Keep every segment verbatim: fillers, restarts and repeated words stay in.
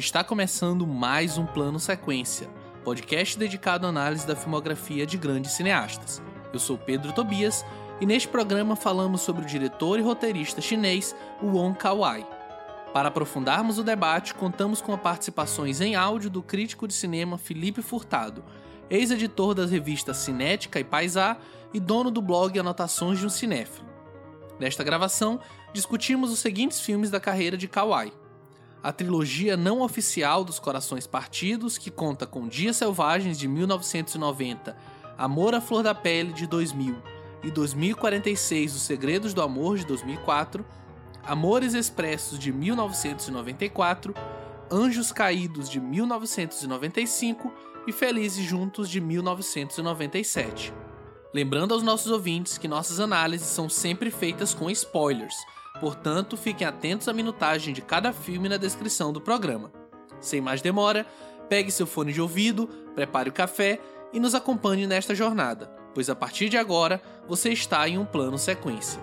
Está começando mais um Plano Sequência, podcast dedicado à análise da filmografia de grandes cineastas. Eu sou Pedro Tobias e neste programa falamos sobre o diretor e roteirista chinês Wong Kar-wai. Para aprofundarmos o debate, contamos com as participações em áudio do crítico de cinema Felipe Furtado, ex-editor das revistas Cinética e Paisá e dono do blog Anotações de um Cinéfilo. Nesta gravação, discutimos os seguintes filmes da carreira de Kar-wai: a trilogia não oficial dos Corações Partidos, que conta com Dias Selvagens, de mil novecentos e noventa, Amor à Flor da Pele, de dois mil, e dois mil e quarenta e seis, Os Segredos do Amor, de dois mil e quatro, Amores Expressos, de mil novecentos e noventa e quatro, Anjos Caídos, de mil novecentos e noventa e cinco e Felizes Juntos, de mil novecentos e noventa e sete. Lembrando aos nossos ouvintes que nossas análises são sempre feitas com spoilers, portanto, fiquem atentos à minutagem de cada filme na descrição do programa. Sem mais demora, pegue seu fone de ouvido, prepare o café e nos acompanhe nesta jornada, pois a partir de agora, você está em um plano sequência.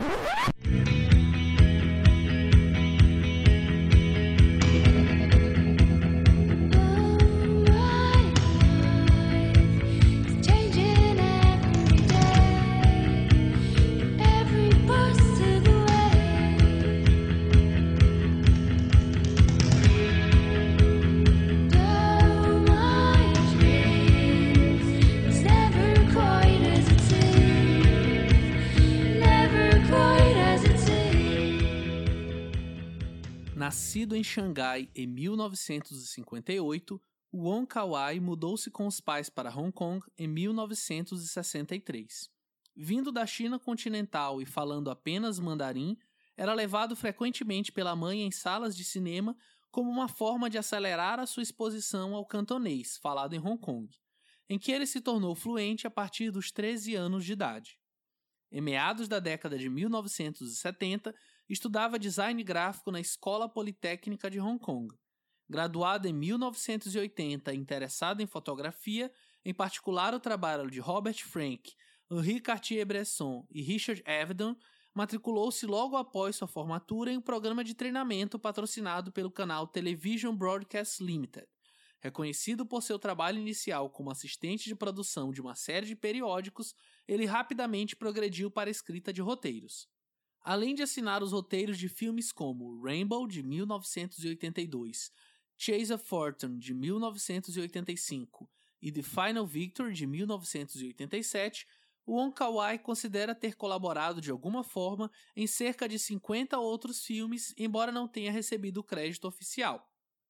Nascido em Xangai em mil novecentos e cinquenta e oito, Wong Kar-wai mudou-se com os pais para Hong Kong em mil novecentos e sessenta e três. Vindo da China continental e falando apenas mandarim, era levado frequentemente pela mãe em salas de cinema como uma forma de acelerar a sua exposição ao cantonês, falado em Hong Kong, em que ele se tornou fluente a partir dos treze anos de idade. Em meados da década de mil novecentos e setenta, estudava design gráfico na Escola Politécnica de Hong Kong. Graduado em mil novecentos e oitenta e interessado em fotografia, em particular o trabalho de Robert Frank, Henri Cartier-Bresson e Richard Avedon, matriculou-se logo após sua formatura em um programa de treinamento patrocinado pelo canal Television Broadcast Limited. Reconhecido por seu trabalho inicial como assistente de produção de uma série de periódicos, ele rapidamente progrediu para a escrita de roteiros. Além de assinar os roteiros de filmes como Rainbow, de mil novecentos e oitenta e dois, Chase of Fortune, de mil novecentos e oitenta e cinco e The Final Victory, de mil novecentos e oitenta e sete, Wong Kar-wai considera ter colaborado de alguma forma em cerca de cinquenta outros filmes, embora não tenha recebido o crédito oficial.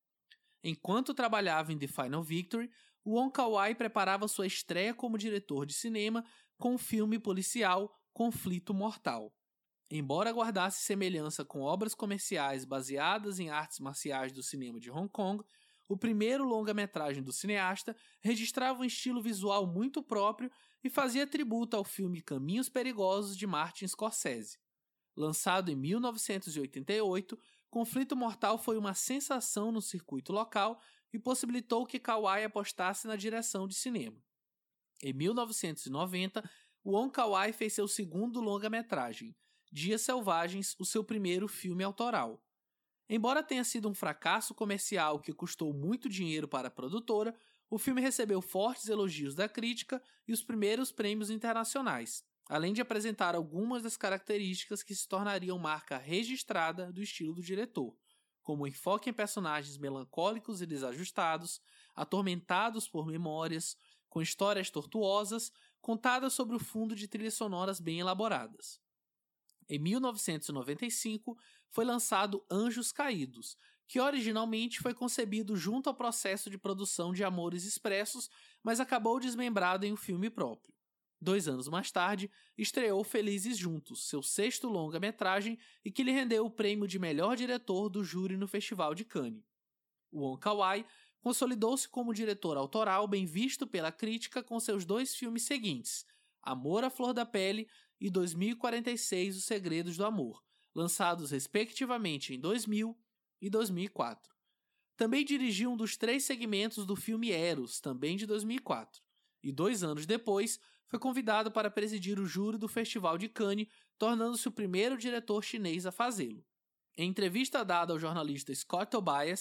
Enquanto trabalhava em The Final Victory, Wong Kar-wai preparava sua estreia como diretor de cinema com o filme policial Conflito Mortal. Embora guardasse semelhança com obras comerciais baseadas em artes marciais do cinema de Hong Kong, o primeiro longa-metragem do cineasta registrava um estilo visual muito próprio e fazia tributo ao filme Caminhos Perigosos de Martin Scorsese. Lançado em mil novecentos e oitenta e oito, Conflito Mortal foi uma sensação no circuito local e possibilitou que Kar-wai apostasse na direção de cinema. Em mil novecentos e noventa, Wong Kar-wai fez seu segundo longa-metragem, Dias Selvagens, o seu primeiro filme autoral. Embora tenha sido um fracasso comercial que custou muito dinheiro para a produtora, o filme recebeu fortes elogios da crítica e os primeiros prêmios internacionais, além de apresentar algumas das características que se tornariam marca registrada do estilo do diretor, como o enfoque em personagens melancólicos e desajustados, atormentados por memórias, com histórias tortuosas, contadas sobre o fundo de trilhas sonoras bem elaboradas. Em mil novecentos e noventa e cinco, foi lançado Anjos Caídos, que originalmente foi concebido junto ao processo de produção de Amores Expressos, mas acabou desmembrado em um filme próprio. Dois anos mais tarde, estreou Felizes Juntos, seu sexto longa-metragem e que lhe rendeu o prêmio de melhor diretor do júri no Festival de Cannes. Wong Kar-wai consolidou-se como diretor autoral bem visto pela crítica com seus dois filmes seguintes, Amor à Flor da Pele e dois mil e quarenta e seis, Os Segredos do Amor, lançados respectivamente em dois mil e dois mil e quatro. Também dirigiu um dos três segmentos do filme Eros, também de dois mil e quatro, e dois anos depois foi convidado para presidir o júri do Festival de Cannes, tornando-se o primeiro diretor chinês a fazê-lo. Em entrevista dada ao jornalista Scott Tobias,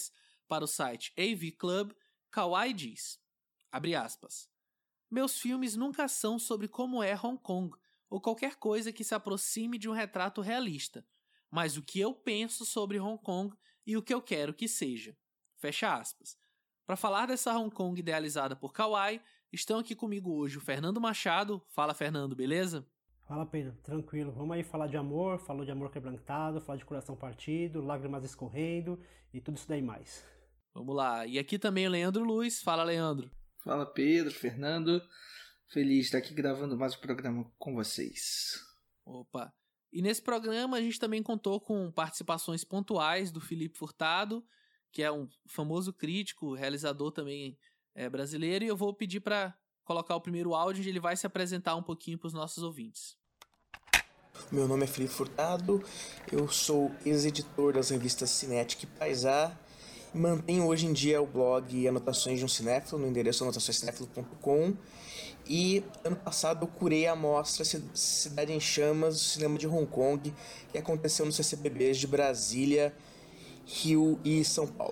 para o site A V Club, Kawai diz, abre aspas, meus filmes nunca são sobre como é Hong Kong, ou qualquer coisa que se aproxime de um retrato realista, mas o que eu penso sobre Hong Kong e o que eu quero que seja. Fecha aspas. Para falar dessa Hong Kong idealizada por Kawai, estão aqui comigo hoje o Fernando Machado. Fala, Fernando, beleza? Fala, Pedro, tranquilo. Vamos aí falar de amor, falou de amor quebrantado, falar de coração partido, lágrimas escorrendo e tudo isso daí mais. Vamos lá. E aqui também o Leandro Luiz. Fala, Leandro. Fala, Pedro, Fernando. Feliz de estar aqui gravando mais um programa com vocês. Opa. E nesse programa a gente também contou com participações pontuais do Felipe Furtado, que é um famoso crítico, realizador também é, brasileiro, e eu vou pedir para colocar o primeiro áudio onde ele vai se apresentar um pouquinho para os nossos ouvintes. Meu nome é Felipe Furtado, eu sou ex-editor das revistas Cinética e Paisá e mantenho hoje em dia o blog Anotações de um Cinéfilo no endereço anotações cinéfilo ponto com. E ano passado eu curei a mostra Cidade em Chamas do cinema de Hong Kong, que aconteceu nos C C B Bs de Brasília, Rio e São Paulo.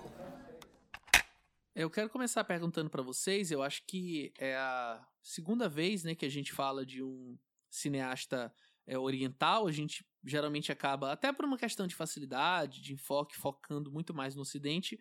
Eu quero começar perguntando para vocês, eu acho que é a segunda vez, né, que a gente fala de um cineasta é, oriental, a gente geralmente acaba, até por uma questão de facilidade, de enfoque, focando muito mais no Ocidente,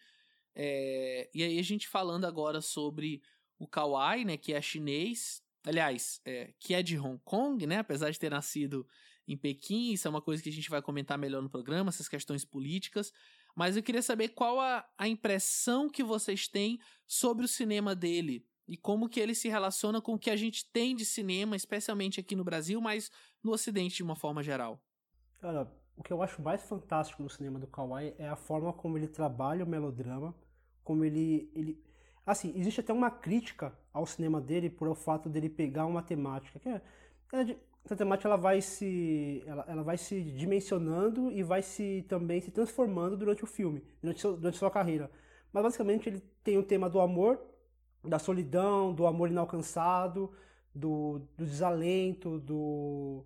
é, e aí a gente falando agora sobre o Kawai, né, que é chinês, aliás, é, que é de Hong Kong, né, apesar de ter nascido em Pequim, isso é uma coisa que a gente vai comentar melhor no programa, essas questões políticas, mas eu queria saber qual a, a impressão que vocês têm sobre o cinema dele e como que ele se relaciona com o que a gente tem de cinema, especialmente aqui no Brasil, mas no Ocidente de uma forma geral. Cara, o que eu acho mais fantástico no cinema do Kawai é a forma como ele trabalha o melodrama, como ele... ele... Assim, existe até uma crítica ao cinema dele por o fato dele pegar uma temática que é... Essa temática ela vai se ela, ela vai se dimensionando e vai se também se transformando durante o filme, durante, seu, durante sua carreira. Mas basicamente ele tem o tema do amor, da solidão, do amor inalcançado, do, do desalento, do,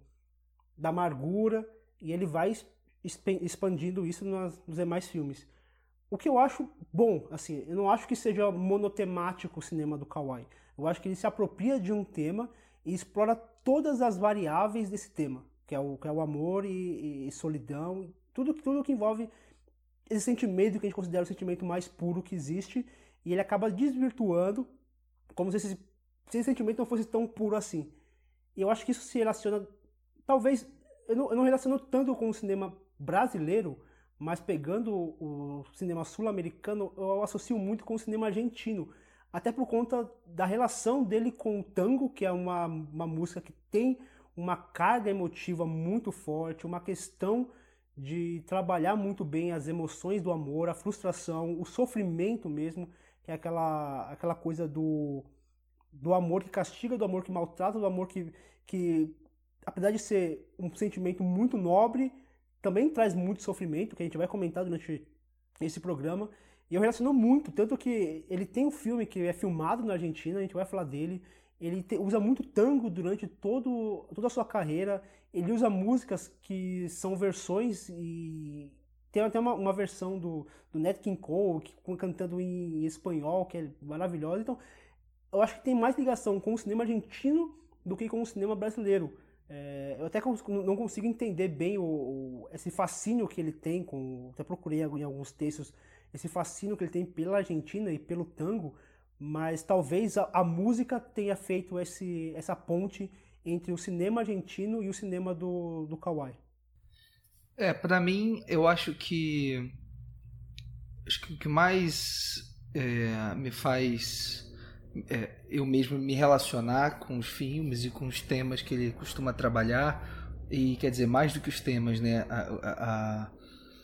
da amargura, e ele vai expandindo isso nas, nos demais filmes. O que eu acho bom, assim, eu não acho que seja monotemático o cinema do Kawai. Eu acho que ele se apropria de um tema e explora todas as variáveis desse tema, que é o, que é o amor e, e solidão, tudo, tudo que envolve esse sentimento que a gente considera o sentimento mais puro que existe, e ele acaba desvirtuando, como se esse, se esse sentimento não fosse tão puro assim. E eu acho que isso se relaciona, talvez, eu não, eu não relaciono tanto com o cinema brasileiro, mas pegando o, o cinema sul-americano, eu associo muito com o cinema argentino, até por conta da relação dele com o tango, que é uma, uma música que tem uma carga emotiva muito forte, uma questão de trabalhar muito bem as emoções do amor, a frustração, o sofrimento mesmo, que é aquela, aquela coisa do, do amor que castiga, do amor que maltrata, do amor que, que, apesar de ser um sentimento muito nobre, também traz muito sofrimento, que a gente vai comentar durante esse programa. E eu relaciono muito, tanto que ele tem um filme que é filmado na Argentina, a gente vai falar dele, ele te, usa muito tango durante todo, toda a sua carreira, ele usa músicas que são versões, e tem até uma, uma versão do, do Nat King Cole, que, cantando em espanhol, que é maravilhosa. Então, eu acho que tem mais ligação com o cinema argentino do que com o cinema brasileiro. É, eu até não consigo entender bem o, o, esse fascínio que ele tem, com, até procurei em alguns textos, esse fascínio que ele tem pela Argentina e pelo tango, mas talvez a, a música tenha feito esse, essa ponte entre o cinema argentino e o cinema do, do Kawai. É, pra mim, eu acho que acho que o que mais é, me faz é, eu mesmo me relacionar com os filmes e com os temas que ele costuma trabalhar, e quer dizer, mais do que os temas, né, a, a, a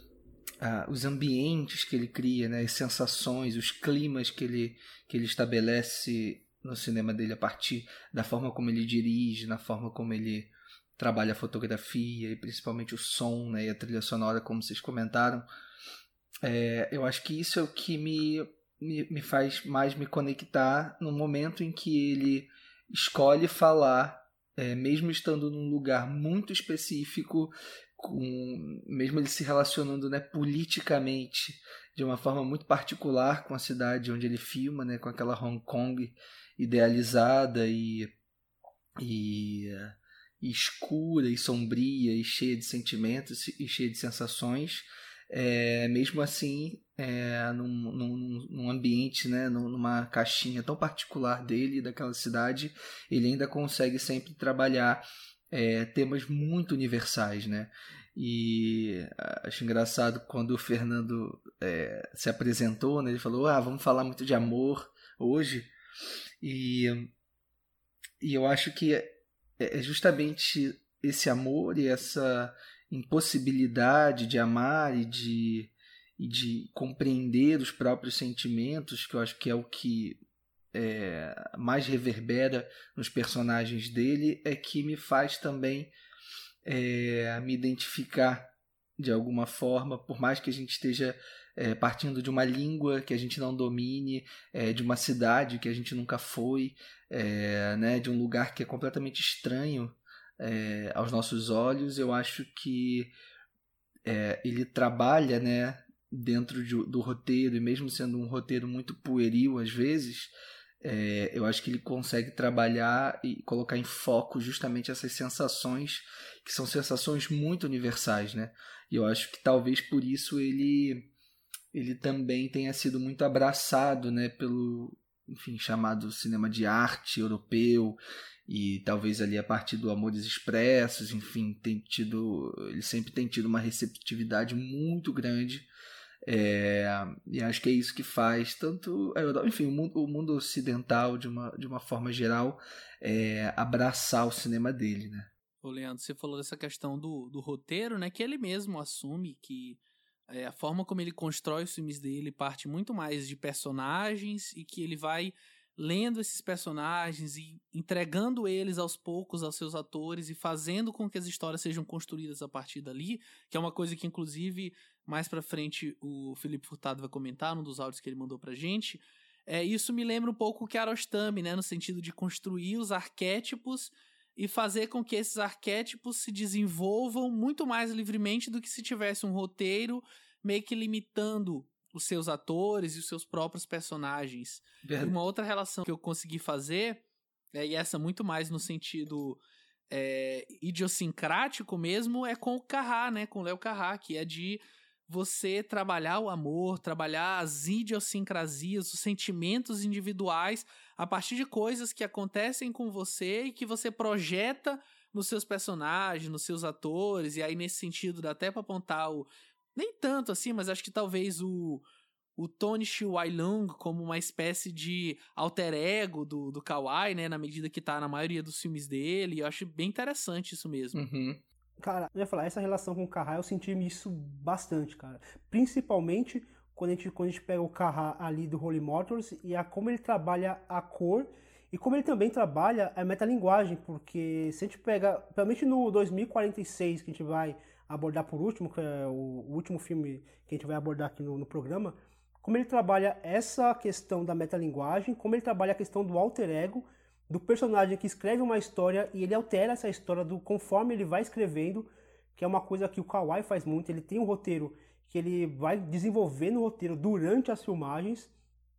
Uh, os ambientes que ele cria, né, as sensações, os climas que ele, que ele estabelece no cinema dele a partir da forma como ele dirige, na forma como ele trabalha a fotografia e principalmente o som, né, e a trilha sonora, como vocês comentaram. É, eu acho que isso é o que me, me, me faz mais me conectar no momento em que ele escolhe falar, é, mesmo estando num lugar muito específico, com, mesmo ele se relacionando, né, politicamente de uma forma muito particular com a cidade onde ele filma, né, com aquela Hong Kong idealizada e, e, e escura e sombria e cheia de sentimentos e cheia de sensações. É, mesmo assim, é, num, num, num ambiente, né, numa caixinha tão particular dele, daquela cidade, ele ainda consegue sempre trabalhar é, temas muito universais, né? E acho engraçado quando o Fernando é, se apresentou, né, ele falou, ah, vamos falar muito de amor hoje, e, e eu acho que é, é justamente esse amor e essa impossibilidade de amar e de, e de compreender os próprios sentimentos, que eu acho que é o que é, mais reverbera nos personagens dele, é que me faz também é, me identificar de alguma forma, por mais que a gente esteja é, partindo de uma língua que a gente não domine, é, de uma cidade que a gente nunca foi, é, né, de um lugar que é completamente estranho É, aos nossos olhos. Eu acho que é, ele trabalha, né, dentro de, do roteiro, e mesmo sendo um roteiro muito pueril às vezes, é, eu acho que ele consegue trabalhar e colocar em foco justamente essas sensações, que são sensações muito universais, né? E eu acho que talvez por isso ele, ele também tenha sido muito abraçado, né, pelo, enfim, chamado cinema de arte europeu, e talvez ali a partir do Amores Expressos, enfim, tem tido, ele sempre tem tido uma receptividade muito grande, é, e acho que é isso que faz tanto a Europa, enfim, o mundo, o mundo ocidental de uma, de uma forma geral, é, abraçar o cinema dele, né? Ô Leandro, você falou dessa questão do, do roteiro, né, que ele mesmo assume que é, a forma como ele constrói os filmes dele parte muito mais de personagens, e que ele vai lendo esses personagens e entregando eles aos poucos aos seus atores e fazendo com que as histórias sejam construídas a partir dali, que é uma coisa que, inclusive, mais pra frente o Felipe Furtado vai comentar num dos áudios que ele mandou pra gente. É, isso me lembra um pouco o Kiarostami, né, no sentido de construir os arquétipos e fazer com que esses arquétipos se desenvolvam muito mais livremente do que se tivesse um roteiro meio que limitando os seus atores e os seus próprios personagens. Verdade. E uma outra relação que eu consegui fazer, é, e essa muito mais no sentido é, idiosincrático mesmo, é com o Carrá, né? Com o Léo Carrá, que é de você trabalhar o amor, trabalhar as idiosincrasias, os sentimentos individuais a partir de coisas que acontecem com você e que você projeta nos seus personagens, nos seus atores, e aí nesse sentido dá até pra apontar o nem tanto assim, mas acho que talvez o, o Tony Shui Wai-lung como uma espécie de alter ego do, do Kawai, né? Na medida que tá na maioria dos filmes dele. Eu acho bem interessante isso mesmo. Uhum. Cara, eu ia falar, essa relação com o Carrá, eu senti isso bastante, cara. Principalmente quando a gente, quando a gente pega o Carrá ali do Holy Motors e a, como ele trabalha a cor e como ele também trabalha a metalinguagem, porque se a gente pega, principalmente no dois mil e quarenta e seis, que a gente vai abordar por último, que é o, o último filme que a gente vai abordar aqui no, no programa, como ele trabalha essa questão da metalinguagem, como ele trabalha a questão do alter ego, do personagem que escreve uma história e ele altera essa história do, conforme ele vai escrevendo, que é uma coisa que o Kawai faz muito. Ele tem um roteiro que ele vai desenvolvendo o roteiro durante as filmagens,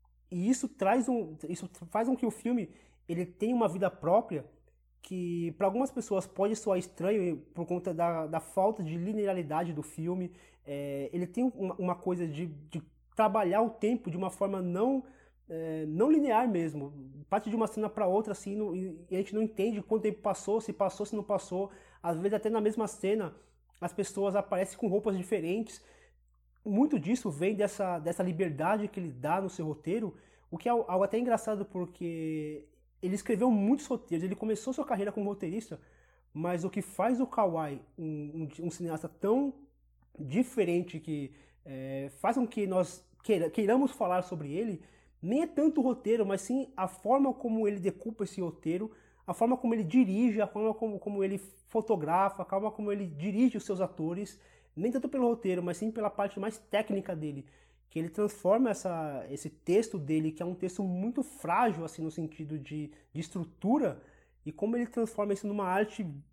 e isso traz um, isso faz com que o filme ele tenha uma vida própria, que para algumas pessoas pode soar estranho por conta da, da falta de linearidade do filme. É, ele tem uma, uma coisa de, de trabalhar o tempo de uma forma não, é, não linear mesmo. Parte de uma cena para outra assim, no, e a gente não entende quanto tempo passou, se passou, se não passou. Às vezes até na mesma cena as pessoas aparecem com roupas diferentes. Muito disso vem dessa, dessa liberdade que ele dá no seu roteiro, o que é algo até engraçado, porque ele escreveu muitos roteiros, ele começou sua carreira como roteirista, mas o que faz o Kawai um, um, um cineasta tão diferente, que é, faz com que nós queira, queiramos falar sobre ele, nem é tanto o roteiro, mas sim a forma como ele decupa esse roteiro, a forma como ele dirige, a forma como, como ele fotografa, a forma como ele dirige os seus atores, nem tanto pelo roteiro, mas sim pela parte mais técnica dele, que ele transforma essa, esse texto dele, que é um texto muito frágil, assim, no sentido de, de estrutura, e como ele transforma isso numa arte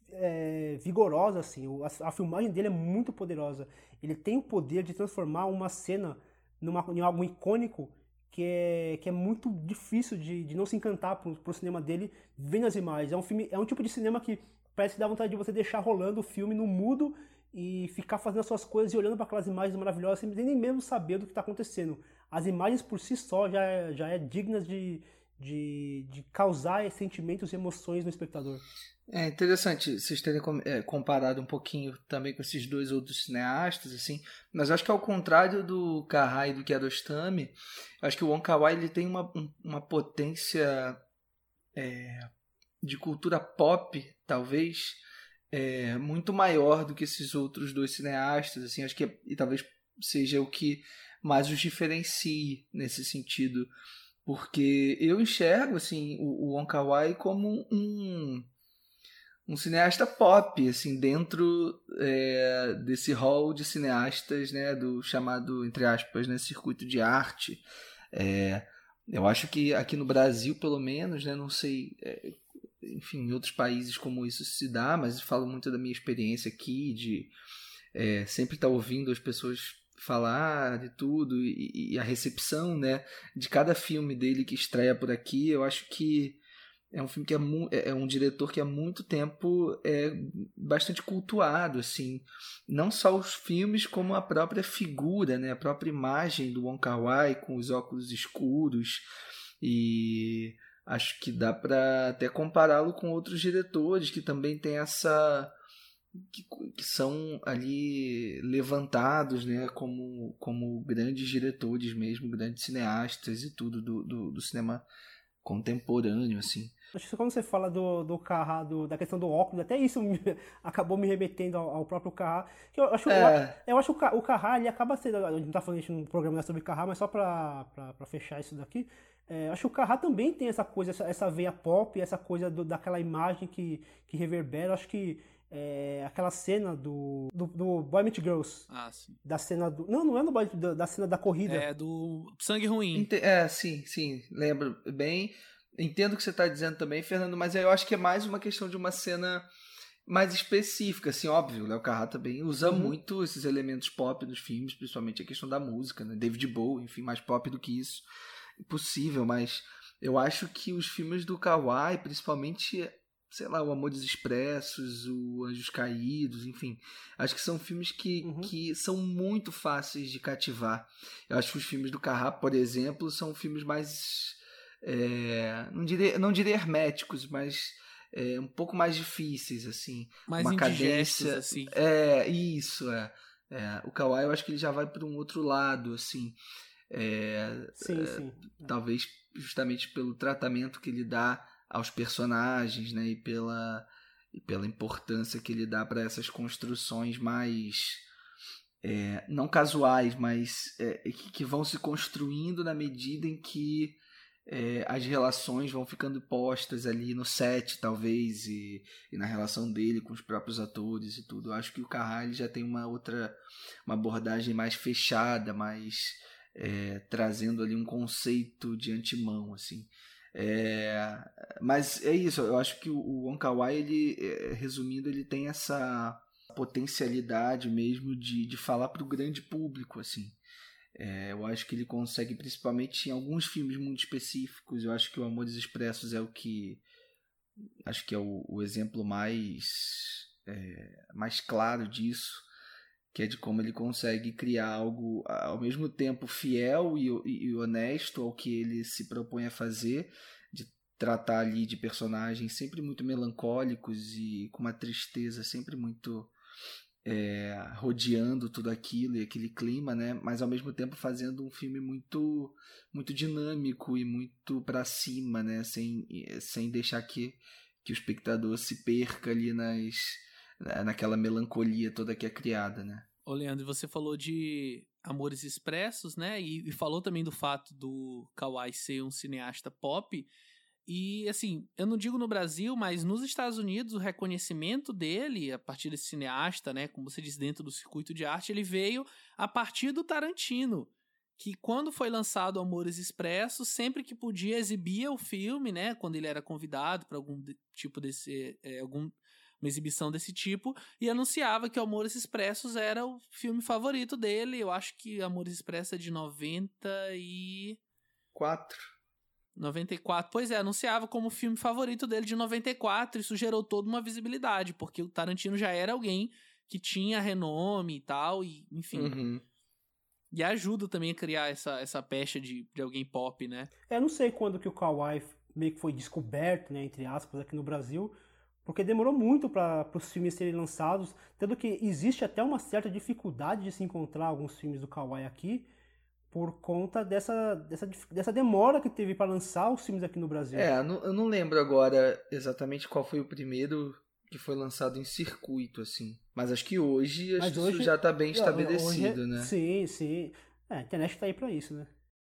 é, vigorosa, assim. O, a, a filmagem dele é muito poderosa. Ele tem o poder de transformar uma cena numa, em algo icônico que é, que é muito difícil de, de não se encantar pro, pro cinema dele vendo as imagens. É um filme, é um tipo de cinema que parece que dá vontade de você deixar rolando o filme no mudo e ficar fazendo as suas coisas e olhando para aquelas imagens maravilhosas sem nem mesmo saber do que está acontecendo. As imagens por si só já é, já é dignas de, de, de causar sentimentos e emoções no espectador. É interessante vocês terem comparado um pouquinho também com esses dois outros cineastas, assim, mas acho que ao contrário do Kara e do Kiarostami, acho que o Wong Kar-wai ele tem uma, uma potência é, de cultura pop, talvez, é, muito maior do que esses outros dois cineastas, assim, acho que é, e talvez seja o que mais os diferencie nesse sentido, porque eu enxergo assim o, o Wong Kar-wai como um um cineasta pop, assim, dentro é, desse hall de cineastas, né, do chamado, entre aspas, né, circuito de arte. É, eu acho que aqui no Brasil, pelo menos, né, não sei, é, enfim, em outros países como isso se dá, mas falo muito da minha experiência aqui, de é, sempre estar ouvindo as pessoas falar de tudo e, e a recepção, né, de cada filme dele que estreia por aqui. Eu acho que é um filme que é, mu- é um diretor que há muito tempo é bastante cultuado, assim, não só os filmes como a própria figura, né, a própria imagem do Wong Kar-wai com os óculos escuros, e acho que dá para até compará-lo com outros diretores que também têm essa que, que são ali levantados, né, como, como grandes diretores mesmo, grandes cineastas e tudo do, do, do cinema contemporâneo, assim. Acho que quando você fala do, do Carrá, do, da questão do óculos, até isso me, acabou me remetendo ao, ao próprio Carrá. Que eu acho, É. eu, eu acho que o Carrá, ele acaba sendo, a gente não tá falando isso no programa sobre Carrá, mas só pra, pra, pra fechar isso daqui, é, acho que o Carrá também tem essa coisa, essa, essa veia pop, essa coisa do, daquela imagem que, que reverbera. Acho que é, aquela cena do, do, do Boy Meets Girls. Ah, sim. Da cena do... Não, não é no Boy, da, da cena da corrida. É do Sangue Ruim. Ente- É, sim, sim, lembro bem. Entendo o que você está dizendo também, Fernando, mas eu acho que é mais uma questão de uma cena mais específica, assim, óbvio. O Léo Carrá também usa Uhum. muito esses elementos pop nos filmes, principalmente a questão da música, né? David Bowie, enfim, mais pop do que isso. Impossível, mas eu acho que os filmes do Kar-wai, principalmente, sei lá, o Amores Expressos, o Anjos Caídos, enfim, acho que são filmes que, Uhum. que são muito fáceis de cativar. Eu acho que os filmes do Carrá, por exemplo, são filmes mais... É, não, diria, não diria herméticos, mas é, um pouco mais difíceis, assim. Mais uma indigestos, cadência. assim. É, isso, é. é. O Kar-wai eu acho que ele já vai para um outro lado, assim. É, Sim, sim. talvez justamente pelo tratamento que ele dá aos personagens, né, e pela, e pela importância que ele dá para essas construções mais é, não casuais, mas é, que, que vão se construindo na medida em que é, as relações vão ficando postas ali no set, talvez, e, e na relação dele com os próprios atores e tudo. Eu acho que o Carrá já tem uma outra, uma abordagem mais fechada, mais é, trazendo ali um conceito de antemão, assim. É, mas é isso, eu acho que o Wong Kar-wai, ele, é, resumindo, ele tem essa potencialidade mesmo de, de falar para o grande público, assim. É, eu acho que ele consegue, principalmente em alguns filmes muito específicos. Eu acho que o Amores Expressos é o que acho que é o, o exemplo mais é, mais claro disso, que é de como ele consegue criar algo ao mesmo tempo fiel e, e, e honesto ao que ele se propõe a fazer, de tratar ali de personagens sempre muito melancólicos e com uma tristeza sempre muito É, rodeando tudo aquilo e aquele clima, né? Mas ao mesmo tempo fazendo um filme muito muito dinâmico e muito para cima, né? Sem, sem deixar que, que o espectador se perca ali nas, naquela melancolia toda que é criada, né? Ô, Leandro, você falou de Amores Expressos, né? E, e falou também do fato do Kar-wai ser um cineasta pop. E, assim, eu não digo no Brasil, mas nos Estados Unidos, o reconhecimento dele, a partir desse cineasta, né, como você diz, dentro do circuito de arte, ele veio a partir do Tarantino, que quando foi lançado Amores Expressos, sempre que podia exibia o filme, né, quando ele era convidado para algum tipo desse, é, algum uma exibição desse tipo, e anunciava que Amores Expressos era o filme favorito dele. Eu acho que Amores Expressos é de noventa e... Quatro. noventa e quatro. Pois é, anunciava como o filme favorito dele de noventa e quatro. Isso gerou toda uma visibilidade, porque o Tarantino já era alguém que tinha renome e tal, e enfim. Uhum. E ajuda também a criar essa, essa pecha de, de alguém pop, né? É, eu não sei quando que o Kawaii meio que foi descoberto, né, entre aspas, aqui no Brasil, porque demorou muito para os filmes serem lançados, tanto que existe até uma certa dificuldade de se encontrar alguns filmes do Kawaii aqui, por conta dessa, dessa, dessa demora que teve para lançar os filmes aqui no Brasil. É, eu não lembro agora exatamente qual foi o primeiro que foi lançado em circuito, assim. Mas acho que hoje, acho Mas que hoje isso já está bem estabelecido, hoje, né? Sim, sim. É, a internet está aí para isso, né?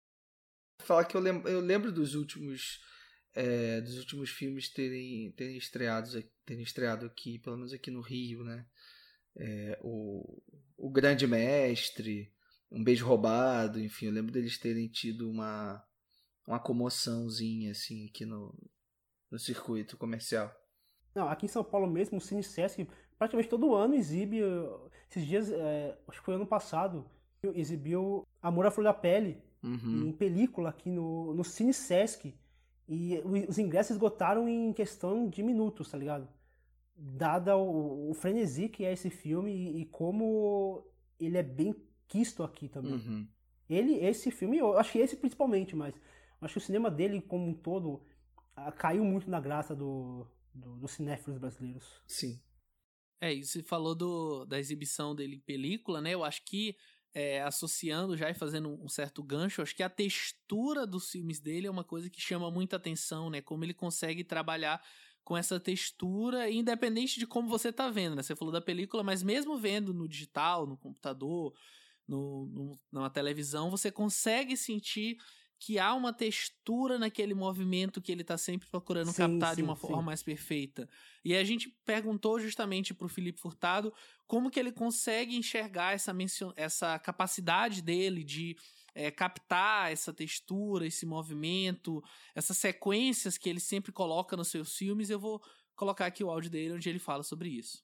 Falar que eu lembro, eu lembro dos últimos é, dos últimos filmes terem, terem, estreados, terem estreado aqui, pelo menos aqui no Rio, né? É, o, o Grande Mestre, Um Beijo Roubado, enfim, eu lembro deles terem tido uma, uma comoçãozinha assim aqui no, no circuito comercial. Não, aqui em São Paulo mesmo, o Cine Sesc praticamente todo ano exibe, esses dias, é, acho que foi ano passado, exibiu Amor à Flor da Pele, uhum. em película aqui no, no Cine Sesc, e os ingressos esgotaram em questão de minutos, tá ligado? Dada o, o frenesi que é esse filme e, e como ele é bem quisto aqui também. Uhum. Ele, esse filme, eu acho que esse principalmente, mas acho que o cinema dele como um todo caiu muito na graça do, do, dos cinéfilos brasileiros. Sim. É, e você falou do, da exibição dele em película, né? Eu acho que, é, associando já e fazendo um certo gancho, acho que a textura dos filmes dele é uma coisa que chama muita atenção, né? Como ele consegue trabalhar com essa textura, independente de como você tá vendo, né? Você falou da película, mas mesmo vendo no digital, no computador, no, no, numa televisão, você consegue sentir que há uma textura naquele movimento que ele tá sempre procurando sim, captar sim, de uma sim. forma mais perfeita. E a gente perguntou justamente pro Felipe Furtado como que ele consegue enxergar essa, mencio- essa capacidade dele de é, captar essa textura, esse movimento, essas sequências que ele sempre coloca nos seus filmes. Eu vou colocar aqui o áudio dele onde ele fala sobre isso.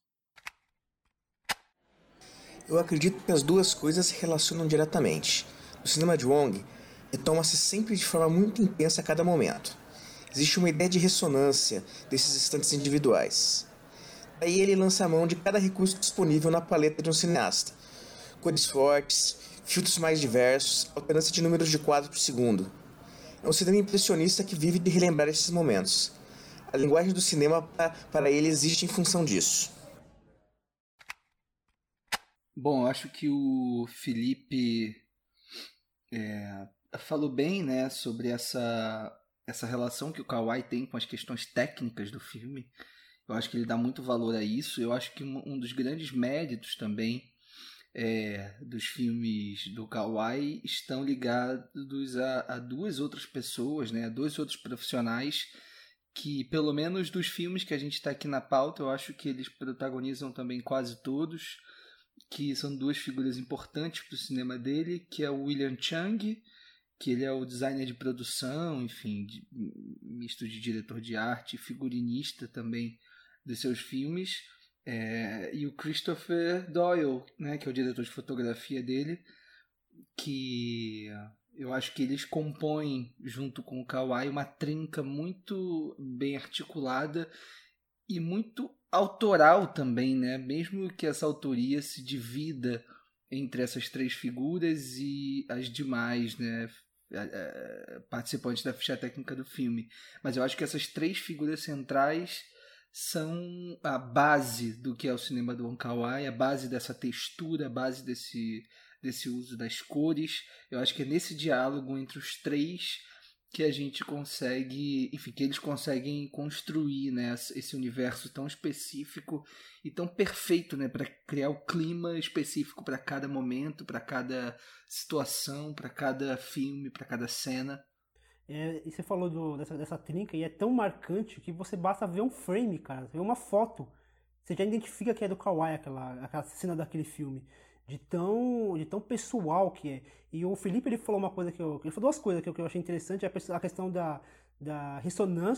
Eu acredito que as duas coisas se relacionam diretamente. No cinema de Wong, retoma-se sempre de forma muito intensa a cada momento. Existe uma ideia de ressonância desses instantes individuais. Daí ele lança a mão de cada recurso disponível na paleta de um cineasta. Cores fortes, filtros mais diversos, alternância de números de quadros por segundo. É um cinema impressionista que vive de relembrar esses momentos. A linguagem do cinema para ele existe em função disso. Bom, eu acho que o Felipe é, falou bem, né, sobre essa, essa relação que o Kawaii tem com as questões técnicas do filme. Eu acho que ele dá muito valor a isso. Eu acho que um, um dos grandes méritos também é, dos filmes do Kawaii estão ligados a, a duas outras pessoas, né, a dois outros profissionais que, pelo menos dos filmes que a gente está aqui na pauta, eu acho que eles protagonizam também quase todos, que são duas figuras importantes para o cinema dele, que é o William Chang, que ele é o designer de produção, enfim, de, misto de diretor de arte e figurinista também dos seus filmes, é, e o Christopher Doyle, né, que é o diretor de fotografia dele, que eu acho que eles compõem, junto com o Kawaii, uma trinca muito bem articulada e muito autoral também, né? Mesmo que essa autoria se divida entre essas três figuras e as demais, né, participantes da ficha técnica do filme. Mas eu acho que essas três figuras centrais são a base do que é o cinema do Wong Kar-wai, a base dessa textura, a base desse, desse uso das cores. Eu acho que é nesse diálogo entre os três que a gente consegue, enfim, que eles conseguem construir, né, esse universo tão específico e tão perfeito, né, para criar o clima específico para cada momento, para cada situação, para cada filme, para cada cena. É, e você falou do, dessa, dessa trinca e é tão marcante que você basta ver um frame, cara, ver uma foto, você já identifica que é do Kawaii aquela, aquela cena daquele filme. De tão, de tão pessoal que é. E o Felipe ele falou uma coisa que eu. Ele falou duas coisas que eu, que eu achei interessante. A questão da, da ressonância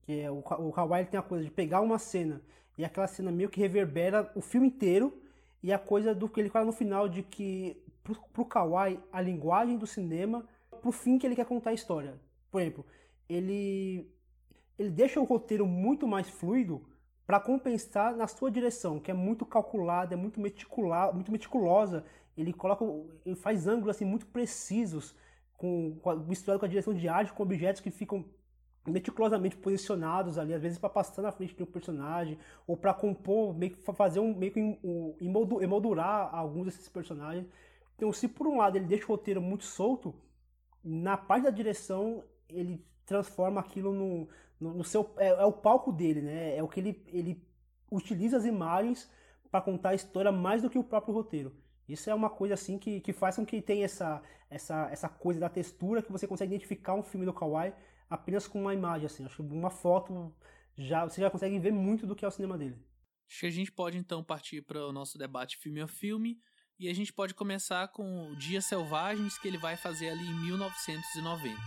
Que é, o, o Kawai tem a coisa de pegar uma cena e aquela cena meio que reverbera o filme inteiro, e a coisa do que ele fala no final de que pro, pro Kawai a linguagem do cinema pro fim que ele quer contar a história. Por exemplo, ele, ele deixa o roteiro muito mais fluido para compensar na sua direção, que é muito calculada, é muito, meticula, muito meticulosa. Ele coloca, ele faz ângulos assim muito precisos, com, com, misturado com a direção de arte, com objetos que ficam meticulosamente posicionados ali, às vezes para passar na frente de um personagem, ou para compor, meio que fazer um, meio que um, emoldurar alguns desses personagens. Então, se por um lado ele deixa o roteiro muito solto, na parte da direção ele transforma aquilo no, no, no seu... É, é o palco dele, né? É o que ele, ele utiliza as imagens para contar a história mais do que o próprio roteiro. Isso é uma coisa assim que, que faz com que tenha essa, essa, essa coisa da textura, que você consegue identificar um filme do Kawai apenas com uma imagem, assim. Acho que uma foto, já, você já consegue ver muito do que é o cinema dele. Acho que a gente pode então partir para o nosso debate filme a filme, e a gente pode começar com Dias Selvagens, que ele vai fazer ali em mil novecentos e noventa.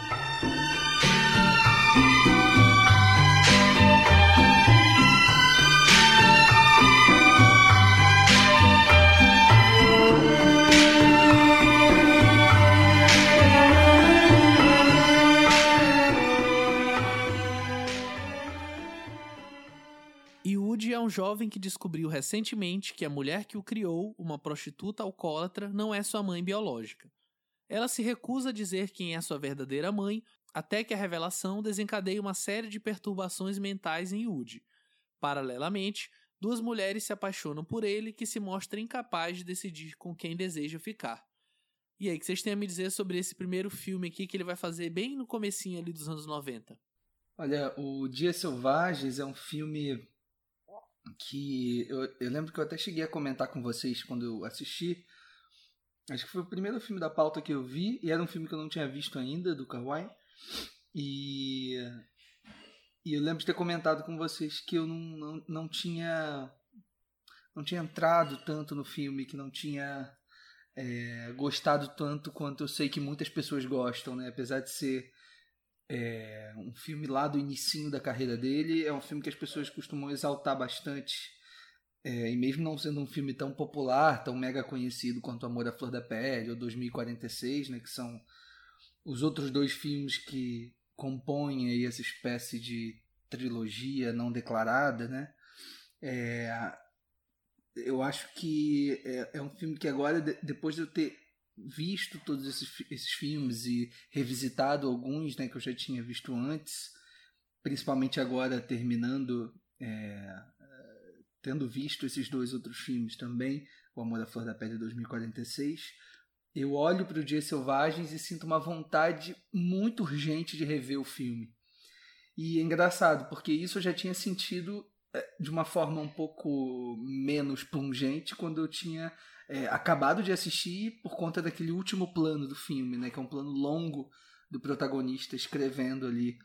Woody é um jovem que descobriu recentemente que a mulher que o criou, uma prostituta alcoólatra, não é sua mãe biológica. Ela se recusa a dizer quem é sua verdadeira mãe, até que a revelação desencadeia uma série de perturbações mentais em Woody. Paralelamente, duas mulheres se apaixonam por ele, que se mostra incapaz de decidir com quem deseja ficar. E aí, o que vocês têm a me dizer sobre esse primeiro filme aqui que ele vai fazer bem no comecinho ali dos anos noventa? Olha, o Dias Selvagens é um filme que eu, eu lembro que eu até cheguei a comentar com vocês quando eu assisti. Acho que foi o primeiro filme da pauta que eu vi, e era um filme que eu não tinha visto ainda, do Kawai. E, e eu lembro de ter comentado com vocês que eu não, não, não tinha não tinha entrado tanto no filme, que não tinha é, gostado tanto quanto eu sei que muitas pessoas gostam, né? Apesar de ser é, um filme lá do inicinho da carreira dele, é um filme que as pessoas costumam exaltar bastante. É, e mesmo não sendo um filme tão popular, tão mega conhecido quanto Amor à Flor da Pele ou dois mil e quarenta e seis, né, que são os outros dois filmes que compõem aí essa espécie de trilogia não declarada, né? É, eu acho que é, é um filme que agora, de, depois de eu ter visto todos esses, esses filmes e revisitado alguns, né, que eu já tinha visto antes, principalmente agora terminando, é, tendo visto esses dois outros filmes também, O Amor à Flor da Pele dois mil e quarenta e seis, eu olho para o Dias Selvagens e sinto uma vontade muito urgente de rever o filme. E é engraçado, porque isso eu já tinha sentido de uma forma um pouco menos pungente quando eu tinha é, acabado de assistir por conta daquele último plano do filme, né, que é um plano longo do protagonista escrevendo ali.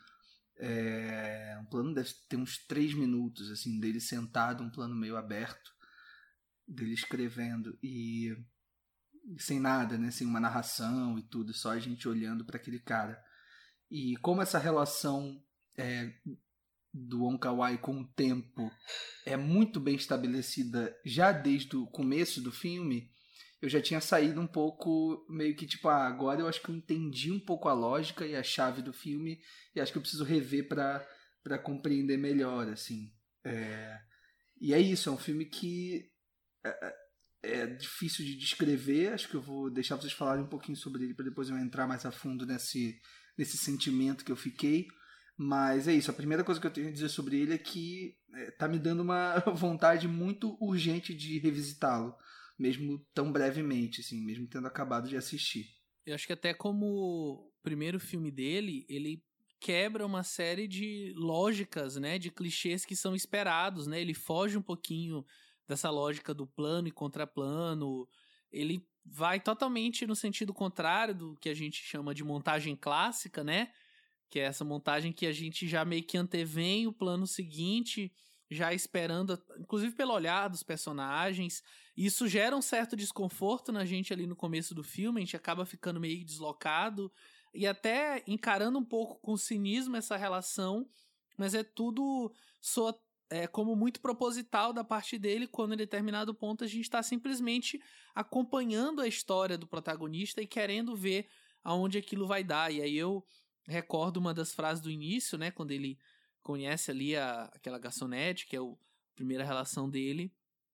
É, um plano deve ter uns três minutos assim, dele sentado, um plano meio aberto, dele escrevendo e sem nada, né, sem uma narração e tudo, só a gente olhando para aquele cara. E como essa relação é, do Wong Kar-wai com o tempo é muito bem estabelecida já desde o começo do filme, eu já tinha saído um pouco meio que tipo, ah, agora eu acho que eu entendi um pouco a lógica e a chave do filme e acho que eu preciso rever para para compreender melhor, assim. É, e é isso, é um filme que é, é difícil de descrever, acho que eu vou deixar vocês falarem um pouquinho sobre ele para depois eu entrar mais a fundo nesse, nesse sentimento que eu fiquei. Mas é isso, a primeira coisa que eu tenho a dizer sobre ele é que é, tá me dando uma vontade muito urgente de revisitá-lo, mesmo tão brevemente, assim, mesmo tendo acabado de assistir. Eu acho que até como primeiro filme dele, ele quebra uma série de lógicas, né, de clichês que são esperados, né, ele foge um pouquinho dessa lógica do plano e contraplano, ele vai totalmente no sentido contrário do que a gente chama de montagem clássica, né, que é essa montagem que a gente já meio que antevém o plano seguinte, já esperando, inclusive pelo olhar dos personagens. Isso gera um certo desconforto na gente ali no começo do filme, a gente acaba ficando meio deslocado e até encarando um pouco com cinismo essa relação, mas é tudo soa, é, como muito proposital da parte dele, quando em determinado ponto a gente está simplesmente acompanhando a história do protagonista e querendo ver aonde aquilo vai dar. E aí eu recordo uma das frases do início, né, quando ele conhece ali a, aquela garçonete, que é o, a primeira relação dele,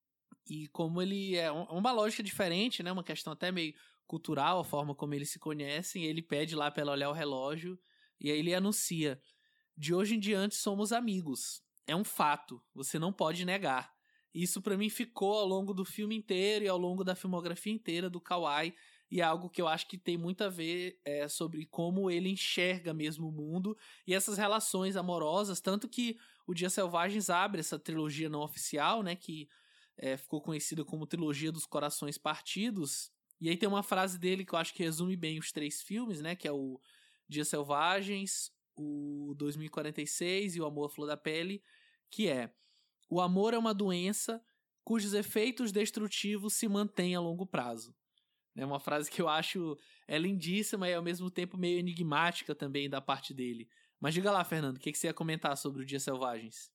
e como ele é um, uma lógica diferente, né, uma questão até meio cultural, a forma como eles se conhecem, ele pede lá para ela olhar o relógio, e aí ele anuncia: de hoje em diante somos amigos. É um fato, você não pode negar. Isso pra mim ficou ao longo do filme inteiro e ao longo da filmografia inteira do Kawai, e é algo que eu acho que tem muito a ver é, sobre como ele enxerga mesmo o mundo e essas relações amorosas, tanto que o Dias Selvagens abre essa trilogia não oficial, né, que é, ficou conhecida como Trilogia dos Corações Partidos, e aí tem uma frase dele que eu acho que resume bem os três filmes, né, que é o Dias Selvagens, o dois mil e quarenta e seis e o Amor à Flor da Pele, que é: o amor é uma doença cujos efeitos destrutivos se mantêm a longo prazo. É uma frase que eu acho é lindíssima e ao mesmo tempo meio enigmática também da parte dele. Mas diga lá, Fernando, o que, que você ia comentar sobre o Dias Selvagens?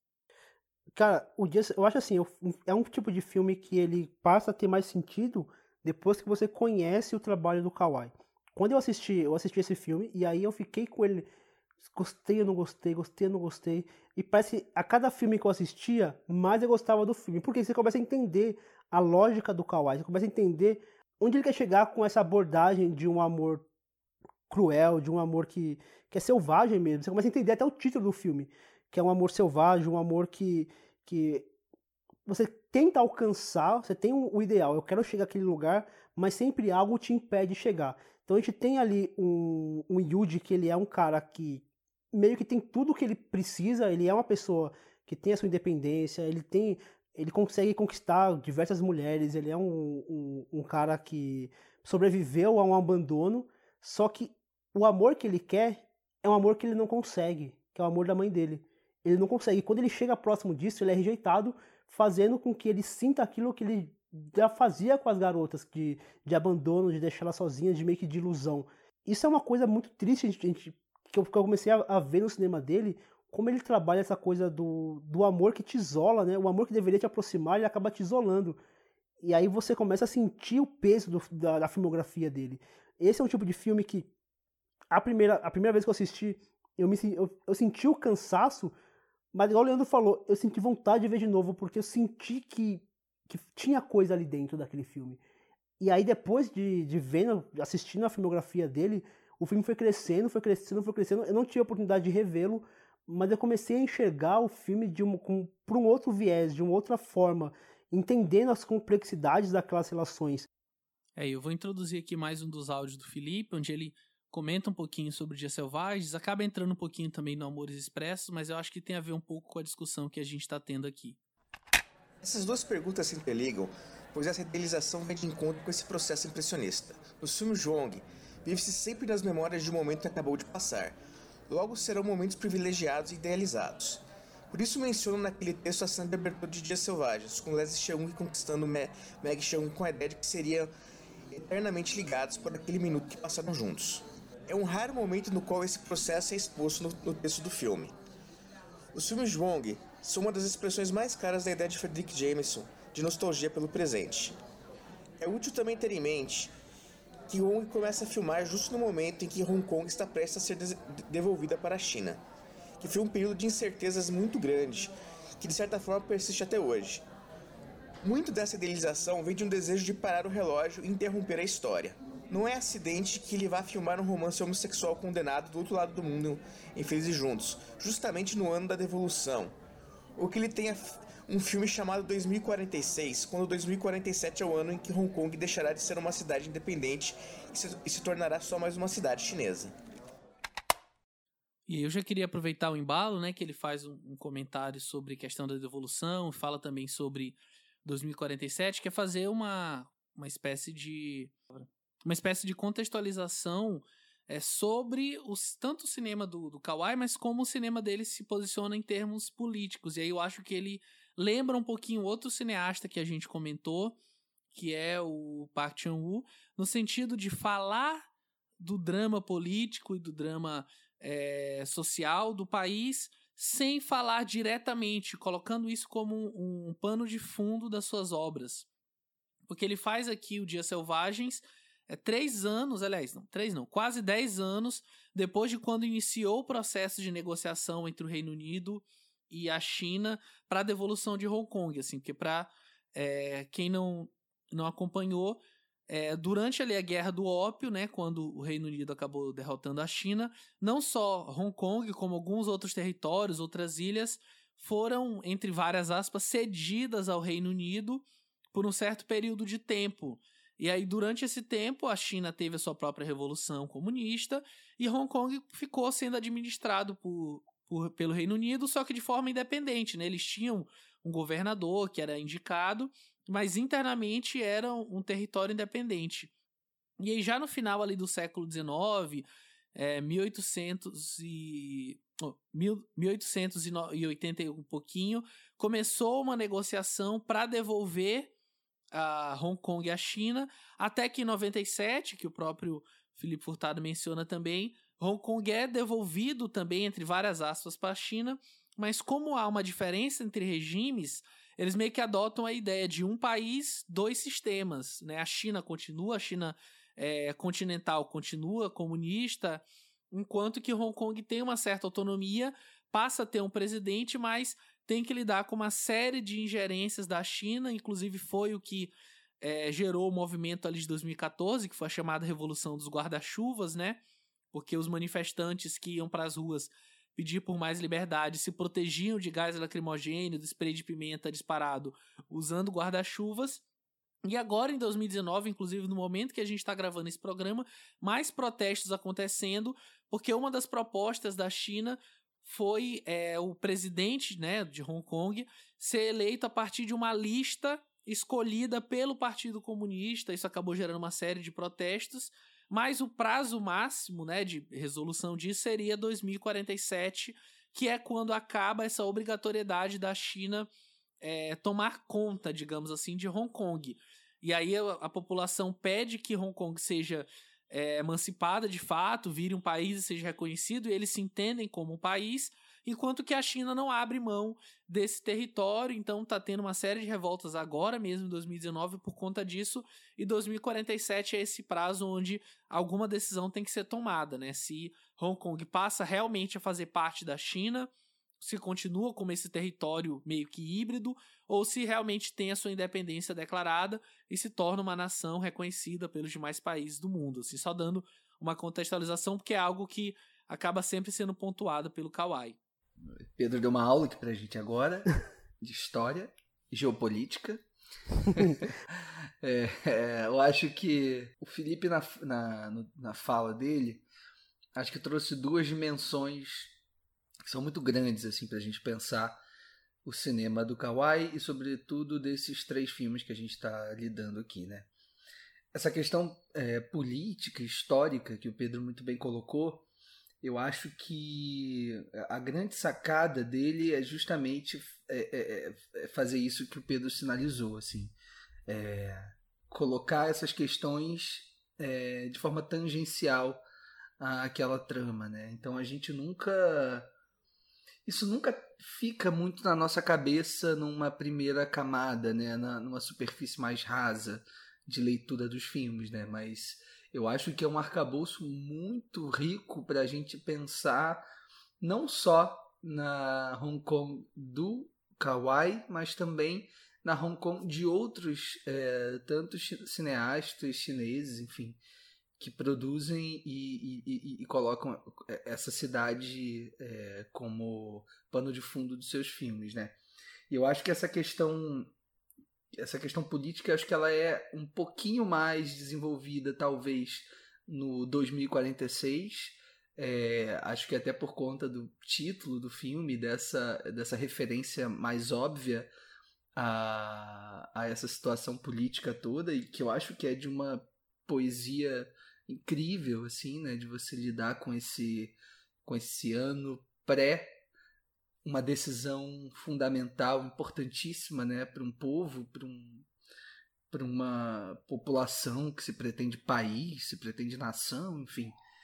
Cara, o Dias, eu acho assim, é um tipo de filme que ele passa a ter mais sentido depois que você conhece o trabalho do Kawai. Quando eu assisti, eu assisti esse filme e aí eu fiquei com ele, gostei, eu não gostei, gostei, eu não gostei, e parece que a cada filme que eu assistia, mais eu gostava do filme, porque você começa a entender a lógica do Kawai, você começa a entender onde ele quer chegar com essa abordagem de um amor cruel, de um amor que, que é selvagem mesmo. Você começa a entender até o título do filme, que é um amor selvagem, um amor que, que você tenta alcançar, você tem o ideal, eu quero chegar àquele lugar, mas sempre algo te impede de chegar. Então a gente tem ali um, um Yuji, que ele é um cara que meio que tem tudo o que ele precisa, ele é uma pessoa que tem a sua independência, ele tem... ele consegue conquistar diversas mulheres, ele é um, um, um cara que sobreviveu a um abandono, só que o amor que ele quer é um amor que ele não consegue, que é o amor da mãe dele. Ele não consegue. Quando ele chega próximo disso, ele é rejeitado, fazendo com que ele sinta aquilo que ele já fazia com as garotas, de, de abandono, de deixar elas sozinhas, de meio que de ilusão. Isso é uma coisa muito triste, a gente, que eu comecei a, a ver no cinema dele, como ele trabalha essa coisa do, do amor que te isola, né? O amor que deveria te aproximar, ele acaba te isolando. E aí você começa a sentir o peso do, da, da filmografia dele. Esse é um tipo de filme que, a primeira, a primeira vez que eu assisti, eu, me, eu, eu senti o cansaço, mas igual o Leandro falou, eu senti vontade de ver de novo, porque eu senti que, que tinha coisa ali dentro daquele filme. E aí depois de, de vendo, assistindo a filmografia dele, o filme foi crescendo, foi crescendo, foi crescendo. Eu não tive a oportunidade de revê-lo, mas eu comecei a enxergar o filme de um, com, por um outro viés, de uma outra forma, entendendo as complexidades daquelas relações. É, eu vou introduzir aqui mais um dos áudios do Felipe, onde ele comenta um pouquinho sobre Dias Selvagens, acaba entrando um pouquinho também no Amores Expressos, mas eu acho que tem a ver um pouco com a discussão que a gente está tendo aqui. Essas duas perguntas se interligam, pois essa idealização vem de encontro com esse processo impressionista. Nos filmes de Wong, vive-se sempre nas memórias de um momento que acabou de passar. Logo serão momentos privilegiados e idealizados. Por isso menciono naquele texto a cena de abertura de Dias Selvagens, com Leslie Cheung conquistando Me- Meg Cheung com a ideia de que seriam eternamente ligados por aquele minuto que passaram juntos. É um raro momento no qual esse processo é exposto no, no texto do filme. Os filmes de Wong são uma das expressões mais caras da ideia de Fredric Jameson, de nostalgia pelo presente. É útil também ter em mente que Wong começa a filmar justo no momento em que Hong Kong está prestes a ser de- devolvida para a China, que foi um período de incertezas muito grande, que de certa forma persiste até hoje. Muito dessa idealização vem de um desejo de parar o relógio e interromper a história. Não é acidente que ele vá filmar um romance homossexual condenado do outro lado do mundo em Felizes Juntos, justamente no ano da devolução. Ou que ele tenha um filme chamado dois mil e quarenta e seis, quando dois mil e quarenta e sete é o ano em que Hong Kong deixará de ser uma cidade independente e se, e se tornará só mais uma cidade chinesa. E eu já queria aproveitar o embalo, né, que ele faz um, um comentário sobre a questão da devolução, fala também sobre dois mil e quarenta e sete, que é fazer uma, uma espécie de uma espécie de contextualização é, sobre os, tanto o cinema do, do Kawai, mas como o cinema dele se posiciona em termos políticos. E aí eu acho que ele lembra um pouquinho outro cineasta que a gente comentou, que é o Park Chan-wook, no sentido de falar do drama político e do drama é, social do país sem falar diretamente, colocando isso como um, um pano de fundo das suas obras. Porque ele faz aqui o Dias Selvagens, é, três anos, aliás, não, três não, quase dez anos depois de quando iniciou o processo de negociação entre o Reino Unido e a China para a devolução de Hong Kong, assim, porque para é, quem não, não acompanhou, é, durante ali a Guerra do Ópio, né, quando o Reino Unido acabou derrotando a China, não só Hong Kong, como alguns outros territórios, outras ilhas, foram, entre várias aspas, cedidas ao Reino Unido por um certo período de tempo. E aí, durante esse tempo, a China teve a sua própria revolução comunista e Hong Kong ficou sendo administrado por, por, pelo Reino Unido, só que de forma independente, né? Eles tinham um governador que era indicado, mas internamente era um território independente. E aí, já no final ali do século dezenove, é, mil e oitocentos e... Oh, mil oitocentos e oitenta e um pouquinho, começou uma negociação para devolver a Hong Kong e a China, até que em noventa e sete, que o próprio Felipe Furtado menciona também, Hong Kong é devolvido também, entre várias aspas, para a China, mas como há uma diferença entre regimes, eles meio que adotam a ideia de um país, dois sistemas, né? A China continua, a China é, continental continua comunista, enquanto que Hong Kong tem uma certa autonomia, passa a ter um presidente, mas tem que lidar com uma série de ingerências da China, inclusive foi o que é, gerou o movimento ali de dois mil e catorze, que foi a chamada Revolução dos Guarda-Chuvas, né? Porque os manifestantes que iam para as ruas pedir por mais liberdade se protegiam de gás lacrimogêneo, de spray de pimenta disparado, usando guarda-chuvas. E agora, em dois mil e dezenove, inclusive no momento que a gente está gravando esse programa, mais protestos acontecendo, porque uma das propostas da China foi é, o presidente, né, de Hong Kong ser eleito a partir de uma lista escolhida pelo Partido Comunista. Isso acabou gerando uma série de protestos, mas o prazo máximo, né, de resolução disso seria dois mil e quarenta e sete, que é quando acaba essa obrigatoriedade da China é, tomar conta, digamos assim, de Hong Kong. E aí a, a população pede que Hong Kong seja É, emancipada de fato, vire um país e seja reconhecido, e eles se entendem como um país, enquanto que a China não abre mão desse território. Então está tendo uma série de revoltas agora mesmo em dois mil e dezenove por conta disso, e dois mil e quarenta e sete é esse prazo onde alguma decisão tem que ser tomada, né? Se Hong Kong passa realmente a fazer parte da China, se continua como esse território meio que híbrido, ou se realmente tem a sua independência declarada e se torna uma nação reconhecida pelos demais países do mundo. Assim, só dando uma contextualização, porque é algo que acaba sempre sendo pontuado pelo Kawai. Pedro deu uma aula aqui pra gente agora, de história, geopolítica. é, é, eu acho que o Felipe, na, na, na fala dele, acho que trouxe duas dimensões que são muito grandes assim, pra gente pensar o cinema do Kawai e, sobretudo, desses três filmes que a gente está lidando aqui, né? Essa questão é, política, histórica, que o Pedro muito bem colocou, eu acho que a grande sacada dele é justamente é, é, é fazer isso que o Pedro sinalizou, assim, é, colocar essas questões é, de forma tangencial àquela trama, né? Então a gente nunca... Isso nunca fica muito na nossa cabeça numa primeira camada, né? Na, numa superfície mais rasa de leitura dos filmes, né? Mas eu acho que é um arcabouço muito rico para a gente pensar não só na Hong Kong do Kawai, mas também na Hong Kong de outros é, tantos cineastas chineses, enfim, que produzem e, e, e colocam essa cidade é, como pano de fundo dos seus filmes, né? E eu acho que essa questão, essa questão política, acho que ela é um pouquinho mais desenvolvida, talvez, no dois mil e quarenta e seis. É, acho que até por conta do título do filme, dessa, dessa referência mais óbvia a, a essa situação política toda, e que eu acho que é de uma poesia incrível, assim, né, de você lidar com esse, com esse ano pré uma decisão fundamental, importantíssima, né, para um povo, para um, para uma população que se pretende país, se pretende nação, enfim.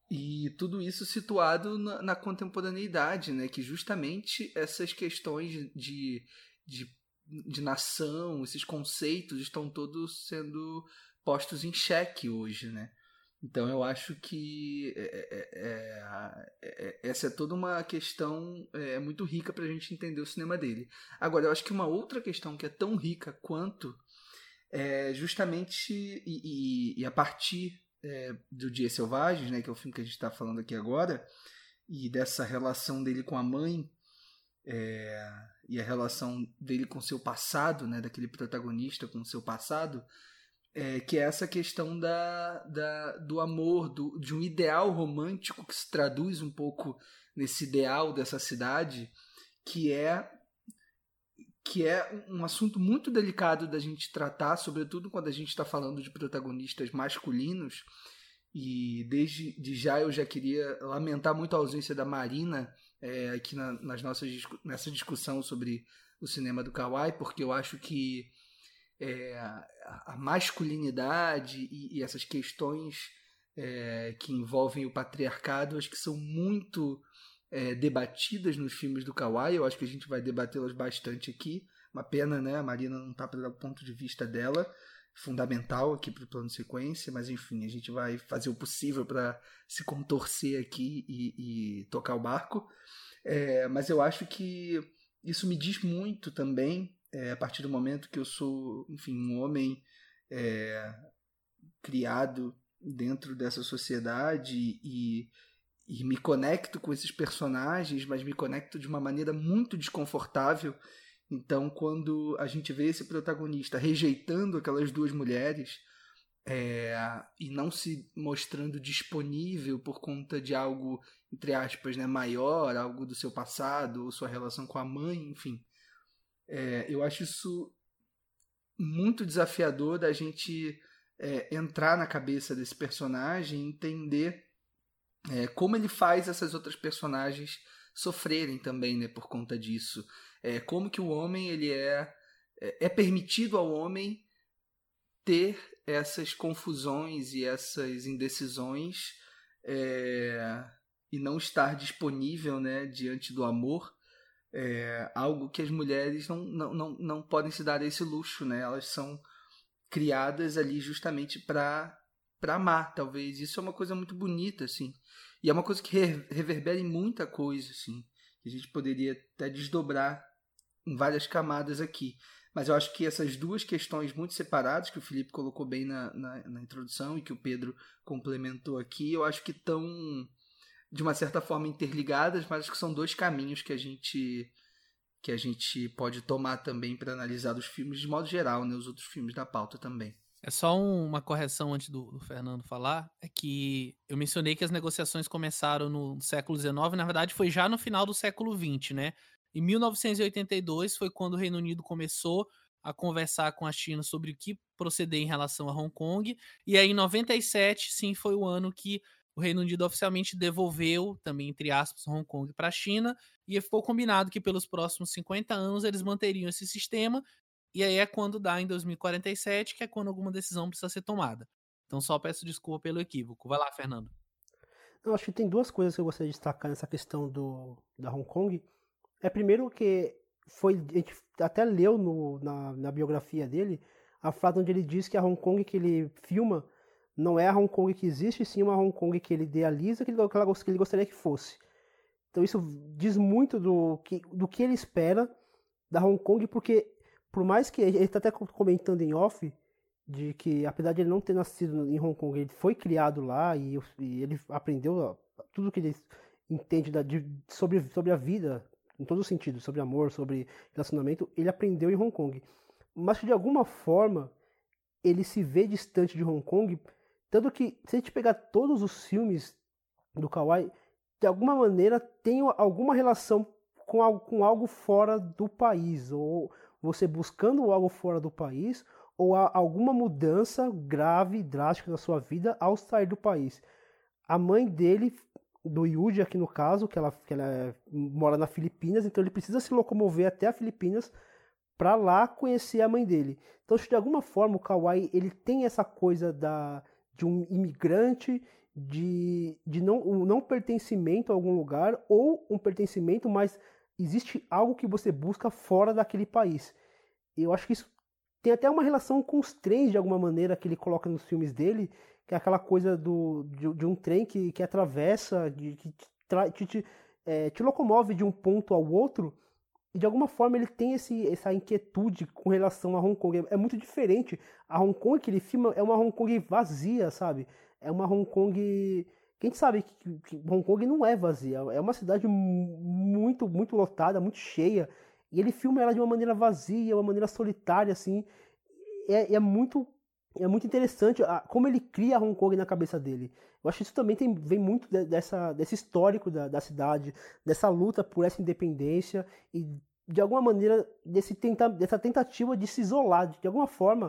E tudo isso situado na, na contemporaneidade, né? Que justamente essas questões de, de, de nação, esses conceitos estão todos sendo postos em xeque hoje, né? Então eu acho que é, é, é, essa é toda uma questão é, muito rica para a gente entender o cinema dele. Agora, eu acho que uma outra questão que é tão rica quanto é justamente, e, e, e a partir é, do Dias Selvagens, né, que é o filme que a gente está falando aqui agora, e dessa relação dele com a mãe, é, e a relação dele com seu passado, né, daquele protagonista com seu passado, É, que é essa questão da, da, do amor, do, de um ideal romântico que se traduz um pouco nesse ideal dessa cidade, que é, que é um assunto muito delicado da gente tratar, sobretudo quando a gente está falando de protagonistas masculinos. E desde de já eu já queria lamentar muito a ausência da Marina é, aqui na, nas nossas, nessa discussão sobre o cinema do Kawai, porque eu acho que É, a masculinidade e, e essas questões é, que envolvem o patriarcado, acho que são muito é, debatidas nos filmes do Kawai. Eu acho que a gente vai debatê-las bastante aqui. Uma pena, né? A Marina não está para dar o ponto de vista dela, fundamental aqui para o plano de sequência, mas enfim, a gente vai fazer o possível para se contorcer aqui e, e tocar o barco. É, mas eu acho que isso me diz muito também. É, a partir do momento que eu sou, enfim, um homem é, criado dentro dessa sociedade e, e me conecto com esses personagens, mas me conecto de uma maneira muito desconfortável. Então, quando a gente vê esse protagonista rejeitando aquelas duas mulheres é, e não se mostrando disponível por conta de algo, entre aspas, né, maior, algo do seu passado ou sua relação com a mãe, enfim, É, eu acho isso muito desafiador da gente é, entrar na cabeça desse personagem e entender é, como ele faz essas outras personagens sofrerem também, né, por conta disso. É, como que o homem ele é, é, é permitido ao homem ter essas confusões e essas indecisões é, e não estar disponível, né, diante do amor. É algo que as mulheres não, não, não, não podem se dar esse luxo, né? Elas são criadas ali justamente para para amar, talvez. Isso é uma coisa muito bonita, assim. E é uma coisa que reverbera em muita coisa, assim. Que a gente poderia até desdobrar em várias camadas aqui. Mas eu acho que essas duas questões muito separadas, que o Felipe colocou bem na, na, na introdução e que o Pedro complementou aqui, eu acho que estão de uma certa forma interligadas, mas que são dois caminhos que a gente que a gente pode tomar também para analisar os filmes de modo geral, né, os outros filmes da pauta também. É só um, uma correção antes do, do Fernando falar, é que eu mencionei que as negociações começaram no século dezenove, na verdade foi já no final do século vinte, né? Em mil novecentos e oitenta e dois foi quando o Reino Unido começou a conversar com a China sobre o que proceder em relação a Hong Kong, e aí em noventa e sete, sim, foi o ano que o Reino Unido oficialmente devolveu, também entre aspas, Hong Kong para a China, e ficou combinado que pelos próximos cinquenta anos eles manteriam esse sistema, e aí é quando dá em dois mil e quarenta e sete, que é quando alguma decisão precisa ser tomada. Então só peço desculpa pelo equívoco. Vai lá, Fernando. Eu acho que tem duas coisas que eu gostaria de destacar nessa questão do, da Hong Kong. É primeiro que foi, a gente até leu no, na, na biografia dele a frase onde ele diz que a Hong Kong que ele filma não é a Hong Kong que existe, sim uma Hong Kong que ele idealiza, que ele, que ele gostaria que fosse. Então isso diz muito do que, do que ele espera da Hong Kong, porque por mais que ele está até comentando em off, de que apesar de ele não ter nascido em Hong Kong, ele foi criado lá e, e ele aprendeu tudo que ele entende da, de, sobre, sobre a vida, em todos os sentidos, sobre amor, sobre relacionamento, ele aprendeu em Hong Kong. Mas que de alguma forma ele se vê distante de Hong Kong, tanto que se a gente pegar todos os filmes do Kawai, de alguma maneira tem alguma relação com algo, com algo fora do país, ou você buscando algo fora do país, ou há alguma mudança grave, drástica na sua vida ao sair do país. A mãe dele, do Yuji aqui no caso, que ela, que ela é, mora na Filipinas, então ele precisa se locomover até a Filipinas para lá conhecer a mãe dele. Então, de alguma forma, o Kawai ele tem essa coisa da, de um imigrante, de, de não, um não pertencimento a algum lugar ou um pertencimento, mas existe algo que você busca fora daquele país. Eu acho que isso tem até uma relação com os trens, de alguma maneira, que ele coloca nos filmes dele, que é aquela coisa do, de, de um trem que, que atravessa, de, que te, te, te, é, te locomove de um ponto ao outro, e de alguma forma ele tem esse, essa inquietude com relação a Hong Kong. É muito diferente. A Hong Kong que ele filma é uma Hong Kong vazia, sabe? É uma Hong Kong... Quem sabe que, que Hong Kong não é vazia. É uma cidade muito, muito lotada, muito cheia. E ele filma ela de uma maneira vazia, uma maneira solitária, assim. É, é, muito, é muito interessante a, como ele cria Hong Kong na cabeça dele. Eu acho que isso também tem, vem muito de, dessa, desse histórico da, da cidade, dessa luta por essa independência e, de alguma maneira, desse tenta, dessa tentativa de se isolar, de, de alguma forma,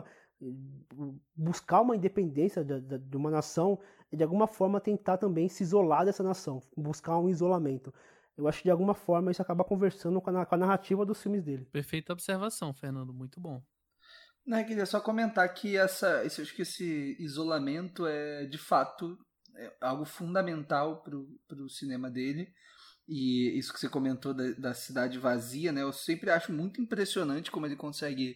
buscar uma independência de, de, de uma nação e, de alguma forma, tentar também se isolar dessa nação, buscar um isolamento. Eu acho que, de alguma forma, isso acaba conversando com a, com a narrativa dos filmes dele. Perfeita observação, Fernando. Muito bom. Não, eu queria só comentar que essa, esse, acho que esse isolamento é, de fato, é algo fundamental para o cinema dele. E isso que você comentou da, da cidade vazia, né? Eu sempre acho muito impressionante como ele consegue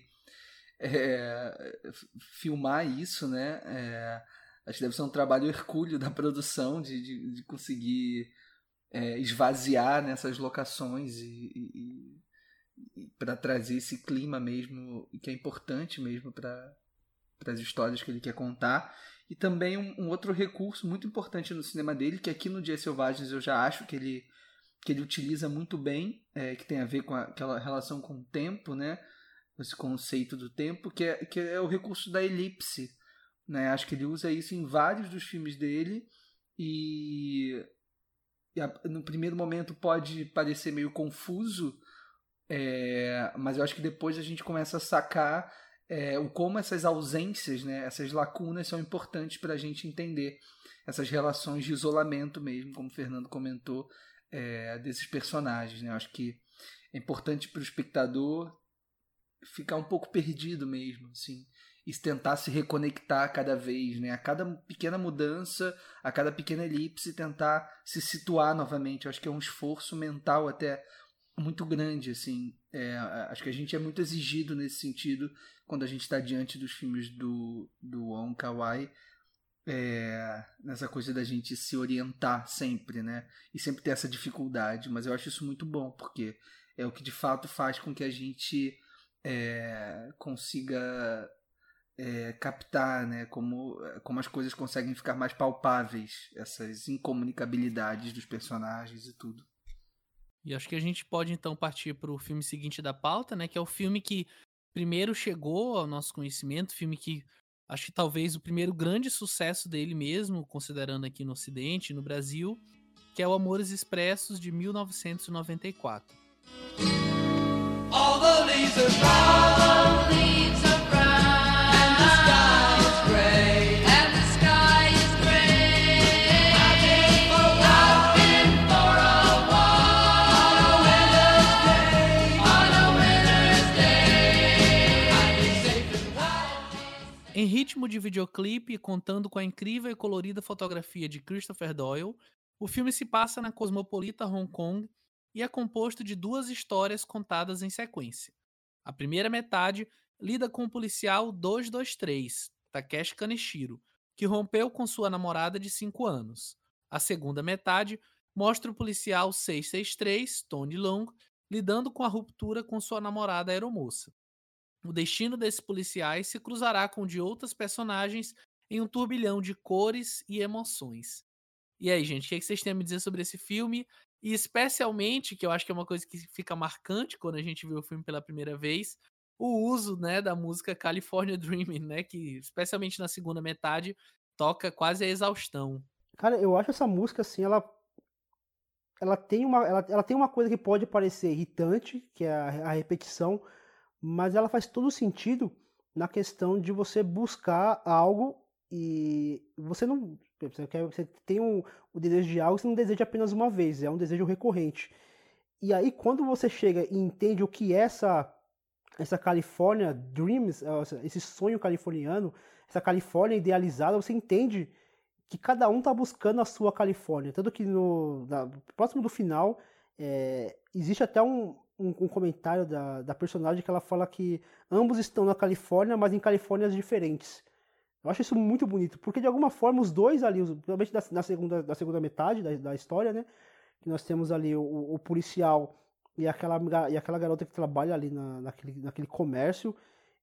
é, filmar isso, né? É, acho que deve ser um trabalho hercúleo da produção de, de, de conseguir é, esvaziar nessas locações e, e, e para trazer esse clima mesmo, que é importante mesmo para as histórias que ele quer contar. E também um, um outro recurso muito importante no cinema dele, que aqui no Dias Selvagens eu já acho que ele que ele utiliza muito bem, é, que tem a ver com a, aquela relação com o tempo, né? Esse conceito do tempo, que é, que é o recurso da elipse, né? Acho que ele usa isso em vários dos filmes dele e, e a, no primeiro momento pode parecer meio confuso, é, mas eu acho que depois a gente começa a sacar é, o como essas ausências, né? Essas lacunas são importantes para a gente entender essas relações de isolamento mesmo, como o Fernando comentou, É, desses personagens, né? Eu acho que é importante para o espectador ficar um pouco perdido mesmo, assim, e tentar se reconectar cada vez, né? A cada pequena mudança, a cada pequena elipse, tentar se situar novamente. Eu acho que é um esforço mental até muito grande, assim. É, acho que a gente é muito exigido nesse sentido quando a gente está diante dos filmes do, do Wong Kar-wai. É, nessa coisa da gente se orientar sempre, né? E sempre ter essa dificuldade, mas eu acho isso muito bom, porque é o que de fato faz com que a gente é, consiga é, captar, né? Como, como as coisas conseguem ficar mais palpáveis, essas incomunicabilidades dos personagens e tudo. E acho que a gente pode então partir para o filme seguinte da pauta, né? Que é o filme que primeiro chegou ao nosso conhecimento, filme que acho que talvez o primeiro grande sucesso dele mesmo, considerando aqui no Ocidente, no Brasil, que é o Amores Expressos, de mil novecentos e noventa e quatro. All the leaves are brown, all the leaves are brown, and the sky is gray, and the sky is gray. I've been for, I've been for a walk on a winter's day, on a winter's day. I've been safe and warm. Em ritmo de videoclipe, contando com a incrível e colorida fotografia de Christopher Doyle, o filme se passa na cosmopolita Hong Kong e é composto de duas histórias contadas em sequência. A primeira metade lida com o policial duzentos e vinte e três, Takeshi Kaneshiro, que rompeu com sua namorada de cinco anos. A segunda metade mostra o policial seiscentos e sessenta e três, Tony Leung, lidando com a ruptura com sua namorada aeromoça. O destino desses policiais se cruzará com o de outras personagens em um turbilhão de cores e emoções. E aí, gente, o que vocês têm a me dizer sobre esse filme? E especialmente, que eu acho que é uma coisa que fica marcante quando a gente vê o filme pela primeira vez, o uso, né, da música California Dreaming, né, que especialmente na segunda metade toca quase a exaustão. Cara, eu acho essa música assim, ela ela tem uma ela, ela tem uma coisa que pode parecer irritante, que é a, a repetição, mas ela faz todo sentido na questão de você buscar algo e você não você, quer, você tem um, o desejo de algo, você não deseja apenas uma vez, é um desejo recorrente. E aí quando você chega e entende o que é essa essa California Dreams, esse sonho californiano, essa Califórnia idealizada, você entende que cada um tá buscando a sua Califórnia. Tanto que no na, próximo do final, é, existe até um, um, um comentário da, da personagem que ela fala que ambos estão na Califórnia, mas em Califórnias diferentes. Eu acho isso muito bonito, porque de alguma forma os dois ali, principalmente na segunda, na segunda metade da, da história, né? Que nós temos ali o, o policial e aquela, e aquela garota que trabalha ali na, naquele, naquele comércio.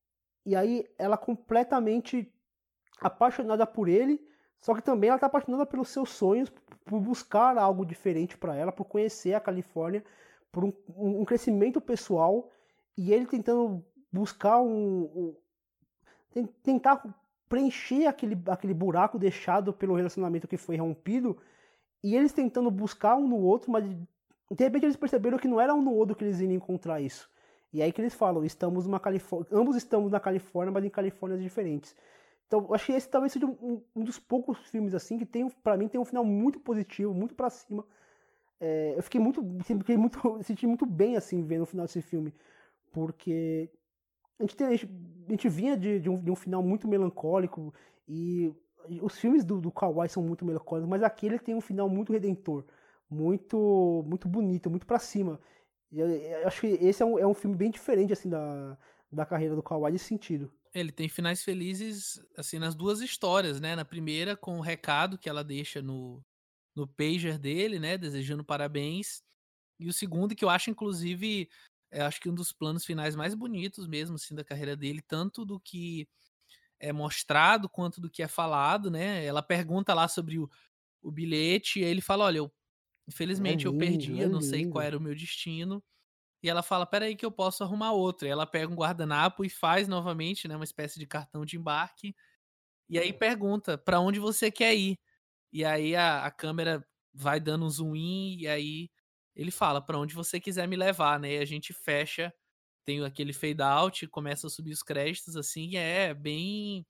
E aí ela completamente apaixonada por ele, só que também ela está apaixonada pelos seus sonhos, por buscar algo diferente para ela, por conhecer a Califórnia, por um, um crescimento pessoal, e ele tentando buscar um, um tentar preencher aquele, aquele buraco deixado pelo relacionamento que foi rompido, e eles tentando buscar um no outro, mas de repente eles perceberam que não era um no outro que eles iam encontrar isso. E aí que eles falam, estamos numa Califórnia, ambos estamos na Califórnia, mas em Califórnias diferentes. Então, eu acho que esse talvez seja um, um dos poucos filmes assim que tem, para mim, tem um final muito positivo, muito para cima. É, eu fiquei muito, fiquei muito, senti muito bem assim vendo o final desse filme, porque a gente, tem, a gente, a gente vinha de, de, um, de um final muito melancólico e os filmes do, do Kawai são muito melancólicos, mas aqui ele tem um final muito redentor, muito, muito bonito, muito para cima. Eu, eu acho que esse é um, é um filme bem diferente assim da, da carreira do Kawai nesse sentido. Ele tem finais felizes, assim, nas duas histórias, né? Na primeira, com o recado que ela deixa no, no pager dele, né? Desejando parabéns. E o segundo, que eu acho, inclusive, eu acho que um dos planos finais mais bonitos mesmo, assim, da carreira dele, tanto do que é mostrado quanto do que é falado, né? Ela pergunta lá sobre o, o bilhete, e aí ele fala, olha, eu, infelizmente é lindo, eu perdi, é eu não sei lindo. qual era o meu destino. E ela fala, peraí que eu posso arrumar outro. E ela pega um guardanapo e faz novamente, né, uma espécie de cartão de embarque. E aí pergunta, pra onde você quer ir? E aí a, a câmera vai dando um zoom in, e aí ele fala, pra onde você quiser me levar, né? E a gente fecha, tem aquele fade out, começa a subir os créditos, assim, e é bem...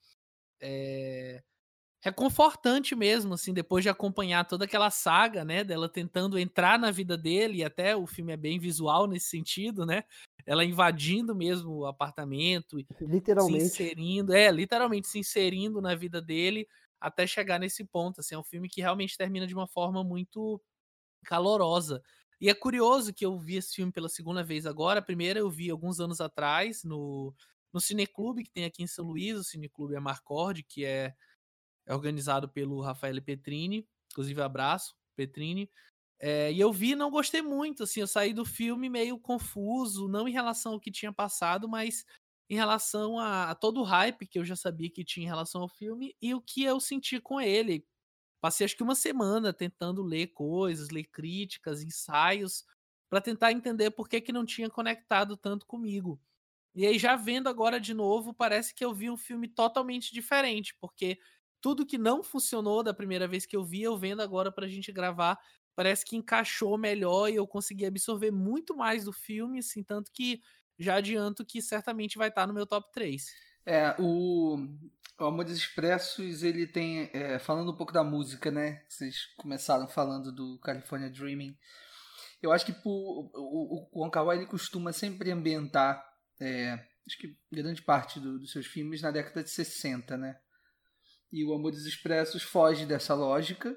É... reconfortante mesmo, assim, depois de acompanhar toda aquela saga, né, dela tentando entrar na vida dele, e até o filme é bem visual nesse sentido, né, ela invadindo mesmo o apartamento, se Literalmente. inserindo, é, literalmente se inserindo na vida dele, até chegar nesse ponto, assim, é um filme que realmente termina de uma forma muito calorosa. E é curioso que eu vi esse filme pela segunda vez agora, a primeira eu vi alguns anos atrás, no, no Cineclube, que tem aqui em São Luís, o Cineclube Amarcord, que é é organizado pelo Rafael Petrini, inclusive abraço, Petrini. É, e eu vi e não gostei muito, assim, eu saí do filme meio confuso, não em relação ao que tinha passado, mas em relação a, a todo o hype que eu já sabia que tinha em relação ao filme e o que eu senti com ele. Passei acho que uma semana tentando ler coisas, ler críticas, ensaios, para tentar entender por que, que não tinha conectado tanto comigo. E aí, já vendo agora de novo, parece que eu vi um filme totalmente diferente, porque tudo que não funcionou da primeira vez que eu vi, eu vendo agora pra gente gravar, parece que encaixou melhor e eu consegui absorver muito mais do filme, assim, tanto que já adianto que certamente vai estar no meu top três. É, o, o Amores Expressos, ele tem, é, falando um pouco da música, né, vocês começaram falando do California Dreaming, eu acho que por, o, o Wong Kar-wai, ele costuma sempre ambientar, é, acho que grande parte do, dos seus filmes na década de sessenta, né, e o Amores Expressos foge dessa lógica.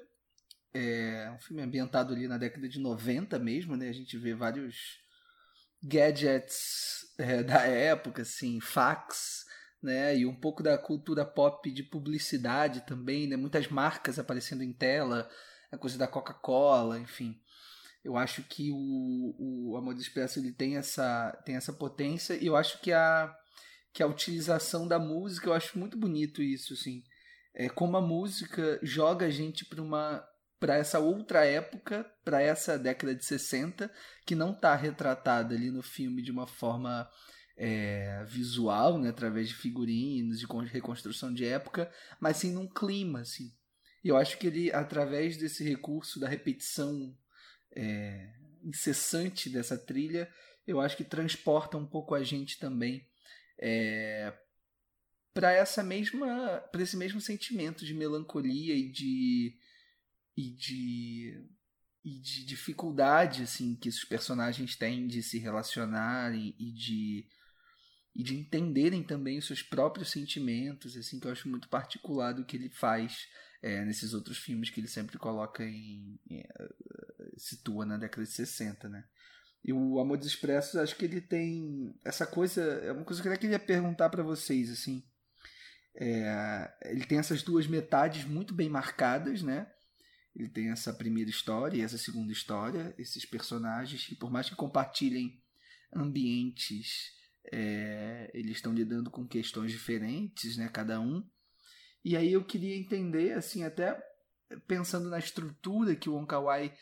É um filme ambientado ali na década de noventa mesmo, né? A gente vê vários gadgets é, da época, assim, fax, né? E um pouco da cultura pop de publicidade também, né? Muitas marcas aparecendo em tela, a coisa da Coca-Cola, enfim. Eu acho que o, o Amores Expressos ele tem essa, tem essa potência, e eu acho que a, que a utilização da música, eu acho muito bonito isso, assim. É, como a música joga a gente para uma para essa outra época, para essa década de sessenta, que não está retratada ali no filme de uma forma é, visual, né, através de figurinos, de reconstrução de época, mas sim num clima, assim. E eu acho que ele, através desse recurso da repetição é, incessante dessa trilha, eu acho que transporta um pouco a gente também é, para essa mesma, para esse mesmo sentimento de melancolia e de e de e de dificuldade, assim, que esses personagens têm de se relacionarem e de e de entenderem também os seus próprios sentimentos, assim, que eu acho muito particular do que ele faz é, nesses outros filmes que ele sempre coloca em, em situa na década de sessenta, né? E o Amores Expressos, acho que ele tem essa coisa, é uma coisa que eu até queria perguntar para vocês, assim. É, ele tem essas duas metades muito bem marcadas, né? Ele tem essa primeira história e essa segunda história, esses personagens que, por mais que compartilhem ambientes, é, eles estão lidando com questões diferentes, né? Cada um. E aí eu queria entender, assim, até pensando na estrutura que o Wong Kar-wai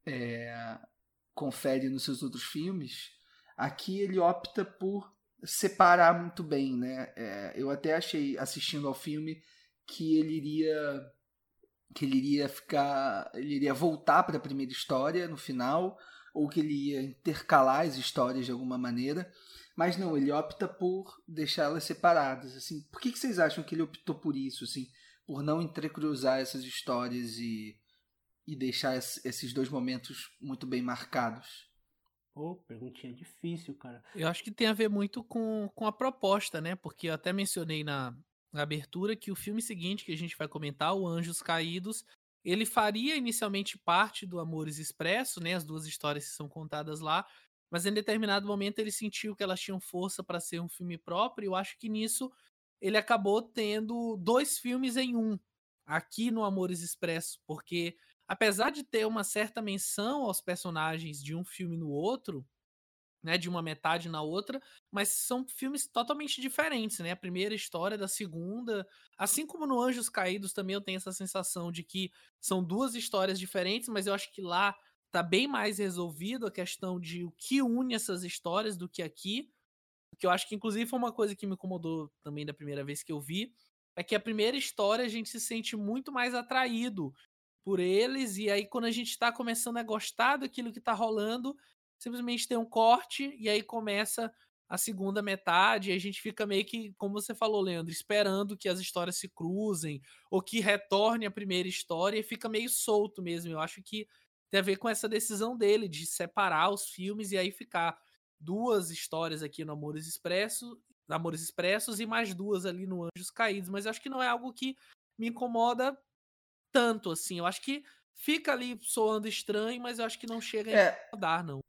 é, confere nos seus outros filmes, aqui ele opta por separar muito bem, né? É, eu até achei, assistindo ao filme, que ele iria que ele iria ficar, ele iria voltar para a primeira história no final, ou que ele ia intercalar as histórias de alguma maneira, mas não, ele opta por deixá-las separadas, assim. Por que que vocês acham que ele optou por isso, assim, por não entrecruzar essas histórias e e deixar esses dois momentos muito bem marcados? Pô, perguntinha difícil, cara. Eu acho que tem a ver muito com, com a proposta, né? Porque eu até mencionei na, na abertura que o filme seguinte que a gente vai comentar, o Anjos Caídos, ele faria inicialmente parte do Amores Expresso, né? As duas histórias que são contadas lá, mas em determinado momento ele sentiu que elas tinham força para ser um filme próprio, e eu acho que nisso ele acabou tendo dois filmes em um, aqui no Amores Expresso, porque apesar de ter uma certa menção aos personagens de um filme no outro, né, de uma metade na outra, mas são filmes totalmente diferentes, né? A primeira história da segunda, assim como no Anjos Caídos também eu tenho essa sensação de que são duas histórias diferentes, mas eu acho que lá tá bem mais resolvido a questão de o que une essas histórias do que aqui, que eu acho que inclusive foi uma coisa que me incomodou também da primeira vez que eu vi, é que a primeira história a gente se sente muito mais atraído por eles, e aí quando a gente tá começando a gostar daquilo que tá rolando, simplesmente tem um corte, e aí começa a segunda metade, e a gente fica meio que, como você falou, Leandro, esperando que as histórias se cruzem, ou que retorne a primeira história, e fica meio solto mesmo. Eu acho que tem a ver com essa decisão dele, de separar os filmes, e aí ficar duas histórias aqui no Amores Expresso, Amores Expressos, e mais duas ali no Anjos Caídos, mas eu acho que não é algo que me incomoda tanto, assim. Eu acho que fica ali soando estranho, mas eu acho que não chega a É, incomodar, não.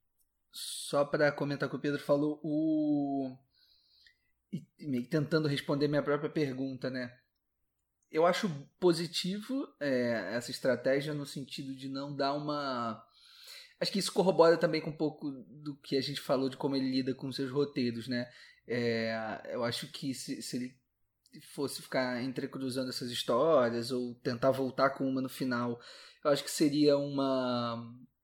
só para comentar o que o Pedro falou, o e meio que tentando responder minha própria pergunta, né? Eu acho positivo é, essa estratégia no sentido de não dar uma... Acho que isso corrobora também com um pouco do que a gente falou de como ele lida com seus roteiros, né? É, eu acho que se, se ele fosse ficar entrecruzando essas histórias ou tentar voltar com uma no final, eu acho que seria uma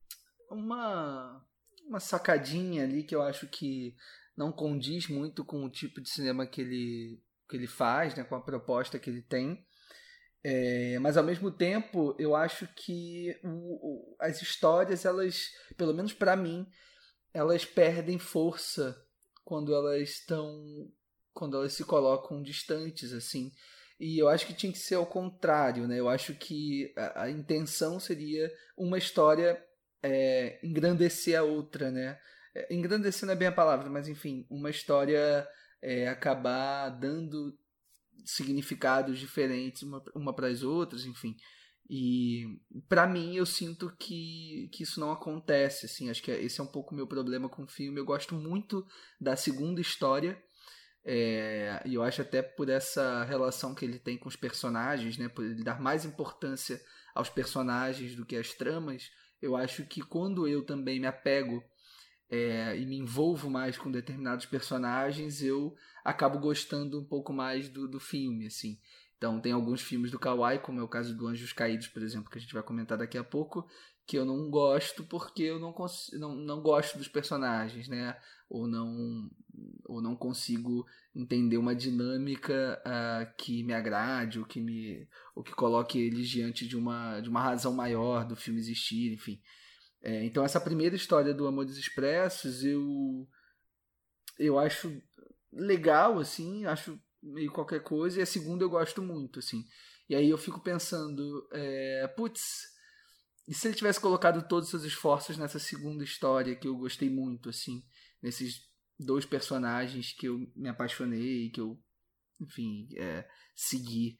uma uma sacadinha ali que eu acho que não condiz muito com o tipo de cinema que ele que ele faz, né, com a proposta que ele tem. É, mas ao mesmo tempo eu acho que o, o, as histórias, elas, pelo menos para mim, elas perdem força quando elas estão quando elas se colocam distantes, assim. E eu acho que tinha que ser ao contrário, né? Eu acho que a, a intenção seria uma história é, engrandecer a outra, né? É, engrandecer não é bem a palavra, mas enfim, uma história é, acabar dando significados diferentes uma, uma para as outras, enfim. E para mim eu sinto que, que isso não acontece, assim. Acho que esse é um pouco o meu problema com o filme. Eu gosto muito da segunda história. É, e eu acho até por essa relação que ele tem com os personagens, né, por ele dar mais importância aos personagens do que às tramas, eu acho que quando eu também me apego é, e me envolvo mais com determinados personagens, eu acabo gostando um pouco mais do, do filme, assim. Então tem alguns filmes do Kar-wai, como é o caso do Anjos Caídos, por exemplo, que a gente vai comentar daqui a pouco, que eu não gosto porque eu não, cons- não, não gosto dos personagens, né? Ou não, ou não consigo entender uma dinâmica uh, que me agrade, ou que, me, ou que coloque eles diante de uma, de uma razão maior do filme existir, enfim. É, então essa primeira história do Amores Expressos eu, eu acho legal, assim, acho meio qualquer coisa, e a segunda eu gosto muito, assim. E aí eu fico pensando, é, putz, e se ele tivesse colocado todos os seus esforços nessa segunda história que eu gostei muito, assim, nesses dois personagens que eu me apaixonei, que eu, enfim, é, segui.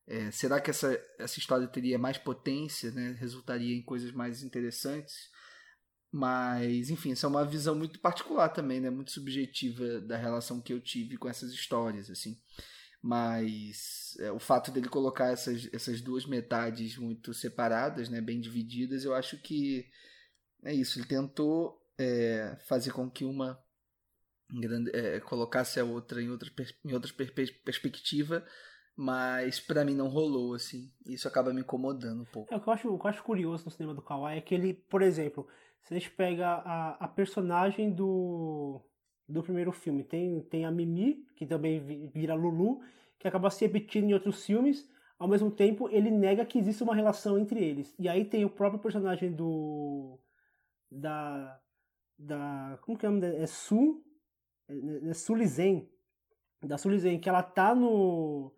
É, será que essa, essa história teria mais potência, né? Resultaria em coisas mais interessantes? Mas, enfim, essa é uma visão muito particular também, né? Muito subjetiva da relação que eu tive com essas histórias, assim. Mas é, o fato dele colocar essas, essas duas metades muito separadas, né? Bem divididas, eu acho que é isso. Ele tentou é, fazer com que uma grande, é, colocasse a outra em outra, em outra per- perspectiva, mas pra mim não rolou, assim. Isso acaba me incomodando um pouco. É, o que eu acho, o que eu acho curioso no cinema do Kawai é que ele, por exemplo, se a gente pega a, a personagem do, do primeiro filme, tem, tem a Mimi, que também vi- vira Lulu, que acaba se repetindo em outros filmes, ao mesmo tempo ele nega que existe uma relação entre eles. E aí tem o próprio personagem do... da... da como que é o nome dela? É Su... É, é Sulizen. Da Sulizen, que ela tá no...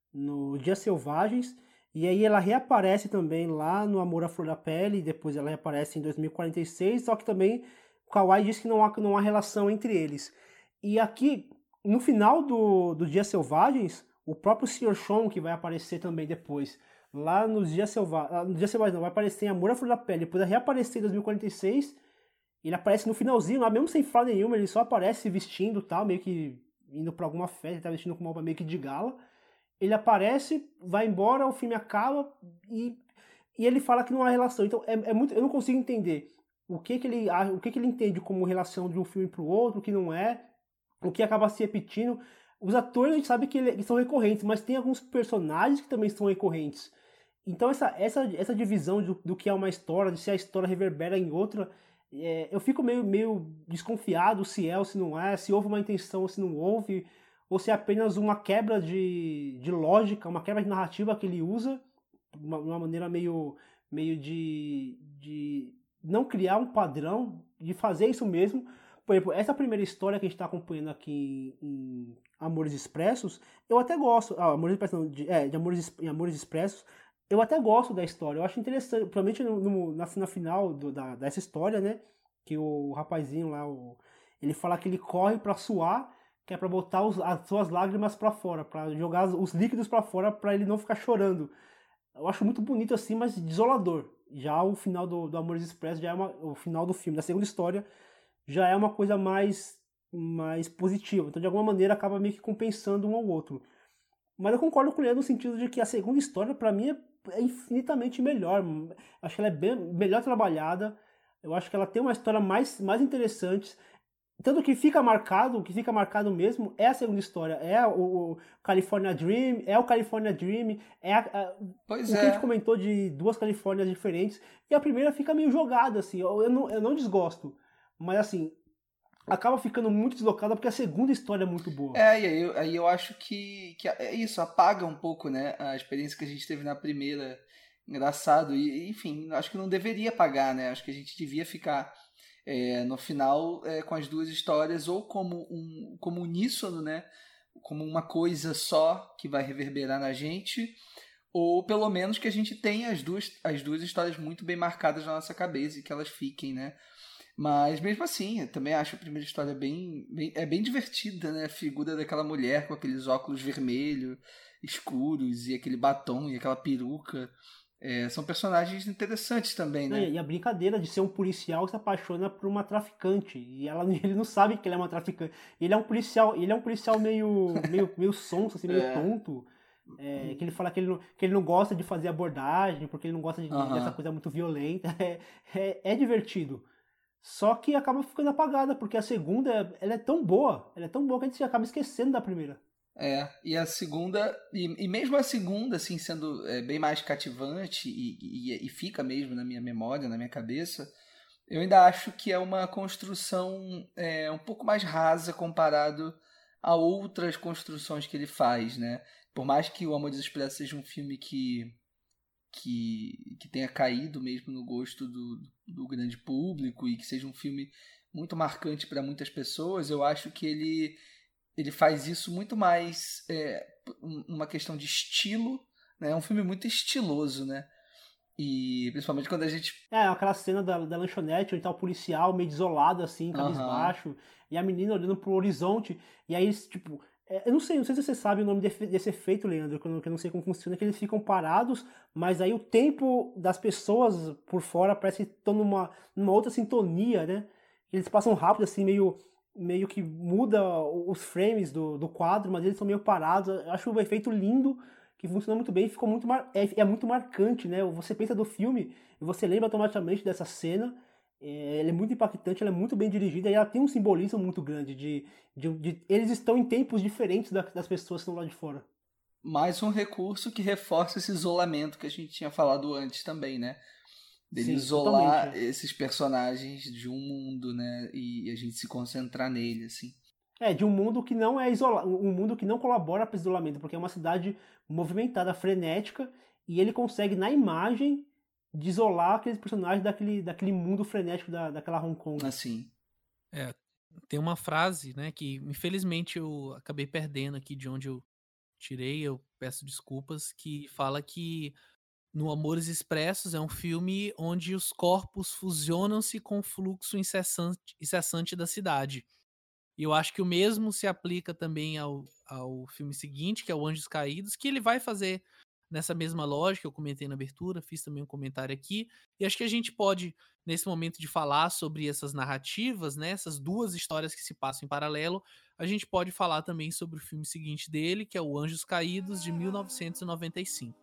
no Dias Selvagens, e aí ela reaparece também lá no Amor à Flor da Pele, e depois ela reaparece em dois mil e quarenta e seis, só que também o Kawai diz que não há, não há relação entre eles. E aqui, no final do, do Dias Selvagens, o próprio senhor Sean, que vai aparecer também depois, lá nos Dias Selvagens, no Dias Selvagens não, vai aparecer em Amor à Flor da Pele, depois vai reaparecer em dois mil e quarenta e seis, ele aparece no finalzinho lá, mesmo sem fala nenhuma, ele só aparece vestindo tal, meio que indo pra alguma festa, ele tá vestindo com uma roupa meio que de gala. Ele aparece, vai embora, o filme acaba e, e ele fala que não há relação. Então é, é muito, eu não consigo entender o que que ele, o que que ele entende como relação de um filme para o outro, o que não é, o que acaba se repetindo. Os atores a gente sabe que, ele, que são recorrentes, mas tem alguns personagens que também são recorrentes. Então essa, essa, essa divisão do, do que é uma história, de se a história reverbera em outra, é, eu fico meio, meio desconfiado se é ou se não é, se houve uma intenção ou se não houve, ou se é apenas uma quebra de, de lógica, uma quebra de narrativa que ele usa, uma, uma maneira meio, meio de, de não criar um padrão, de fazer isso mesmo. Por exemplo, essa primeira história que a gente está acompanhando aqui em, em Amores Expressos, eu até gosto, ah, Amores Expressos não, de, é, de Amores, em Amores Expressos, eu até gosto da história, eu acho interessante, principalmente no, no, na, na final do, da, dessa história, né, que o rapazinho lá, o, ele fala que ele corre para suar, que é para botar os, as suas lágrimas para fora, para jogar os líquidos para fora, para ele não ficar chorando. Eu acho muito bonito assim, mas desolador. Já o final do, do Amores Expressos, já é uma, o final do filme, da segunda história, já é uma coisa mais, mais positiva. Então, de alguma maneira, acaba meio que compensando um ao outro. Mas eu concordo com ele no sentido de que a segunda história, para mim, é, é infinitamente melhor. Acho que ela é bem, melhor trabalhada. Eu acho que ela tem uma história mais, mais interessante. Tanto que fica marcado, o que fica marcado mesmo é a segunda história, é o, o California Dream, é o California Dream, é a, a, Pois o é. que a gente comentou de duas Califórnias diferentes, e a primeira fica meio jogada, assim, eu, eu, não, eu não desgosto, mas assim, acaba ficando muito deslocada porque a segunda história é muito boa. É, e aí, eu- aí eu acho que, que é isso, apaga um pouco, né, a experiência que a gente teve na primeira. Engraçado, e enfim, acho que não deveria apagar, né, acho que a gente devia ficar é, no final é, com as duas histórias ou como um como uníssono, né, como uma coisa só que vai reverberar na gente, ou pelo menos que a gente tenha as duas, as duas histórias muito bem marcadas na nossa cabeça e que elas fiquem, né. Mas mesmo assim, eu também acho a primeira história bem, bem é bem divertida, né, a figura daquela mulher com aqueles óculos vermelhos escuros e aquele batom e aquela peruca. É, são personagens interessantes também, né? E a brincadeira de ser um policial que se apaixona por uma traficante. E ela, ele não sabe que ela é uma traficante. Ele é um policial, ele é um policial meio, meio, meio sonso, assim, meio É. tonto. É, que ele fala que ele, não, que ele não gosta de fazer abordagem, porque ele não gosta de, Aham. dessa coisa muito violenta. É, é, é divertido. Só que acaba ficando apagada, porque a segunda ela é tão boa, ela é tão boa que a gente acaba esquecendo da primeira. É, e a segunda, e, e mesmo a segunda, assim, sendo é, bem mais cativante e, e, e fica mesmo na minha memória, na minha cabeça, eu ainda acho que é uma construção é, um pouco mais rasa comparado a outras construções que ele faz, né? Por mais que o Amores Expressos seja um filme que, que, que tenha caído mesmo no gosto do, do grande público e que seja um filme muito marcante para muitas pessoas, eu acho que ele ele faz isso muito mais é, uma questão de estilo, né? É um filme muito estiloso, né? E principalmente quando a gente... É, aquela cena da, da lanchonete, onde tá o policial meio desolado, assim, cabisbaixo, Aham. e a menina olhando pro horizonte, e aí, tipo, É, eu não sei, não sei se você sabe o nome desse, desse efeito, Leandro, que eu, não, que eu não sei como funciona, que eles ficam parados, mas aí o tempo das pessoas por fora parece que estão numa, numa outra sintonia, né? Eles passam rápido, assim, meio, meio que muda os frames do, do quadro, mas eles são meio parados. Eu acho o efeito lindo, que funciona muito bem, ficou muito mar... é, é muito marcante, né? Você pensa do filme e você lembra automaticamente dessa cena. É, ela é muito impactante, ela é muito bem dirigida e ela tem um simbolismo muito grande de, de, de eles estão em tempos diferentes da, das pessoas que estão lá de fora. Mais um recurso que reforça esse isolamento que a gente tinha falado antes também, né? Dele Sim, isolar totalmente. esses personagens de um mundo, né? E a gente se concentrar nele, assim. É, de um mundo que não é isolado, um mundo que não colabora para o isolamento, porque é uma cidade movimentada, frenética, e ele consegue, na imagem, de isolar aqueles personagens daquele, daquele mundo frenético da, daquela Hong Kong. Assim. É, tem uma frase, né, que infelizmente eu acabei perdendo aqui de onde eu tirei, eu peço desculpas, que fala que no Amores Expressos é um filme onde os corpos fusionam-se com o fluxo incessante, incessante da cidade. E eu acho que o mesmo se aplica também ao, ao filme seguinte, que é o Anjos Caídos, que ele vai fazer nessa mesma lógica, eu comentei na abertura, fiz também um comentário aqui, e acho que a gente pode, nesse momento de falar sobre essas narrativas, né, essas duas histórias que se passam em paralelo, a gente pode falar também sobre o filme seguinte dele, que é o Anjos Caídos, de mil novecentos e noventa e cinco.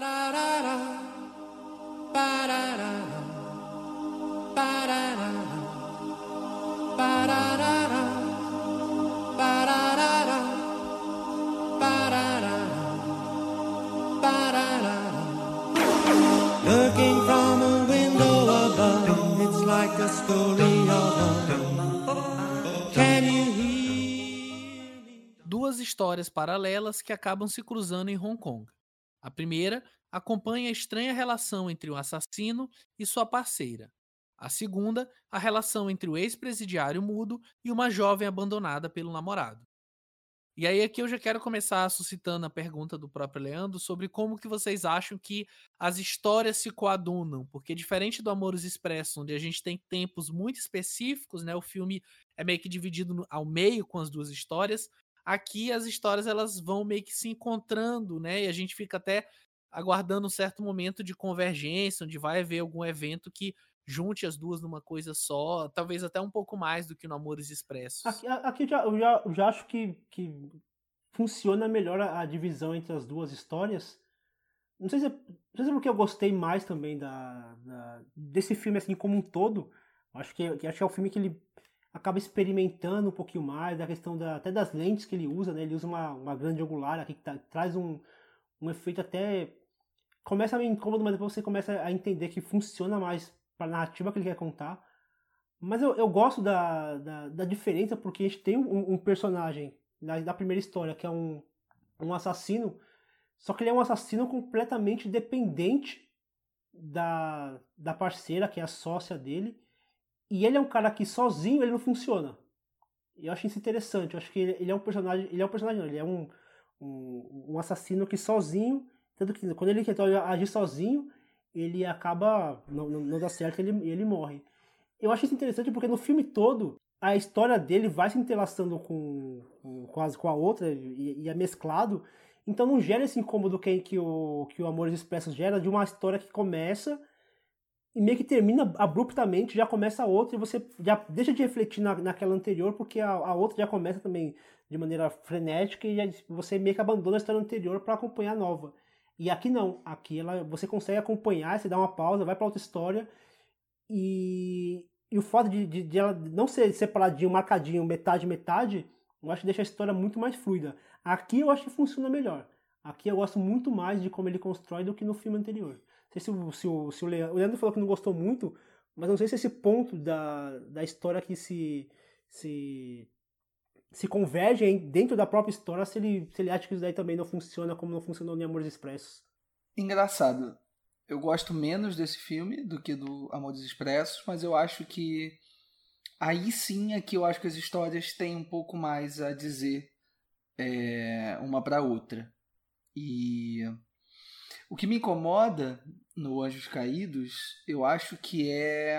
Looking from a window above, it's like a story of love. Can you hear me? Duas histórias paralelas que acabam se cruzando em Hong Kong. A primeira acompanha a estranha relação entre o assassino e sua parceira. A segunda, a relação entre o ex-presidiário mudo e uma jovem abandonada pelo namorado. E aí aqui eu já quero começar suscitando a pergunta do próprio Leandro sobre como que vocês acham que as histórias se coadunam, porque diferente do Amores Expressos, onde a gente tem tempos muito específicos, né, o filme é meio que dividido no, ao meio com as duas histórias, aqui as histórias elas vão meio que se encontrando, né, e a gente fica até aguardando um certo momento de convergência, onde vai haver algum evento que junte as duas numa coisa só, talvez até um pouco mais do que no Amores Expressos. Aqui, aqui eu, já, eu, já, eu já acho que, que funciona melhor a, a divisão entre as duas histórias. Não sei se é, não sei se é porque eu gostei mais também da, da, desse filme assim como um todo. Acho que, que, acho que é o filme que ele acaba experimentando um pouquinho mais, da questão da, até das lentes que ele usa, né? Ele usa uma, uma grande angular aqui que tá, traz um, um efeito até... Começa a me incômodo, mas depois você começa a entender que funciona mais para a narrativa que ele quer contar. Mas eu, eu gosto da, da, da diferença, porque a gente tem um, um personagem da, da primeira história, que é um, um assassino, só que ele é um assassino completamente dependente da, da parceira, que é a sócia dele, e ele é um cara que sozinho ele não funciona. Eu acho isso interessante, eu acho que ele, ele é um personagem, ele é um personagem não, ele é um, um, um assassino que sozinho, tanto que quando ele tenta agir sozinho, ele acaba, não, não, não dá certo, ele, ele morre. Eu acho isso interessante porque no filme todo, a história dele vai se entrelaçando com, com, com, as, com a outra e, e é mesclado. Então não gera esse incômodo que, que, o, que o Amores Expressos gera de uma história que começa e meio que termina abruptamente, já começa a outra e você já deixa de refletir na, naquela anterior porque a, a outra já começa também de maneira frenética e você meio que abandona a história anterior para acompanhar a nova. E aqui não, aqui ela, você consegue acompanhar, você dá uma pausa, vai para outra história e, e o fato de, de, de ela não ser separadinho, marcadinho, metade, metade, eu acho que deixa a história muito mais fluida. Aqui eu acho que funciona melhor. Aqui eu gosto muito mais de como ele constrói do que no filme anterior. Não sei se o, se o, se o, Leandro, o Leandro falou que não gostou muito, mas não sei se esse ponto da, da história que se, se, se converge dentro da própria história, se ele, se ele acha que isso daí também não funciona como não funcionou em Amores Expressos. Engraçado. Eu gosto menos desse filme do que do Amores Expressos, mas eu acho que aí sim é que eu acho que as histórias têm um pouco mais a dizer é, uma para outra. E o que me incomoda no Anjos Caídos, eu acho que é...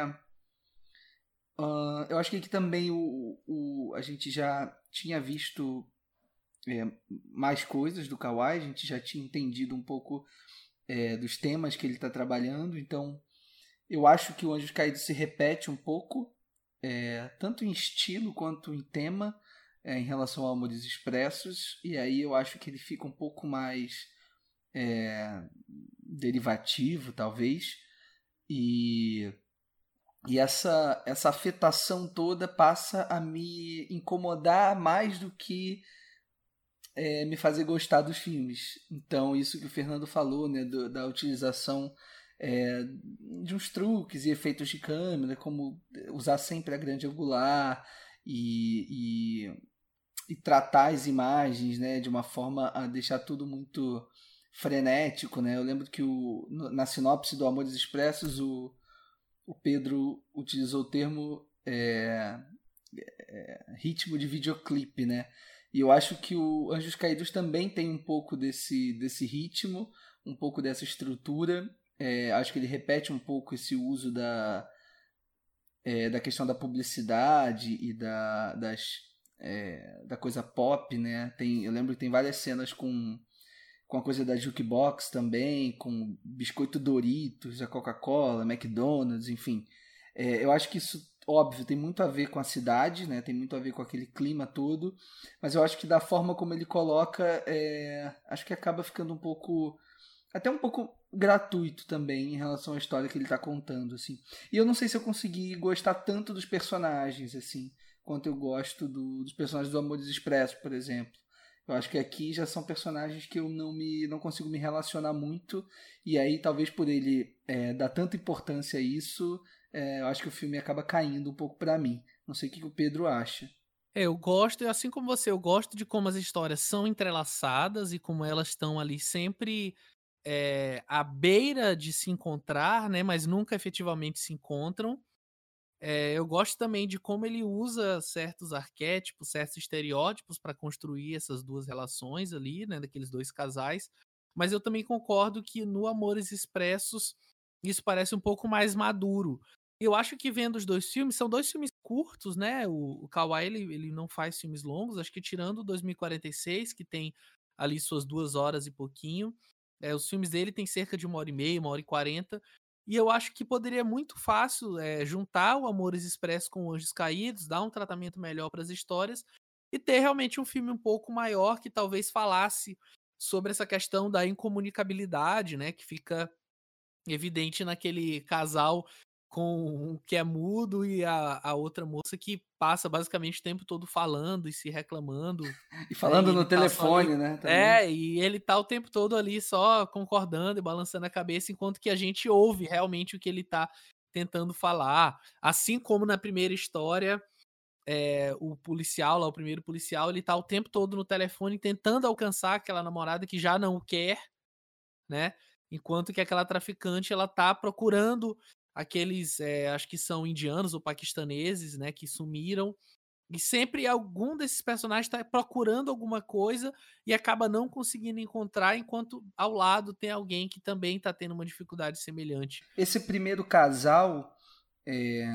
Uh, eu acho que aqui também o, o, a gente já tinha visto é, mais coisas do Kawai, a gente já tinha entendido um pouco é, dos temas que ele está trabalhando, então eu acho que o Anjos Caídos se repete um pouco, é, tanto em estilo quanto em tema, é, em relação a Amores Expressos, e aí eu acho que ele fica um pouco mais é, derivativo, talvez, e, e essa, essa afetação toda passa a me incomodar mais do que é, me fazer gostar dos filmes. Então, isso que o Fernando falou, né, do, da utilização é, de uns truques e efeitos de câmera, como usar sempre a grande angular e, e, e tratar as imagens, né, de uma forma a deixar tudo muito frenético, né? Eu lembro que o, na sinopse do Amores Expressos o, o Pedro utilizou o termo é, é, ritmo de videoclipe, né? E eu acho que o Anjos Caídos também tem um pouco desse, desse ritmo, um pouco dessa estrutura. É, acho que ele repete um pouco esse uso da, é, da questão da publicidade e da, das, é, da coisa pop, né? Tem, eu lembro que tem várias cenas com, com a coisa da jukebox também, com biscoito Doritos, a Coca-Cola, McDonald's, enfim. É, eu acho que isso, óbvio, tem muito a ver com a cidade, né? Tem muito a ver com aquele clima todo, mas eu acho que da forma como ele coloca, é, acho que acaba ficando um pouco, até um pouco gratuito também em relação à história que ele está contando, assim. E eu não sei se eu consegui gostar tanto dos personagens, assim, quanto eu gosto do, dos personagens do Amores Expressos, por exemplo. Eu acho que aqui já são personagens que eu não, me, não consigo me relacionar muito, e aí talvez por ele é, dar tanta importância a isso, é, eu acho que o filme acaba caindo um pouco para mim. Não sei o que o Pedro acha. É, eu gosto, e assim como você, eu gosto de como as histórias são entrelaçadas e como elas estão ali sempre é, à beira de se encontrar, né, mas nunca efetivamente se encontram. É, eu gosto também de como ele usa certos arquétipos, certos estereótipos para construir essas duas relações ali, né, daqueles dois casais. Mas eu também concordo que no Amores Expressos isso parece um pouco mais maduro. Eu acho que vendo os dois filmes, são dois filmes curtos, né? O, o Kawai, ele, ele não faz filmes longos, acho que tirando o dois mil e quarenta e seis, que tem ali suas duas horas e pouquinho. É, os filmes dele tem cerca de uma hora e meia, uma hora e quarenta. E eu acho que poderia muito fácil é, juntar o Amores Expressos com Anjos Caídos, dar um tratamento melhor para as histórias e ter realmente um filme um pouco maior que talvez falasse sobre essa questão da incomunicabilidade, né? Que fica evidente naquele casal com um que é mudo e a, a outra moça que passa basicamente o tempo todo falando e se reclamando. E falando né? E no ele tá telefone, ali, né? Também. É, e ele tá o tempo todo ali só concordando e balançando a cabeça, enquanto que a gente ouve realmente o que ele tá tentando falar. Assim como na primeira história, é, o policial lá, o primeiro policial, ele tá o tempo todo no telefone tentando alcançar aquela namorada que já não o quer, né? Enquanto que aquela traficante, ela tá procurando aqueles, é, acho que são indianos ou paquistaneses, né, que sumiram. E sempre algum desses personagens tá procurando alguma coisa e acaba não conseguindo encontrar, enquanto ao lado tem alguém que também tá tendo uma dificuldade semelhante. Esse primeiro casal, é,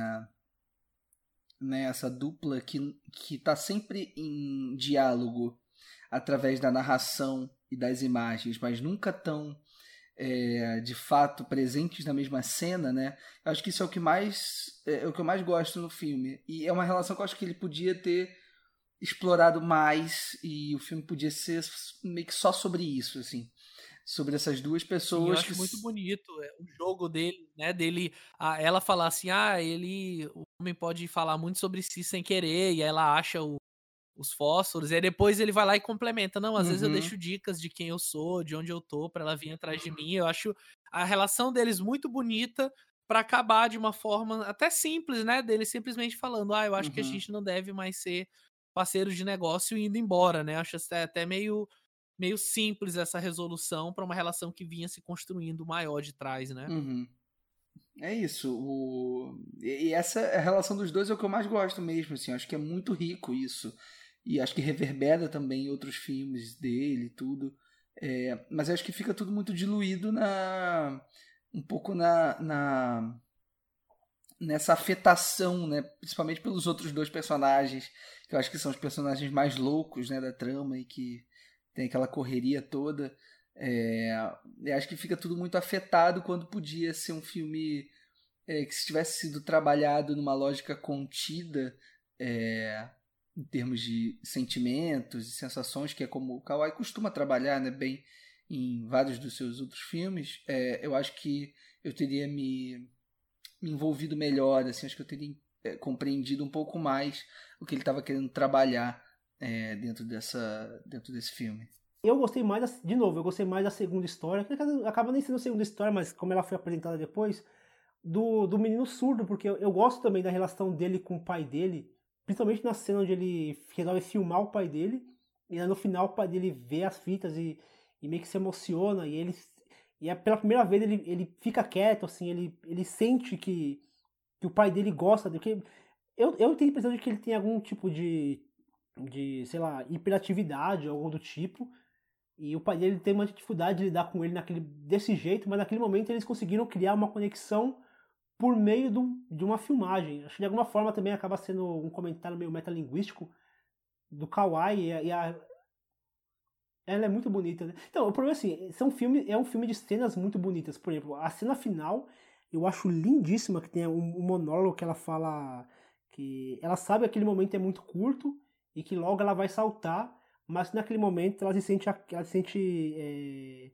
né, essa dupla que, que tá sempre em diálogo através da narração e das imagens, mas nunca tão é, de fato presentes na mesma cena, né? Eu acho que isso é o que mais é, é o que eu mais gosto no filme, e é uma relação que eu acho que ele podia ter explorado mais, e o filme podia ser meio que só sobre isso, assim, sobre essas duas pessoas. Sim, eu acho que... muito bonito é, o jogo dele, né? Dele, a, ela falar assim, ah, ele, o homem pode falar muito sobre si sem querer, e aí ela acha o os fósforos, e aí depois ele vai lá e complementa. Não, às uhum. vezes eu deixo dicas de quem eu sou, de onde eu tô, pra ela vir atrás de mim. Eu acho a relação deles muito bonita pra acabar de uma forma até simples, né? Deles simplesmente falando, ah, eu acho uhum. que a gente não deve mais ser parceiros de negócio e indo embora, né? Eu acho até meio, meio simples essa resolução pra uma relação que vinha se construindo maior de trás, né? Uhum. É isso. O... E essa a relação dos dois é o que eu mais gosto mesmo, assim. Eu acho que é muito rico isso. E acho que reverbera também em outros filmes dele e tudo. É, mas acho que fica tudo muito diluído na um pouco na, na, nessa afetação, né? Principalmente pelos outros dois personagens, que eu acho que são os personagens mais loucos, né, da trama e que tem aquela correria toda. É, eu acho que fica tudo muito afetado quando podia ser um filme é, que se tivesse sido trabalhado numa lógica contida, é, em termos de sentimentos e sensações, que é como o Kawai costuma trabalhar, né, bem em vários dos seus outros filmes. É, eu acho que eu teria me, me envolvido melhor, assim, acho que eu teria é, compreendido um pouco mais o que ele estava querendo trabalhar é, dentro, dessa, dentro desse filme. Eu gostei mais, da, de novo, eu gostei mais da segunda história, que acaba nem sendo a segunda história, mas como ela foi apresentada depois, do, do menino surdo, porque eu, eu gosto também da relação dele com o pai dele, principalmente na cena onde ele resolve filmar o pai dele, e aí no final o pai dele vê as fitas e, e meio que se emociona, e ele e é, pela primeira vez ele, ele fica quieto, assim, ele, ele sente que, que o pai dele gosta dele, porque eu, eu tenho a impressão de que ele tem algum tipo de, de, sei lá, hiperatividade ou algo do tipo, e o pai dele tem uma dificuldade de lidar com ele naquele, desse jeito, mas naquele momento eles conseguiram criar uma conexão por meio do, de uma filmagem. Acho que de alguma forma também acaba sendo um comentário meio metalinguístico do Kawai, e a, e a ela é muito bonita, né? Então, o problema é assim, são filme, é um filme de cenas muito bonitas. Por exemplo, a cena final eu acho lindíssima, que tem um, um monólogo que ela fala que ela sabe que aquele momento é muito curto e que logo ela vai saltar, mas naquele momento ela se sente, ela se sente é,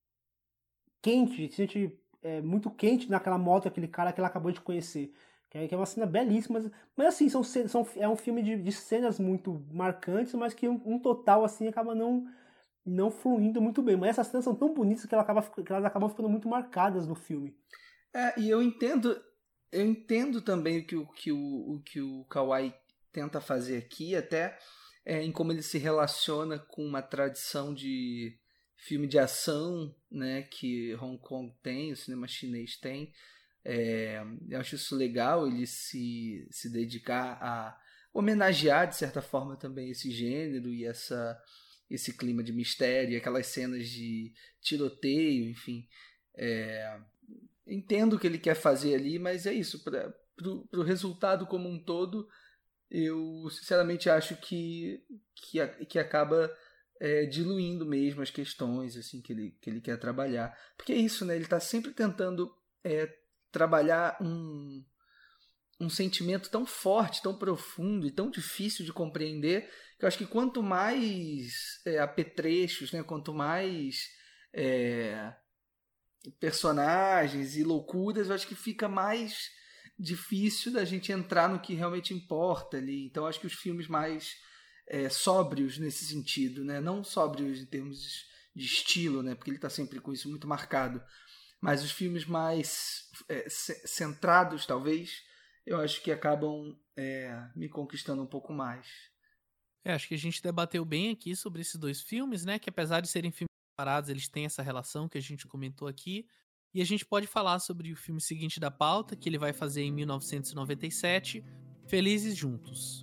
quente, se sente é, muito quente naquela moto, aquele cara que ela acabou de conhecer. Que é, que é uma cena belíssima, mas, mas assim, são, são, é um filme de, de cenas muito marcantes, mas que um, um total assim acaba não, não fluindo muito bem. Mas essas cenas são tão bonitas que, ela acaba, que elas acabam ficando muito marcadas no filme. É, e eu entendo, eu entendo também o que o, que o, o, que o Kawai tenta fazer aqui, até é, em como ele se relaciona com uma tradição de filme de ação, né, que Hong Kong tem, o cinema chinês tem. É, eu acho isso legal, ele se, se dedicar a homenagear, de certa forma, também esse gênero e essa, esse clima de mistério, aquelas cenas de tiroteio, enfim. É, entendo o que ele quer fazer ali, mas é isso, para o resultado como um todo, eu sinceramente acho que, que, que acaba é, diluindo mesmo as questões assim, que, ele, que ele quer trabalhar. Porque é isso, né? Ele está sempre tentando é, trabalhar um, um sentimento tão forte, tão profundo e tão difícil de compreender, que eu acho que quanto mais é, apetrechos, né? Quanto mais é, personagens e loucuras, eu acho que fica mais difícil da gente entrar no que realmente importa ali. Então acho que os filmes mais é, sóbrios nesse sentido, né? Não sóbrios em termos de estilo, né? Porque ele está sempre com isso muito marcado, mas os filmes mais é, centrados, talvez, eu acho que acabam é, me conquistando um pouco mais. É, acho que a gente debateu bem aqui sobre esses dois filmes, né? Que apesar de serem filmes separados, eles têm essa relação que a gente comentou aqui. E a gente pode falar sobre o filme seguinte da pauta, que ele vai fazer em mil novecentos e noventa e sete, Felizes Juntos.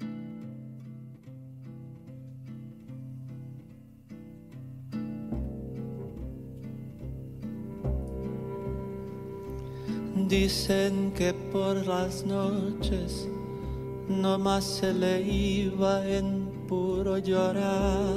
Dicen que por las noches no más se le iba en puro llorar.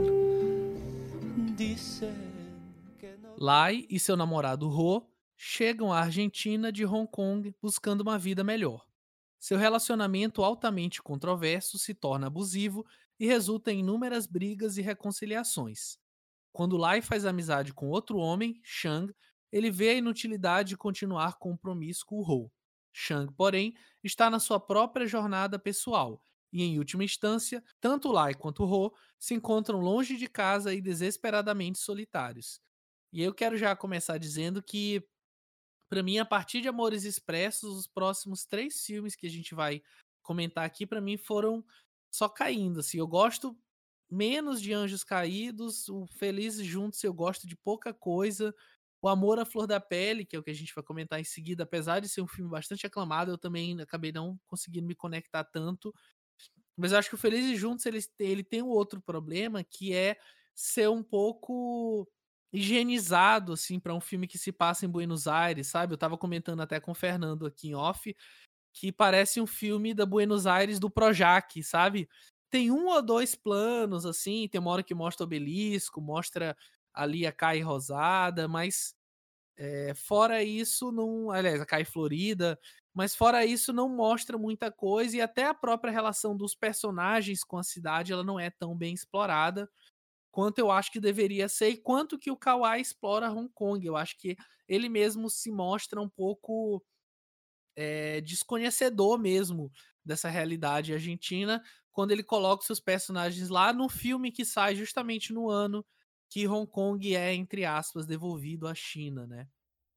Dicen Lai e seu namorado Ho chegam à Argentina de Hong Kong buscando uma vida melhor. Seu relacionamento altamente controverso se torna abusivo e resulta em inúmeras brigas e reconciliações. Quando Lai faz amizade com outro homem, Shang, ele vê a inutilidade de continuar compromisso com Ho. Shang, porém, está na sua própria jornada pessoal e, em última instância, tanto Lai quanto Ho se encontram longe de casa e desesperadamente solitários. E eu quero já começar dizendo que, para mim, a partir de Amores Expressos, os próximos três filmes que a gente vai comentar aqui, para mim, foram só caindo. Assim, eu gosto menos de Anjos Caídos, o Felizes Juntos eu gosto de pouca coisa. O Amor à Flor da Pele, que é o que a gente vai comentar em seguida, apesar de ser um filme bastante aclamado, eu também acabei não conseguindo me conectar tanto. Mas eu acho que o Felizes Juntos ele, ele tem um outro problema, que é ser um pouco higienizado, assim, para um filme que se passa em Buenos Aires, sabe? Eu tava comentando até com o Fernando aqui em off, que parece um filme da Buenos Aires do Projac, sabe? Tem um ou dois planos, assim, tem uma hora que mostra o obelisco, mostra ali a Cai Rosada, mas é, fora isso, não. Aliás, a Cai Florida, mas fora isso, não mostra muita coisa, e até a própria relação dos personagens com a cidade ela não é tão bem explorada quanto eu acho que deveria ser, e quanto que o Kawai explora Hong Kong. Eu acho que ele mesmo se mostra um pouco é, desconhecedor mesmo dessa realidade argentina quando ele coloca os seus personagens lá no filme que sai justamente no ano que Hong Kong é, entre aspas, devolvido à China, né?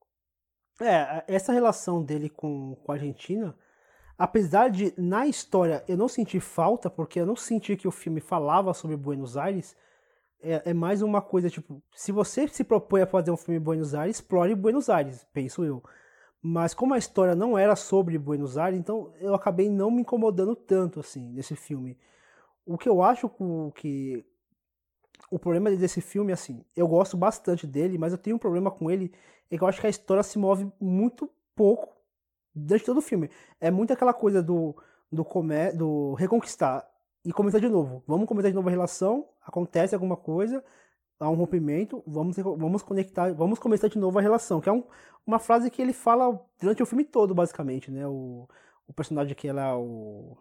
É, essa relação dele com, com a Argentina, apesar de, na história, eu não senti falta, porque eu não senti que o filme falava sobre Buenos Aires, é, é mais uma coisa, tipo, se você se propõe a fazer um filme em Buenos Aires, explore Buenos Aires, penso eu. Mas como a história não era sobre Buenos Aires, então eu acabei não me incomodando tanto, assim, nesse filme. O que eu acho que o problema desse filme, assim, eu gosto bastante dele, mas eu tenho um problema com ele, é que eu acho que a história se move muito pouco durante todo o filme. É muito aquela coisa do, do, come, do reconquistar e começar de novo. Vamos começar de novo a relação, acontece alguma coisa, há um rompimento, vamos, vamos conectar, vamos começar de novo a relação, que é um, uma frase que ele fala durante o filme todo, basicamente, né? O, o personagem que é lá, o,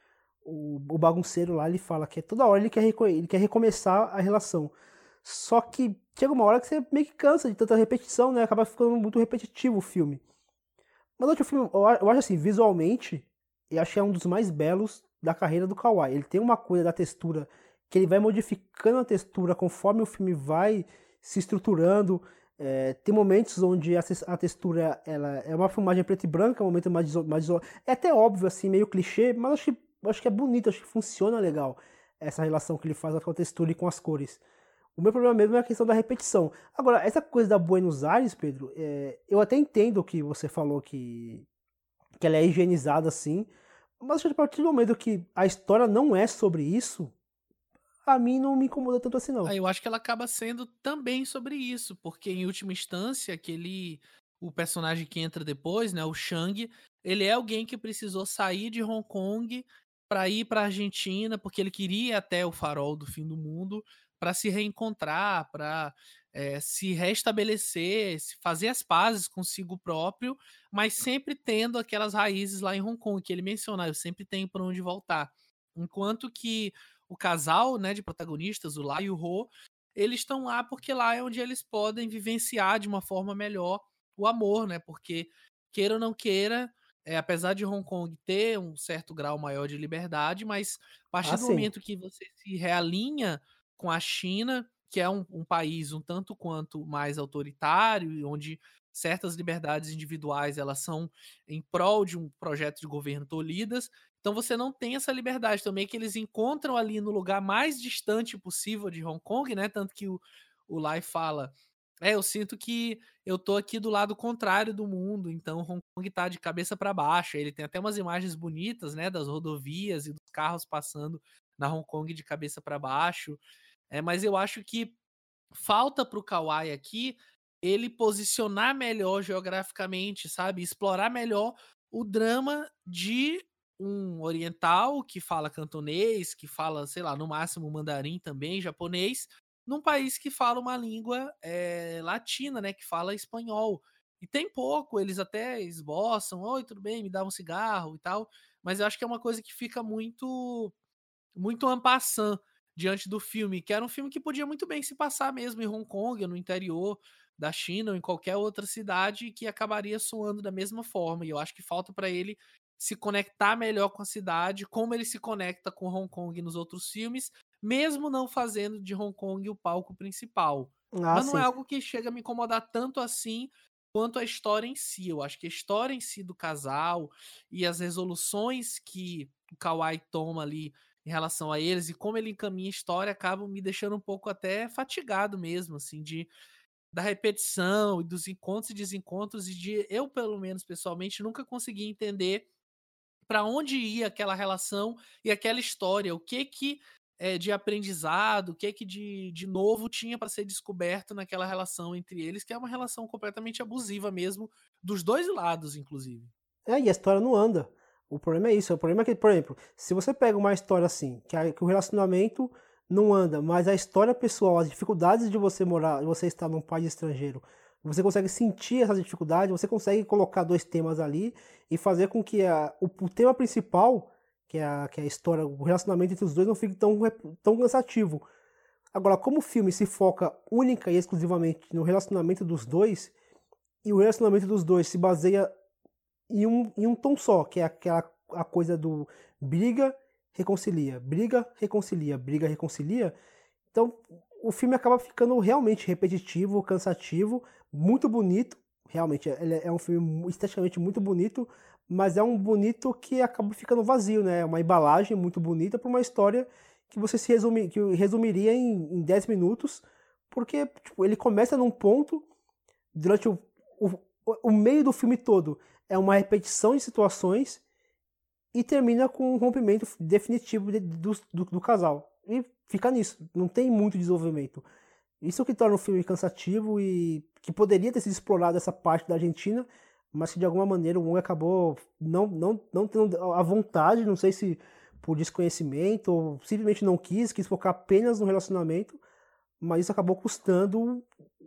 o, o bagunceiro lá, ele fala que toda hora ele quer, ele quer recomeçar a relação. Só que chega uma hora que você meio que cansa de tanta repetição, né? Acaba ficando muito repetitivo o filme. Mas o filme, eu acho assim, visualmente, eu acho que é um dos mais belos da carreira do Kawai. Ele tem uma coisa da textura que ele vai modificando a textura conforme o filme vai se estruturando. É, tem momentos onde a, a textura ela é uma filmagem preto e branco, é um momento mais, mais é até óbvio, assim, meio clichê, mas acho que, acho que é bonito, acho que funciona legal essa relação que ele faz com a textura e com as cores. O meu problema mesmo é a questão da repetição. Agora, essa coisa da Buenos Aires, Pedro, é, eu até entendo que você falou que, que ela é higienizada assim, mas a partir do momento que a história não é sobre isso, a mim não me incomoda tanto assim, não. Ah, eu acho que ela acaba sendo também sobre isso, porque em última instância, aquele o personagem que entra depois, né, o Shang, ele é alguém que precisou sair de Hong Kong para ir para Argentina, porque ele queria ir até o farol do fim do mundo para se reencontrar, para é, se restabelecer, se fazer as pazes consigo próprio, mas sempre tendo aquelas raízes lá em Hong Kong que ele menciona, eu sempre tenho para onde voltar. Enquanto que o casal, né, de protagonistas, o Lai e o Ho, eles estão lá porque lá é onde eles podem vivenciar de uma forma melhor o amor, né? Porque, queira ou não queira, é, apesar de Hong Kong ter um certo grau maior de liberdade, mas a partir Ah, do sim. momento que você se realinha com a China, que é um, um país um tanto quanto mais autoritário e onde certas liberdades individuais elas são em prol de um projeto de governo tolhidas, então você não tem essa liberdade também que eles encontram ali no lugar mais distante possível de Hong Kong, né? Tanto que o, o Lai fala, é, eu sinto que eu tô aqui do lado contrário do mundo, então Hong Kong tá de cabeça para baixo. Ele tem até umas imagens bonitas, né, das rodovias e dos carros passando na Hong Kong de cabeça para baixo. É, mas eu acho que falta pro Kawai aqui ele posicionar melhor geograficamente, sabe? Explorar melhor o drama de um oriental que fala cantonês, que fala, sei lá, no máximo mandarim também, japonês, num país que fala uma língua é, latina, né? Que fala espanhol. E tem pouco, eles até esboçam, oi, tudo bem, me dá um cigarro e tal, mas eu acho que é uma coisa que fica muito muito en passant diante do filme, que era um filme que podia muito bem se passar mesmo em Hong Kong, ou no interior da China, ou em qualquer outra cidade, que acabaria soando da mesma forma. E eu acho que falta para ele se conectar melhor com a cidade, como ele se conecta com Hong Kong nos outros filmes, mesmo não fazendo de Hong Kong o palco principal. Ah, Mas não é sim. algo que chega a me incomodar tanto assim quanto a história em si. Eu acho que a história em si do casal e as resoluções que o Kawai toma ali em relação a eles e como ele encaminha a história acabam me deixando um pouco até fatigado mesmo, assim, de da repetição e dos encontros e desencontros e de eu, pelo menos pessoalmente, nunca consegui entender para onde ia aquela relação e aquela história, o que que é, de aprendizado, o que que de, de novo tinha para ser descoberto naquela relação entre eles, que é uma relação completamente abusiva mesmo, dos dois lados, inclusive. É, e a história não anda. O problema é isso. O problema é que, por exemplo, se você pega uma história assim, que, a, que o relacionamento não anda, mas a história pessoal, as dificuldades de você morar, de você estar num país estrangeiro, você consegue sentir essas dificuldades, você consegue colocar dois temas ali e fazer com que a, o, o tema principal, que é, a, que é a história, o relacionamento entre os dois, não fique tão, tão cansativo. Agora, como o filme se foca única e exclusivamente no relacionamento dos dois, e o relacionamento dos dois se baseia em um, em um tom só, que é aquela a coisa do briga, reconcilia, briga, reconcilia, briga, reconcilia. Então, o filme acaba ficando realmente repetitivo, cansativo, muito bonito. Realmente, ele é um filme esteticamente muito bonito, mas é um bonito que acaba ficando vazio, né? É uma embalagem muito bonita para uma história que você se resume, que resumiria em, em dez minutos, porque tipo, ele começa num ponto, durante o, o, o meio do filme todo é uma repetição de situações e termina com um rompimento definitivo de, do, do, do casal. E fica nisso, não tem muito desenvolvimento. Isso que torna o filme cansativo e que poderia ter sido explorado essa parte da Argentina, mas que de alguma maneira o Wong acabou não, não, não tendo a vontade, não sei se por desconhecimento ou simplesmente não quis, quis focar apenas no relacionamento, mas isso acabou custando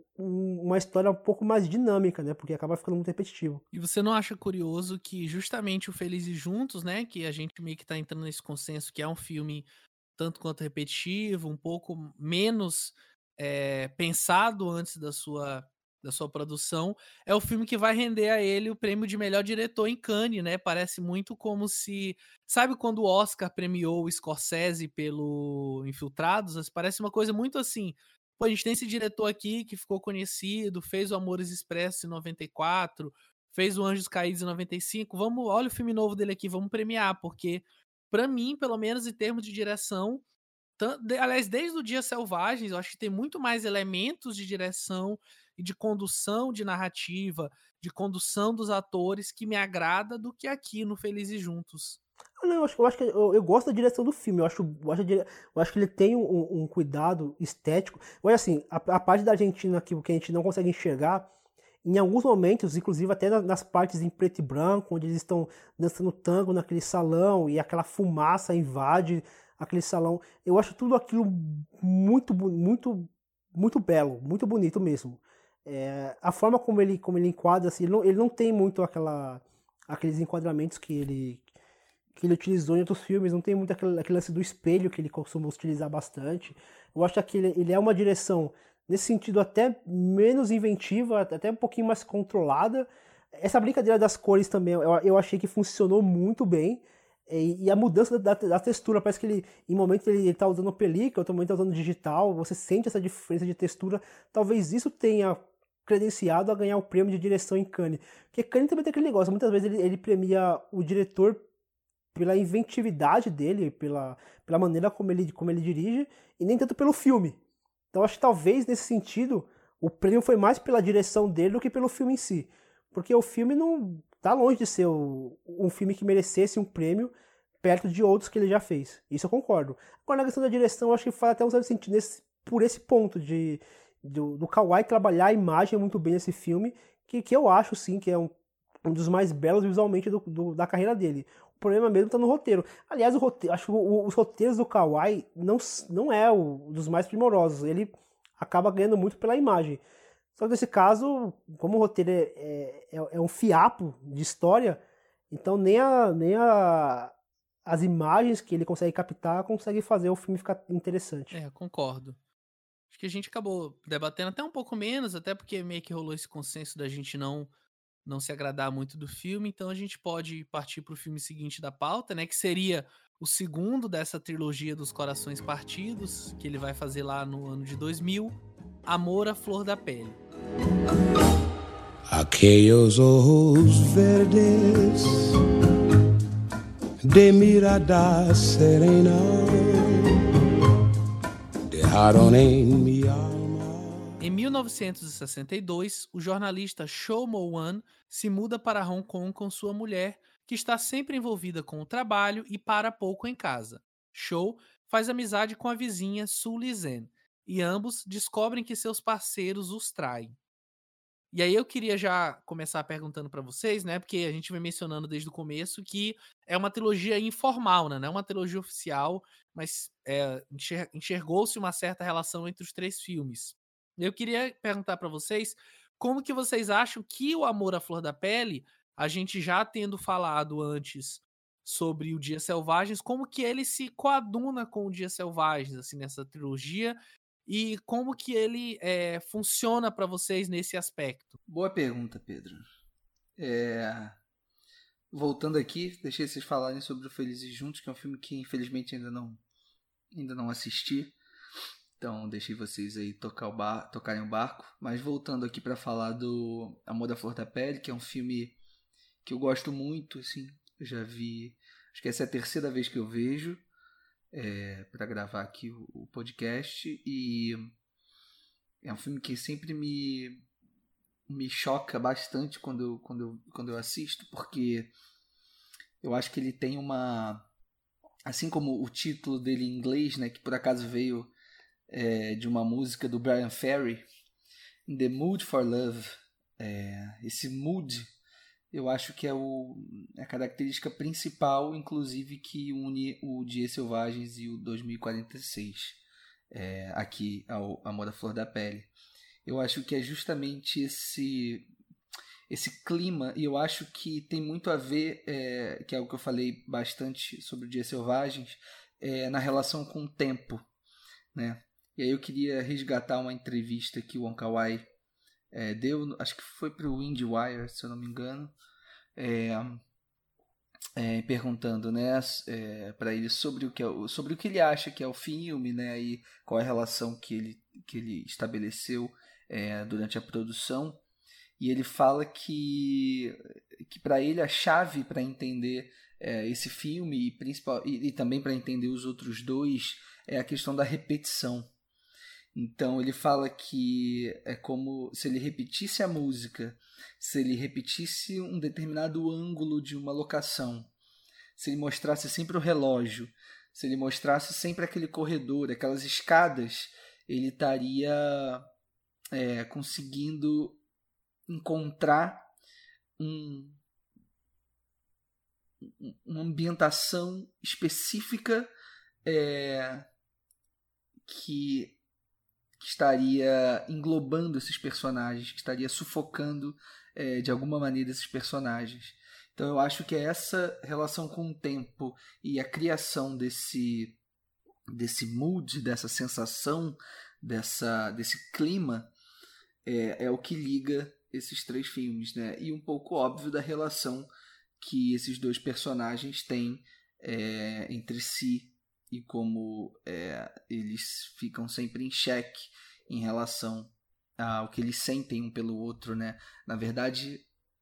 uma história um pouco mais dinâmica, né? Porque acaba ficando muito repetitivo. E você não acha curioso que justamente o Felizes Juntos, né? Que a gente meio que tá entrando nesse consenso que é um filme tanto quanto repetitivo, um pouco menos é, pensado antes da sua, da sua produção, é o filme que vai render a ele o prêmio de melhor diretor em Cannes, né? Parece muito como se... Sabe quando o Oscar premiou o Scorsese pelo Infiltrados? Parece uma coisa muito assim... Pô, a gente tem esse diretor aqui que ficou conhecido, fez o Amores Expressos em noventa e quatro, fez o Anjos Caídos em noventa e cinco, vamos, olha o filme novo dele aqui, vamos premiar, porque pra mim, pelo menos em termos de direção, de, aliás, desde o Dias Selvagens, eu acho que tem muito mais elementos de direção e de condução de narrativa, de condução dos atores que me agrada do que aqui no Felizes Juntos. Não, eu acho, eu acho que eu, eu gosto da direção do filme. Eu acho, eu acho, eu acho que ele tem um, um cuidado estético. Olha assim, a, a parte da Argentina que, que a gente não consegue enxergar, em alguns momentos, inclusive até nas, nas partes em preto e branco, onde eles estão dançando tango naquele salão e aquela fumaça invade aquele salão. Eu acho tudo aquilo muito, muito, muito belo, muito bonito mesmo. É, a forma como ele, como ele enquadra, assim, ele não, ele não tem muito aquela, aqueles enquadramentos que ele que ele utilizou em outros filmes, não tem muito aquele, aquele lance do espelho que ele costuma utilizar bastante. Eu acho que ele, ele é uma direção, nesse sentido, até menos inventiva, até um pouquinho mais controlada. Essa brincadeira das cores também, eu, eu achei que funcionou muito bem. E, e a mudança da, da textura, parece que ele, em momentos ele está usando película, outro momento está usando digital, você sente essa diferença de textura. Talvez isso tenha credenciado a ganhar o prêmio de direção em Cannes. Porque Cannes também tem aquele negócio, muitas vezes ele, ele premia o diretor pela inventividade dele, pela, pela maneira como ele, como ele dirige, e nem tanto pelo filme. Então acho que talvez, nesse sentido, o prêmio foi mais pela direção dele do que pelo filme em si. Porque o filme não tá longe de ser o, um filme que merecesse um prêmio perto de outros que ele já fez. Isso eu concordo. Agora, na questão da direção, eu acho que faz até um certo sentido nesse, por esse ponto de, do, do Kawai trabalhar a imagem muito bem nesse filme, que, que eu acho, sim, que é um, um dos mais belos visualmente do, do, da carreira dele. O problema mesmo tá no roteiro. Aliás, o roteiro, acho que o, os roteiros do Kawai não, não é o dos mais primorosos. Ele acaba ganhando muito pela imagem. Só que nesse caso, como o roteiro é, é, é um fiapo de história, então nem, a, nem a, as imagens que ele consegue captar conseguem fazer o filme ficar interessante. É, concordo. Acho que a gente acabou debatendo até um pouco menos, até porque meio que rolou esse consenso da gente não... não se agradar muito do filme, então a gente pode partir para o filme seguinte da pauta, né, que seria o segundo dessa trilogia dos Corações Partidos, que ele vai fazer lá no ano de dois mil, Amor à Flor da Pele. Aquellos ojos verdes de mirada serena dejaron en mi alma. Em mil novecentos e sessenta e dois, o jornalista Chow Mo-wan se muda para Hong Kong com sua mulher, que está sempre envolvida com o trabalho e para pouco em casa. Chow faz amizade com a vizinha Su Li-zen, e ambos descobrem que seus parceiros os traem. E aí eu queria já começar perguntando pra vocês, né, porque a gente vem mencionando desde o começo que é uma trilogia informal, né, não é uma trilogia oficial, mas é, enxer- enxergou-se uma certa relação entre os três filmes. Eu queria perguntar pra vocês como que vocês acham que o Amor à Flor da Pele, a gente já tendo falado antes sobre o Dias Selvagens, como que ele se coaduna com o Dias Selvagens, assim, nessa trilogia, e como que ele é, funciona pra vocês nesse aspecto? Boa pergunta, Pedro. É, Voltando aqui, deixei vocês falarem sobre o Felizes Juntos, que é um filme que infelizmente ainda não, ainda não assisti. Então deixei vocês aí tocar o bar, tocarem o barco. Mas voltando aqui para falar do Amor da Flor da Pele, que é um filme que eu gosto muito, assim. Eu já vi, acho que essa é a terceira vez que eu vejo é, para gravar aqui o, o podcast. E é um filme que sempre me, me choca bastante quando eu, quando, eu, quando eu assisto, porque eu acho que ele tem uma... Assim como o título dele em inglês, né, que por acaso veio é, de uma música do Brian Ferry, In the Mood for Love. É, esse mood, eu acho que é o, a característica principal, inclusive, que une o Dias Selvagens e o dois mil e quarenta e seis, é, aqui ao Amor da Flor da Pele. Eu acho que é justamente esse, esse clima, e eu acho que tem muito a ver, é, que é o que eu falei bastante sobre o Dias Selvagens, é, na relação com o tempo, né? E aí eu queria resgatar uma entrevista que o Wong Kar-wai é, deu, acho que foi para o IndieWire, se eu não me engano, é, é, perguntando, né, é, para ele sobre o que é, sobre o que ele acha que é o filme, né, e qual é a relação que ele que ele estabeleceu é, durante a produção. E ele fala que que para ele a chave para entender é, esse filme e, principal, e, e também para entender os outros dois é a questão da repetição. Então ele fala que é como se ele repetisse a música, se ele repetisse um determinado ângulo de uma locação, se ele mostrasse sempre o relógio, se ele mostrasse sempre aquele corredor, aquelas escadas, ele estaria é, conseguindo encontrar um, uma ambientação específica é, que que estaria englobando esses personagens, que estaria sufocando é, de alguma maneira esses personagens. Então eu acho que é essa relação com o tempo e a criação desse, desse mood, dessa sensação, dessa, desse clima, é, é o que liga esses três filmes, né? E um pouco óbvio da relação que esses dois personagens têm é, entre si, e como é, eles ficam sempre em xeque em relação ao que eles sentem um pelo outro, né? Na verdade,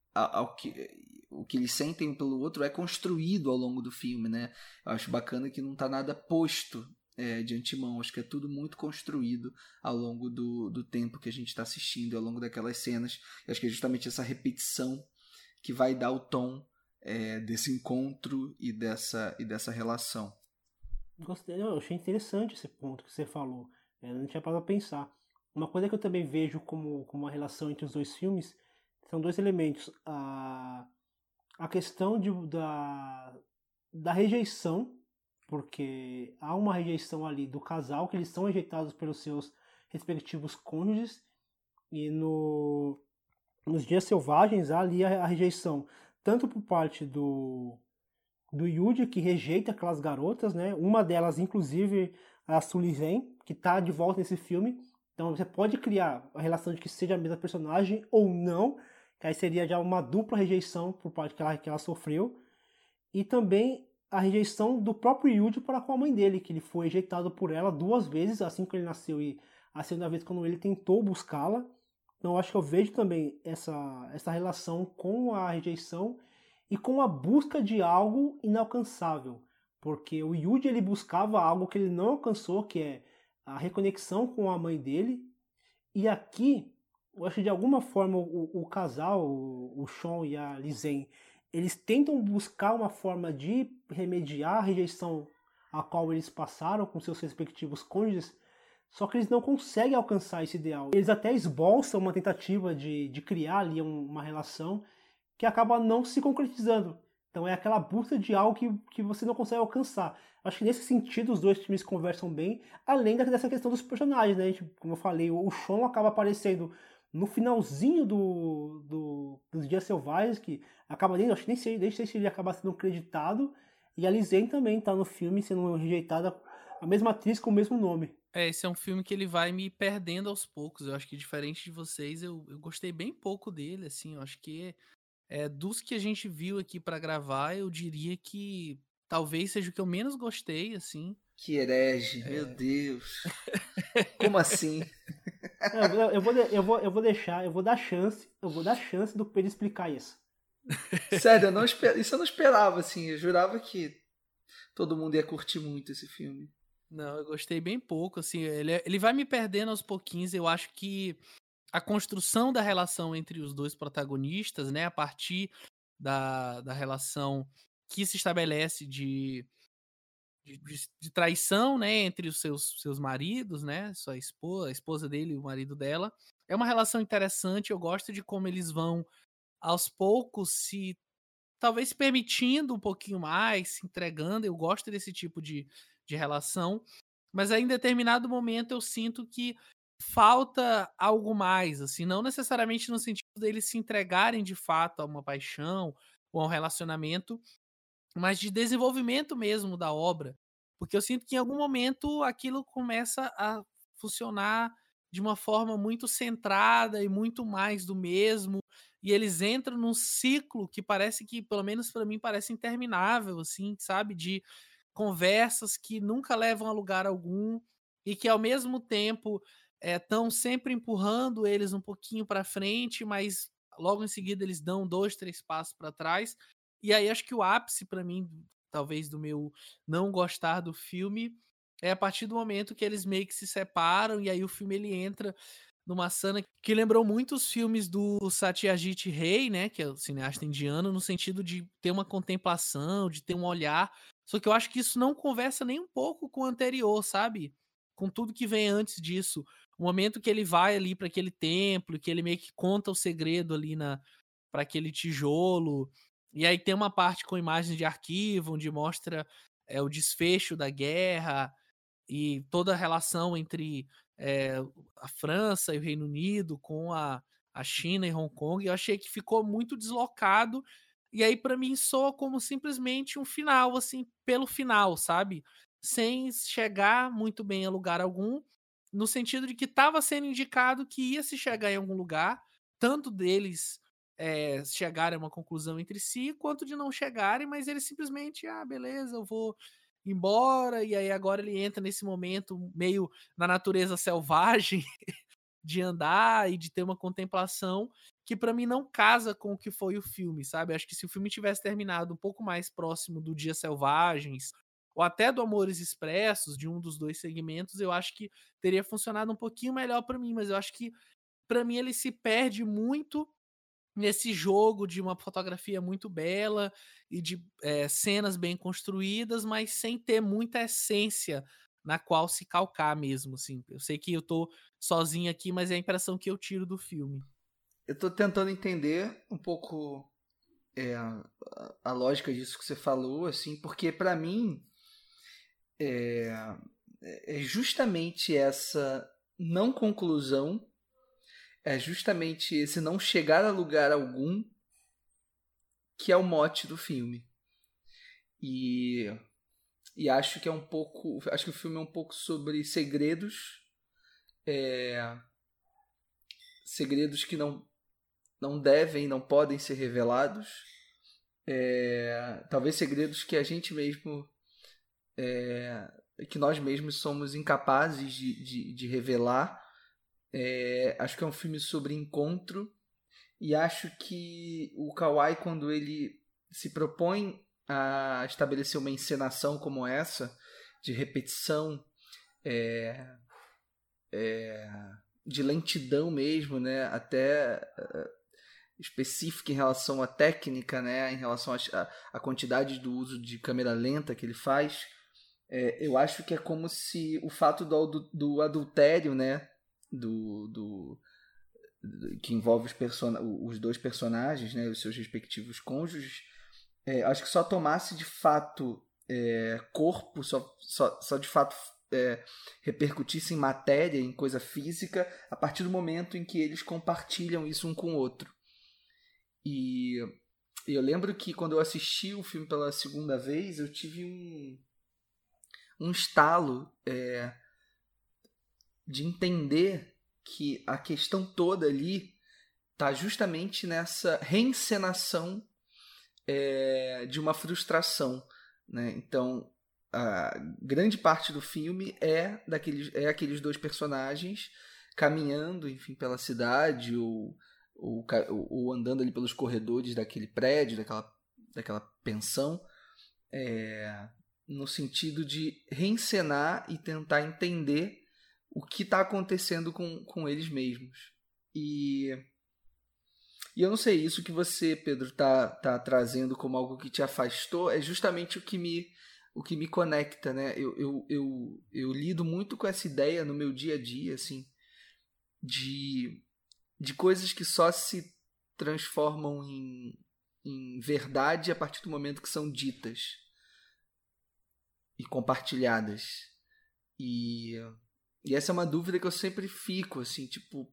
ao que, o que eles sentem um pelo outro é construído ao longo do filme, né? Eu acho bacana que não está nada posto é, de antemão, acho que é tudo muito construído ao longo do, do tempo que a gente está assistindo, ao longo daquelas cenas. Eu acho que é justamente essa repetição que vai dar o tom é, desse encontro e dessa, e dessa relação. Gostei, eu achei interessante esse ponto que você falou. Eu não tinha parado pra pensar. Uma coisa que eu também vejo como, como uma relação entre os dois filmes são dois elementos. A, a questão de, da, da rejeição, porque há uma rejeição ali do casal, que eles são rejeitados pelos seus respectivos cônjuges, e no, nos Dias Selvagens há ali a, a rejeição tanto por parte do do Yuji, que rejeita aquelas garotas, né? Uma delas, inclusive, a Sully Zen, que tá de volta nesse filme. Então você pode criar a relação de que seja a mesma personagem ou não, que aí seria já uma dupla rejeição por parte que ela, que ela sofreu. E também a rejeição do próprio Yuji para com a mãe dele, que ele foi rejeitado por ela duas vezes, assim que ele nasceu e a segunda vez quando ele tentou buscá-la. Então eu acho que eu vejo também essa, essa relação com a rejeição e com a busca de algo inalcançável, porque o Yuji ele buscava algo que ele não alcançou, que é a reconexão com a mãe dele, e aqui, eu acho que de alguma forma o, o casal, o, o Sean e a Lizen, eles tentam buscar uma forma de remediar a rejeição a qual eles passaram com seus respectivos cônjuges, só que eles não conseguem alcançar esse ideal. Eles até esboçam uma tentativa de, de criar ali um, uma relação que acaba não se concretizando. Então é aquela busca de algo que, que você não consegue alcançar. Acho que nesse sentido os dois filmes conversam bem, além dessa questão dos personagens, né? Tipo, como eu falei, o Sean acaba aparecendo no finalzinho do, do, dos Dias Selvagens, que acaba nem, acho que nem sei, nem sei se ele acaba sendo creditado, e a Lisanne também tá no filme sendo rejeitada, a mesma atriz com o mesmo nome. É, esse é um filme que ele vai me perdendo aos poucos. Eu acho que diferente de vocês, eu, eu gostei bem pouco dele, assim. Eu acho que é, dos que a gente viu aqui pra gravar, eu diria que talvez seja o que eu menos gostei, assim. Que herege, é... meu Deus. Como assim? Eu, eu, vou, eu, vou, eu vou deixar, eu vou dar chance, eu vou dar chance do Pedro explicar isso. Sério, eu não esper... isso eu não esperava, assim. Eu jurava que todo mundo ia curtir muito esse filme. Não, eu gostei bem pouco, assim, ele, ele vai me perdendo aos pouquinhos. Eu acho que a construção da relação entre os dois protagonistas, né, a partir da, da relação que se estabelece de, de, de traição, né, entre os seus, seus maridos, né, sua esposa, a esposa dele e o marido dela, é uma relação interessante. Eu gosto de como eles vão, aos poucos, se talvez se permitindo um pouquinho mais, se entregando. Eu gosto desse tipo de de relação, mas aí em determinado momento eu sinto que falta algo mais, assim, não necessariamente no sentido deles se entregarem de fato a uma paixão ou a um relacionamento, mas de desenvolvimento mesmo da obra, porque eu sinto que em algum momento aquilo começa a funcionar de uma forma muito centrada e muito mais do mesmo, e eles entram num ciclo que parece que, pelo menos para mim, parece interminável, assim, sabe, de conversas que nunca levam a lugar algum e que ao mesmo tempo estão é, sempre empurrando eles um pouquinho para frente, mas logo em seguida eles dão dois, três passos para trás. E aí acho que o ápice para mim, talvez do meu não gostar do filme, é a partir do momento que eles meio que se separam e aí o filme ele entra numa cena que lembrou muito os filmes do Satyajit Ray, né, que é o cineasta indiano, no sentido de ter uma contemplação, de ter um olhar. Só que eu acho que isso não conversa nem um pouco com o anterior, sabe? Com tudo que vem antes disso. O momento que ele vai ali para aquele templo, que ele meio que conta o segredo ali na para aquele tijolo. E aí tem uma parte com imagens de arquivo, onde mostra é, o desfecho da guerra e toda a relação entre é, a França e o Reino Unido com a, a China e Hong Kong. Eu achei que ficou muito deslocado. E aí, pra mim, soa como simplesmente um final, assim, pelo final, sabe? Sem chegar muito bem a lugar algum, no sentido de que estava sendo indicado que ia se chegar em algum lugar, tanto deles é, chegarem a uma conclusão entre si, quanto de não chegarem, mas eles simplesmente, ah, beleza, eu vou embora, e aí agora ele entra nesse momento meio na natureza selvagem de andar e de ter uma contemplação que pra mim não casa com o que foi o filme, sabe? Acho que se o filme tivesse terminado um pouco mais próximo do Dias Selvagens, ou até do Amores Expressos, de um dos dois segmentos, eu acho que teria funcionado um pouquinho melhor pra mim, mas eu acho que pra mim ele se perde muito nesse jogo de uma fotografia muito bela e de é, cenas bem construídas, mas sem ter muita essência na qual se calcar mesmo, assim. Eu sei que eu tô sozinho aqui, mas é a impressão que eu tiro do filme. Eu tô tentando entender um pouco é, a, a lógica disso que você falou, assim, porque para mim é, é justamente essa não conclusão, é justamente esse não chegar a lugar algum que é o mote do filme. E, e acho que é um pouco, acho que o filme é um pouco sobre segredos, é, segredos que não não devem, não podem ser revelados, é, talvez segredos que a gente mesmo, é, que nós mesmos somos incapazes de, de, de revelar. É, acho que é um filme sobre encontro, e acho que o Kawai, quando ele se propõe a estabelecer uma encenação como essa, de repetição, é, é, de lentidão mesmo, né, até específica em relação à técnica, né, em relação à quantidade do uso de câmera lenta que ele faz, É, eu acho que é como se o fato do, do, do adultério, né, do, do, do que envolve os, person os dois personagens, né, os seus respectivos cônjuges, é, acho que só tomasse de fato é, corpo, só, só, só de fato é, repercutisse em matéria, em coisa física, a partir do momento em que eles compartilham isso um com o outro. E eu lembro que quando eu assisti o filme pela segunda vez, eu tive um um estalo é, de entender que a questão toda ali está justamente nessa reencenação é, de uma frustração, né? Então, a grande parte do filme é, daqueles, é aqueles dois personagens caminhando, enfim, pela cidade ou, ou, ou andando ali pelos corredores daquele prédio, daquela, daquela pensão, é, no sentido de reencenar e tentar entender o que está acontecendo com, com eles mesmos. E, e eu não sei, isso que você, Pedro, está tá trazendo como algo que te afastou é justamente o que me, o que me conecta, né? Eu, eu, eu, eu lido muito com essa ideia no meu dia a dia, assim, de, de coisas que só se transformam em, em verdade a partir do momento que são ditas e compartilhadas. E, e essa é uma dúvida que eu sempre fico, assim, tipo,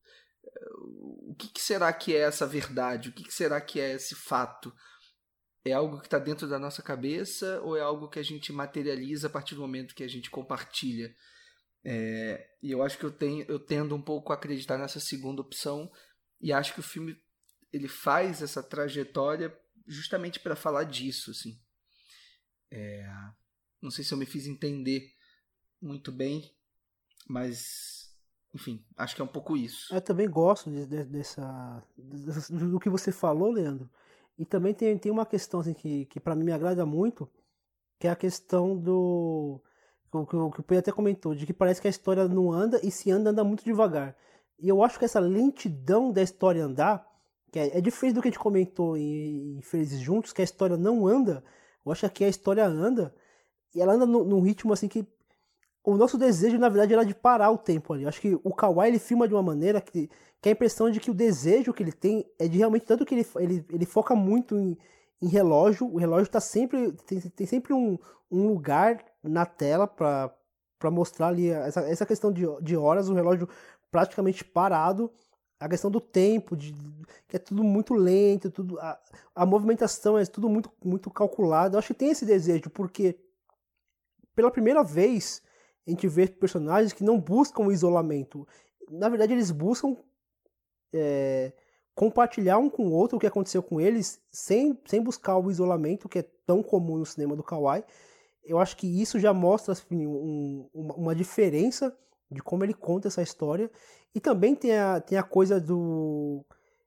o que, que será que é essa verdade? O que, que será que é esse fato? É algo que está dentro da nossa cabeça ou é algo que a gente materializa a partir do momento que a gente compartilha? É, e eu acho que eu, tenho, eu tendo um pouco a acreditar nessa segunda opção, e acho que o filme ele faz essa trajetória justamente para falar disso, assim. É... Não sei se eu me fiz entender muito bem, mas, enfim, acho que é um pouco isso. Eu também gosto de, de, dessa, do que você falou, Leandro. E também tem, tem uma questão assim, que, que para mim me agrada muito, que é a questão do... que o, que o Pedro até comentou, de que parece que a história não anda, e se anda, anda muito devagar. E eu acho que essa lentidão da história andar, que é, é diferente do que a gente comentou em, em Felizes Juntos, que a história não anda. Eu acho que aqui a história anda, e ela anda num ritmo assim que o nosso desejo, na verdade, era de parar o tempo ali. Eu acho que o Kawai, ele filma de uma maneira que, que a impressão de que o desejo que ele tem é de realmente, tanto que ele, ele, ele foca muito em, em relógio, o relógio tá sempre, tem, tem sempre um, um lugar na tela para mostrar ali essa, essa questão de, de horas, o relógio praticamente parado, a questão do tempo, de, que é tudo muito lento, tudo, a, a movimentação é tudo muito, muito calculado. Eu acho que tem esse desejo, porque pela primeira vez a gente vê personagens que não buscam o isolamento. Na verdade, eles buscam é, compartilhar um com o outro o que aconteceu com eles, sem, sem buscar o isolamento, que é tão comum no cinema do Kawai. Eu acho que isso já mostra assim, um, uma, uma diferença de como ele conta essa história. E também tem a, tem a coisa do...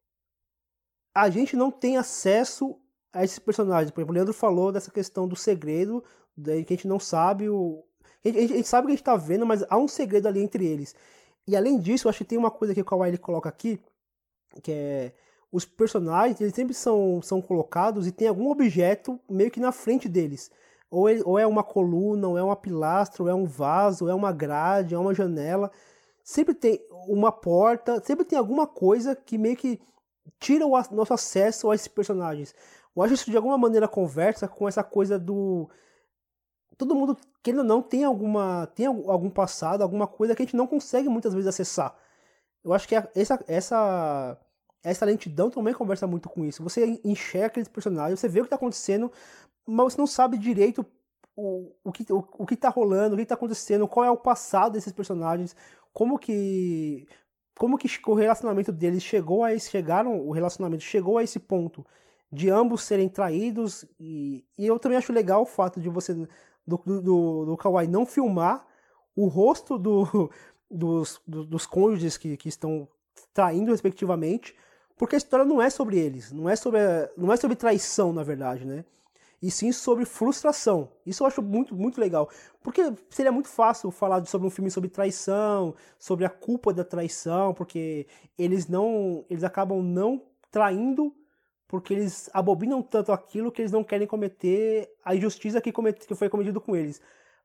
A gente não tem acesso a esses personagens. Por exemplo, o Leandro falou dessa questão do segredo, daí que a gente não sabe o... A gente, a gente sabe o que a gente tá vendo, mas há um segredo ali entre eles. E além disso, eu acho que tem uma coisa que o Kawai ele coloca aqui, que é... Os personagens, eles sempre são, são colocados e tem algum objeto meio que na frente deles. Ou, ele, ou é uma coluna, ou é uma pilastra, ou é um vaso, ou é uma grade, ou é uma janela. Sempre tem uma porta, sempre tem alguma coisa que meio que tira o nosso acesso a esses personagens. Eu acho que isso de alguma maneira conversa com essa coisa do... Todo mundo, querendo ou não, tem, alguma, tem algum passado, alguma coisa que a gente não consegue muitas vezes acessar. Eu acho que essa, essa, essa lentidão também conversa muito com isso. Você enxerga aqueles personagens, você vê o que está acontecendo, mas você não sabe direito o, o, que, o, o que tá rolando, o que está acontecendo, qual é o passado desses personagens, como que, como que o relacionamento deles chegou a esse, chegaram, o relacionamento chegou a esse ponto de ambos serem traídos. E, e eu também acho legal o fato de você... do, do, do Kawai não filmar o rosto do, dos, do, dos cônjuges que, que estão traindo respectivamente, porque a história não é sobre eles, não é sobre, não é sobre traição, na verdade, né? E sim sobre frustração. Isso eu acho muito, muito legal, porque seria muito fácil falar sobre um filme sobre traição, sobre a culpa da traição, porque eles não, eles acabam não traindo porque eles abobinam tanto aquilo que eles não querem cometer a injustiça que, comet... que foi cometido com eles.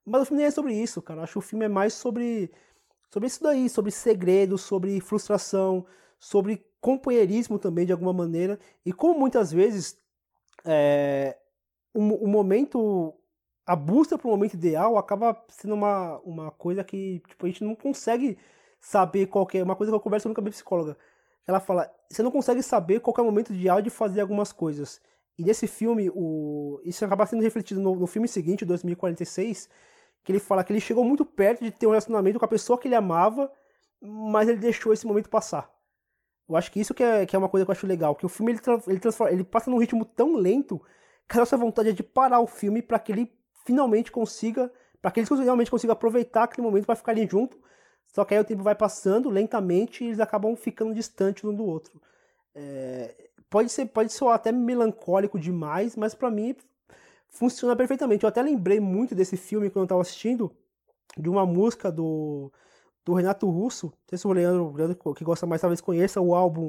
Mas o filme nem é sobre isso, cara. Eu acho que o filme é mais sobre, sobre isso daí, sobre segredos, sobre frustração, sobre companheirismo também, de alguma maneira. E como muitas vezes é, o, o momento, a busca para o momento ideal acaba sendo uma, uma coisa que tipo, a gente não consegue saber qual que é. Uma coisa que eu converso nunca com a minha psicóloga. Ela fala, você não consegue saber qual que é o momento ideal de fazer algumas coisas. E nesse filme, o... isso acaba sendo refletido no, no filme seguinte, dois mil e quarenta e seis, que ele fala que ele chegou muito perto de ter um relacionamento com a pessoa que ele amava, mas ele deixou esse momento passar. Eu acho que isso que é, que é uma coisa que eu acho legal, que o filme ele, ele, transforma, ele passa num ritmo tão lento que a nossa vontade é de parar o filme para que ele finalmente consiga, para que eles realmente consigam aproveitar aquele momento para ficarem juntos. Só que aí o tempo vai passando lentamente e eles acabam ficando distantes um do outro. É, pode ser, pode soar até melancólico demais, mas pra mim funciona perfeitamente. Eu até lembrei muito desse filme quando eu tava assistindo, de uma música do, do Renato Russo. Não sei se o Leandro, o Leandro que gosta mais talvez conheça o álbum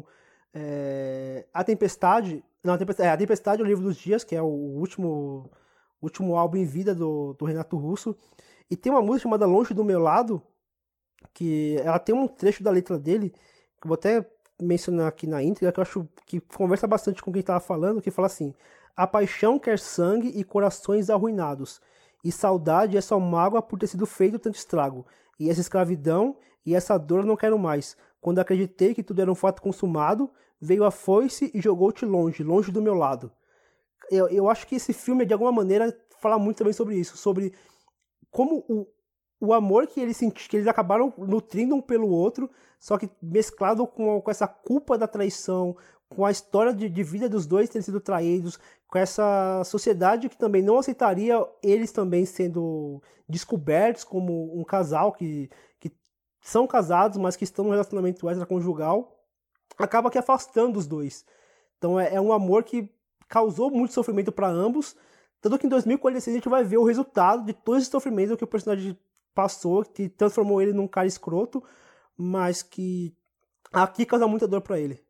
é, A Tempestade. Não, A Tempestade, é, A Tempestade é o Livro dos Dias, que é o último, último álbum em vida do, do Renato Russo. E tem uma música chamada Longe do Meu Lado, que ela tem um trecho da letra dele, que eu vou até mencionar aqui na íntegra, que eu acho que conversa bastante com quem estava falando, que fala assim: a paixão quer sangue e corações arruinados, e saudade é só mágoa por ter sido feito tanto estrago, e essa escravidão e essa dor eu não quero mais. Quando acreditei que tudo era um fato consumado, veio a foice e jogou-te longe, longe do meu lado. Eu, eu acho que esse filme, de alguma maneira, fala muito também sobre isso, sobre como o o amor que eles, senti, que eles acabaram nutrindo um pelo outro, só que mesclado com, com essa culpa da traição, com a história de, de vida dos dois terem sido traídos, com essa sociedade que também não aceitaria eles também sendo descobertos como um casal que, que são casados, mas que estão num relacionamento extraconjugal, acaba que afastando os dois. Então é, é um amor que causou muito sofrimento para ambos, tanto que em dois mil e quarenta e seis a gente vai ver o resultado de todo esse sofrimento que o personagem passou, que transformou ele num cara escroto, mas que aqui causa muita dor pra ele.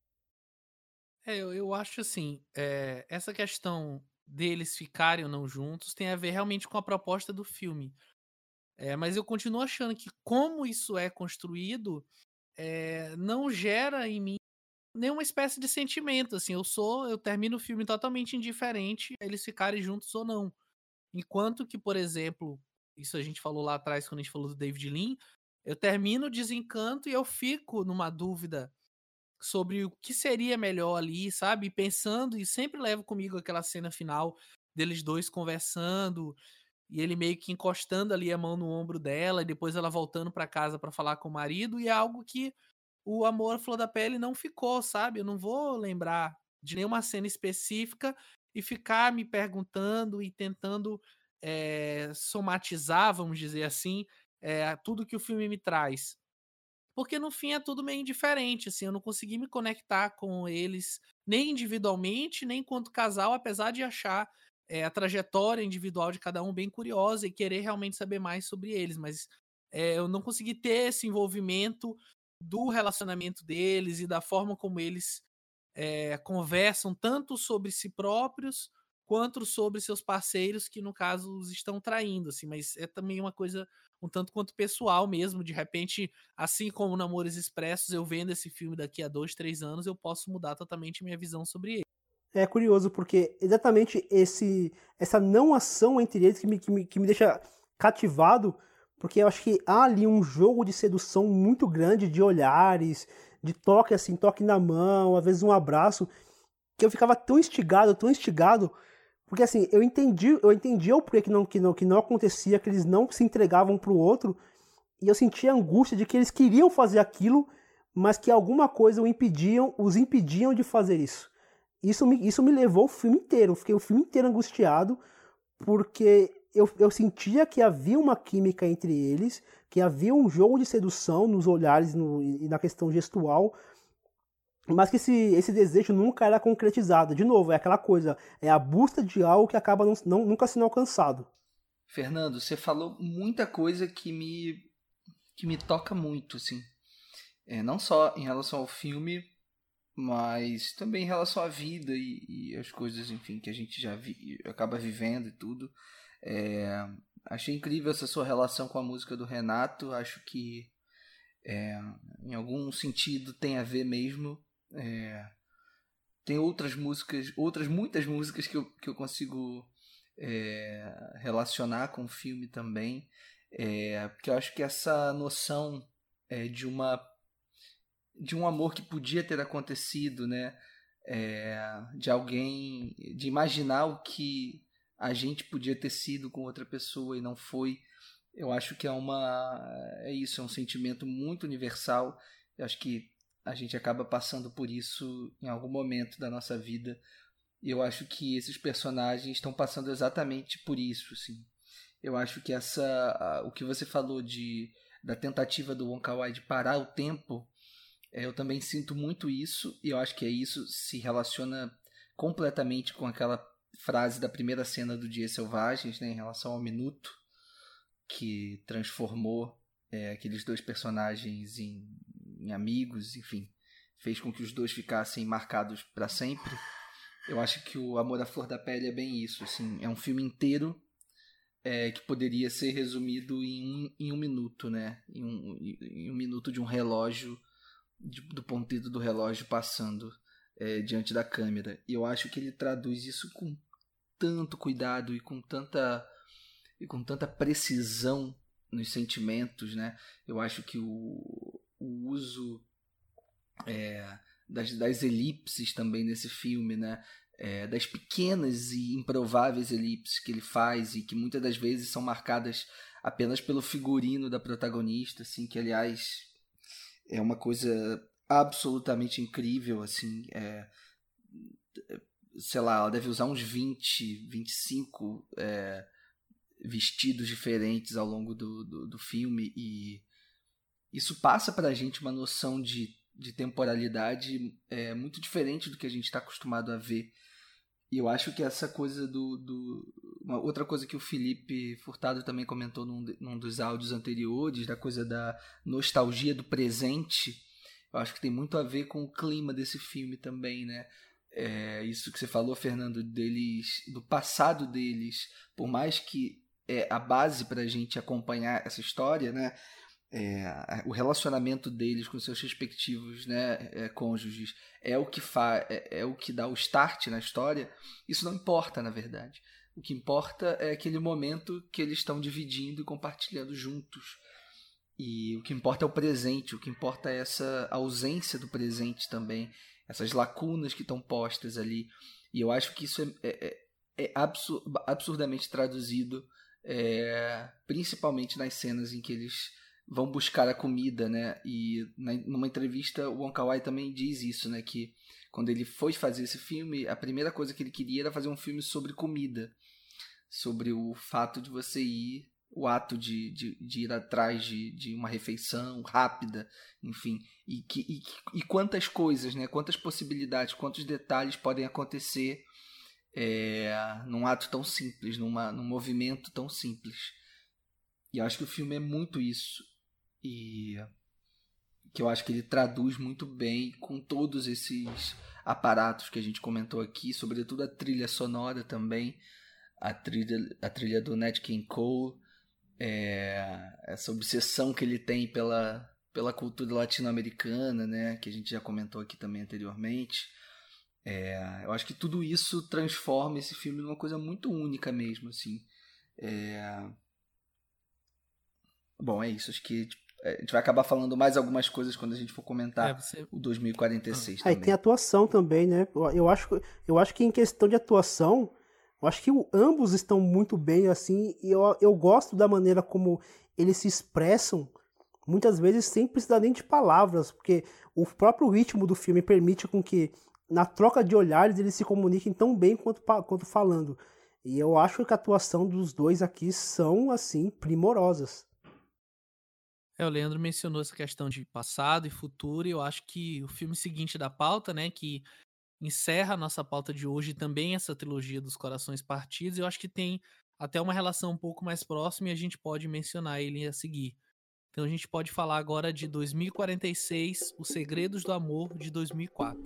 É, eu, eu acho assim, é, essa questão deles ficarem ou não juntos tem a ver realmente com a proposta do filme. É, mas eu continuo achando que como isso é construído, é, não gera em mim nenhuma espécie de sentimento. Assim, eu sou, eu termino o filme totalmente indiferente a eles ficarem juntos ou não. Enquanto que, por exemplo, isso a gente falou lá atrás quando a gente falou do David Lean, eu termino o Desencanto e eu fico numa dúvida sobre o que seria melhor ali, sabe? Pensando, e sempre levo comigo aquela cena final deles dois conversando e ele meio que encostando ali a mão no ombro dela e depois ela voltando pra casa pra falar com o marido, e é algo que o amor à flor da pele não ficou, sabe? Eu não vou lembrar de nenhuma cena específica e ficar me perguntando e tentando é, somatizar, vamos dizer assim, é, tudo que o filme me traz. Porque no fim é tudo meio indiferente, assim, eu não consegui me conectar com eles nem individualmente, nem enquanto casal, apesar de achar é, a trajetória individual de cada um bem curiosa e querer realmente saber mais sobre eles, mas é, eu não consegui ter esse envolvimento do relacionamento deles e da forma como eles é, conversam tanto sobre si próprios quanto sobre seus parceiros que no caso os estão traindo, assim, mas é também uma coisa um tanto quanto pessoal mesmo, de repente, assim como Namoros Expressos, eu vendo esse filme daqui a dois, três anos, eu posso mudar totalmente minha visão sobre ele. É curioso porque exatamente esse essa não ação entre eles que me, que me, que me deixa cativado, porque eu acho que há ali um jogo de sedução muito grande, de olhares, de toque assim, toque na mão, às vezes um abraço, que eu ficava tão instigado, tão instigado, porque assim, eu entendi, eu entendia o porquê que não, que não, que não acontecia, que eles não se entregavam pro outro, e eu sentia a angústia de que eles queriam fazer aquilo, mas que alguma coisa o impediam, os impediam de fazer isso. Isso me, isso me levou o filme inteiro, eu fiquei o filme inteiro angustiado, porque eu, eu sentia que havia uma química entre eles, que havia um jogo de sedução nos olhares no, e na questão gestual, mas que esse, esse desejo nunca era concretizado. De novo, é aquela coisa, é a busca de algo que acaba não, não, nunca sendo alcançado. Fernando, você falou muita coisa que me, que me toca muito, assim. É, não só em relação ao filme, mas também em relação à vida e, e as coisas, enfim, que a gente já vi, acaba vivendo e tudo. É, achei incrível essa sua relação com a música do Renato. Acho que é, em algum sentido tem a ver mesmo. É, tem outras músicas, outras muitas músicas que eu, que eu consigo é, relacionar com o filme também. É, porque eu acho que essa noção é, de uma de um amor que podia ter acontecido, né? É, de alguém, de imaginar o que a gente podia ter sido com outra pessoa e não foi. Eu acho que é uma é isso, é um sentimento muito universal. Eu acho que a gente acaba passando por isso em algum momento da nossa vida. E eu acho que esses personagens estão passando exatamente por isso, assim. Eu acho que essa o que você falou de da tentativa do Wong Kar-wai de parar o tempo, eu também sinto muito isso, e eu acho que é isso se relaciona completamente com aquela frase da primeira cena do Dias Selvagens, né, em relação ao minuto, que transformou é, aqueles dois personagens em, em amigos, enfim, fez com que os dois ficassem marcados para sempre. Eu acho que o Amor à Flor da Pele é bem isso, assim, é um filme inteiro é, que poderia ser resumido em um, em um minuto, né, em um, em um minuto de um relógio, de, do ponteiro do relógio passando é, diante da câmera. E eu acho que ele traduz isso com tanto cuidado e com tanta e com tanta precisão nos sentimentos, né? Eu acho que o, o uso é, das, das elipses também nesse filme, né? É, das pequenas e improváveis elipses que ele faz e que muitas das vezes são marcadas apenas pelo figurino da protagonista, assim, que aliás é uma coisa absolutamente incrível, assim, é, sei lá, ela deve usar uns vinte, vinte e cinco é, vestidos diferentes ao longo do, do, do filme, e isso passa pra gente uma noção de, de temporalidade é, muito diferente do que a gente está acostumado a ver. E eu acho que essa coisa do, do... Uma outra coisa que o Felipe Furtado também comentou num, num dos áudios anteriores, da coisa da nostalgia do presente, eu acho que tem muito a ver com o clima desse filme também, né? É, isso que você falou, Fernando, deles, do passado deles, por mais que é, a base para a gente acompanhar essa história, né? É, o relacionamento deles com seus respectivos, né, é, cônjuges é o que fa é, é o que dá o start na história. Isso não importa, na verdade. O que importa é aquele momento que eles estão dividindo e compartilhando juntos. E o que importa é o presente, o que importa é essa ausência do presente também, essas lacunas que estão postas ali. E eu acho que isso é, é, é absur absurdamente traduzido, é, principalmente nas cenas em que eles vão buscar a comida, né? E na, numa entrevista o Wong Kar-wai também diz isso, né? Que quando ele foi fazer esse filme, a primeira coisa que ele queria era fazer um filme sobre comida, sobre o fato de você ir, o ato de, de, de ir atrás de, de uma refeição rápida, enfim, e, que, e, e quantas coisas, né? Quantas possibilidades, quantos detalhes podem acontecer é, num ato tão simples, numa, num movimento tão simples. E eu acho que o filme é muito isso. E que eu acho que ele traduz muito bem com todos esses aparatos que a gente comentou aqui, sobretudo a trilha sonora também, a trilha, a trilha do Nat King Cole, é, essa obsessão que ele tem pela, pela cultura latino-americana, né, que a gente já comentou aqui também anteriormente. É, eu acho que tudo isso transforma esse filme numa coisa muito única mesmo, assim. É... Bom, é isso, acho que a gente vai acabar falando mais algumas coisas quando a gente for comentar é, você... o dois mil e quarenta e seis ah. também. Aí tem atuação também, né? Eu acho, eu acho que em questão de atuação, eu acho que o, ambos estão muito bem, assim, e eu, eu gosto da maneira como eles se expressam, muitas vezes sem precisar nem de palavras, porque o próprio ritmo do filme permite com que, na troca de olhares, eles se comuniquem tão bem quanto, quanto falando. E eu acho que a atuação dos dois aqui são, assim, primorosas. É, o Leandro mencionou essa questão de passado e futuro, e eu acho que o filme seguinte da pauta, né, que encerra a nossa pauta de hoje, também essa trilogia dos Corações Partidos, eu acho que tem até uma relação um pouco mais próxima e a gente pode mencionar ele a seguir. Então a gente pode falar agora de dois mil e quarenta e seis, Os Segredos do Amor, de dois mil e quatro.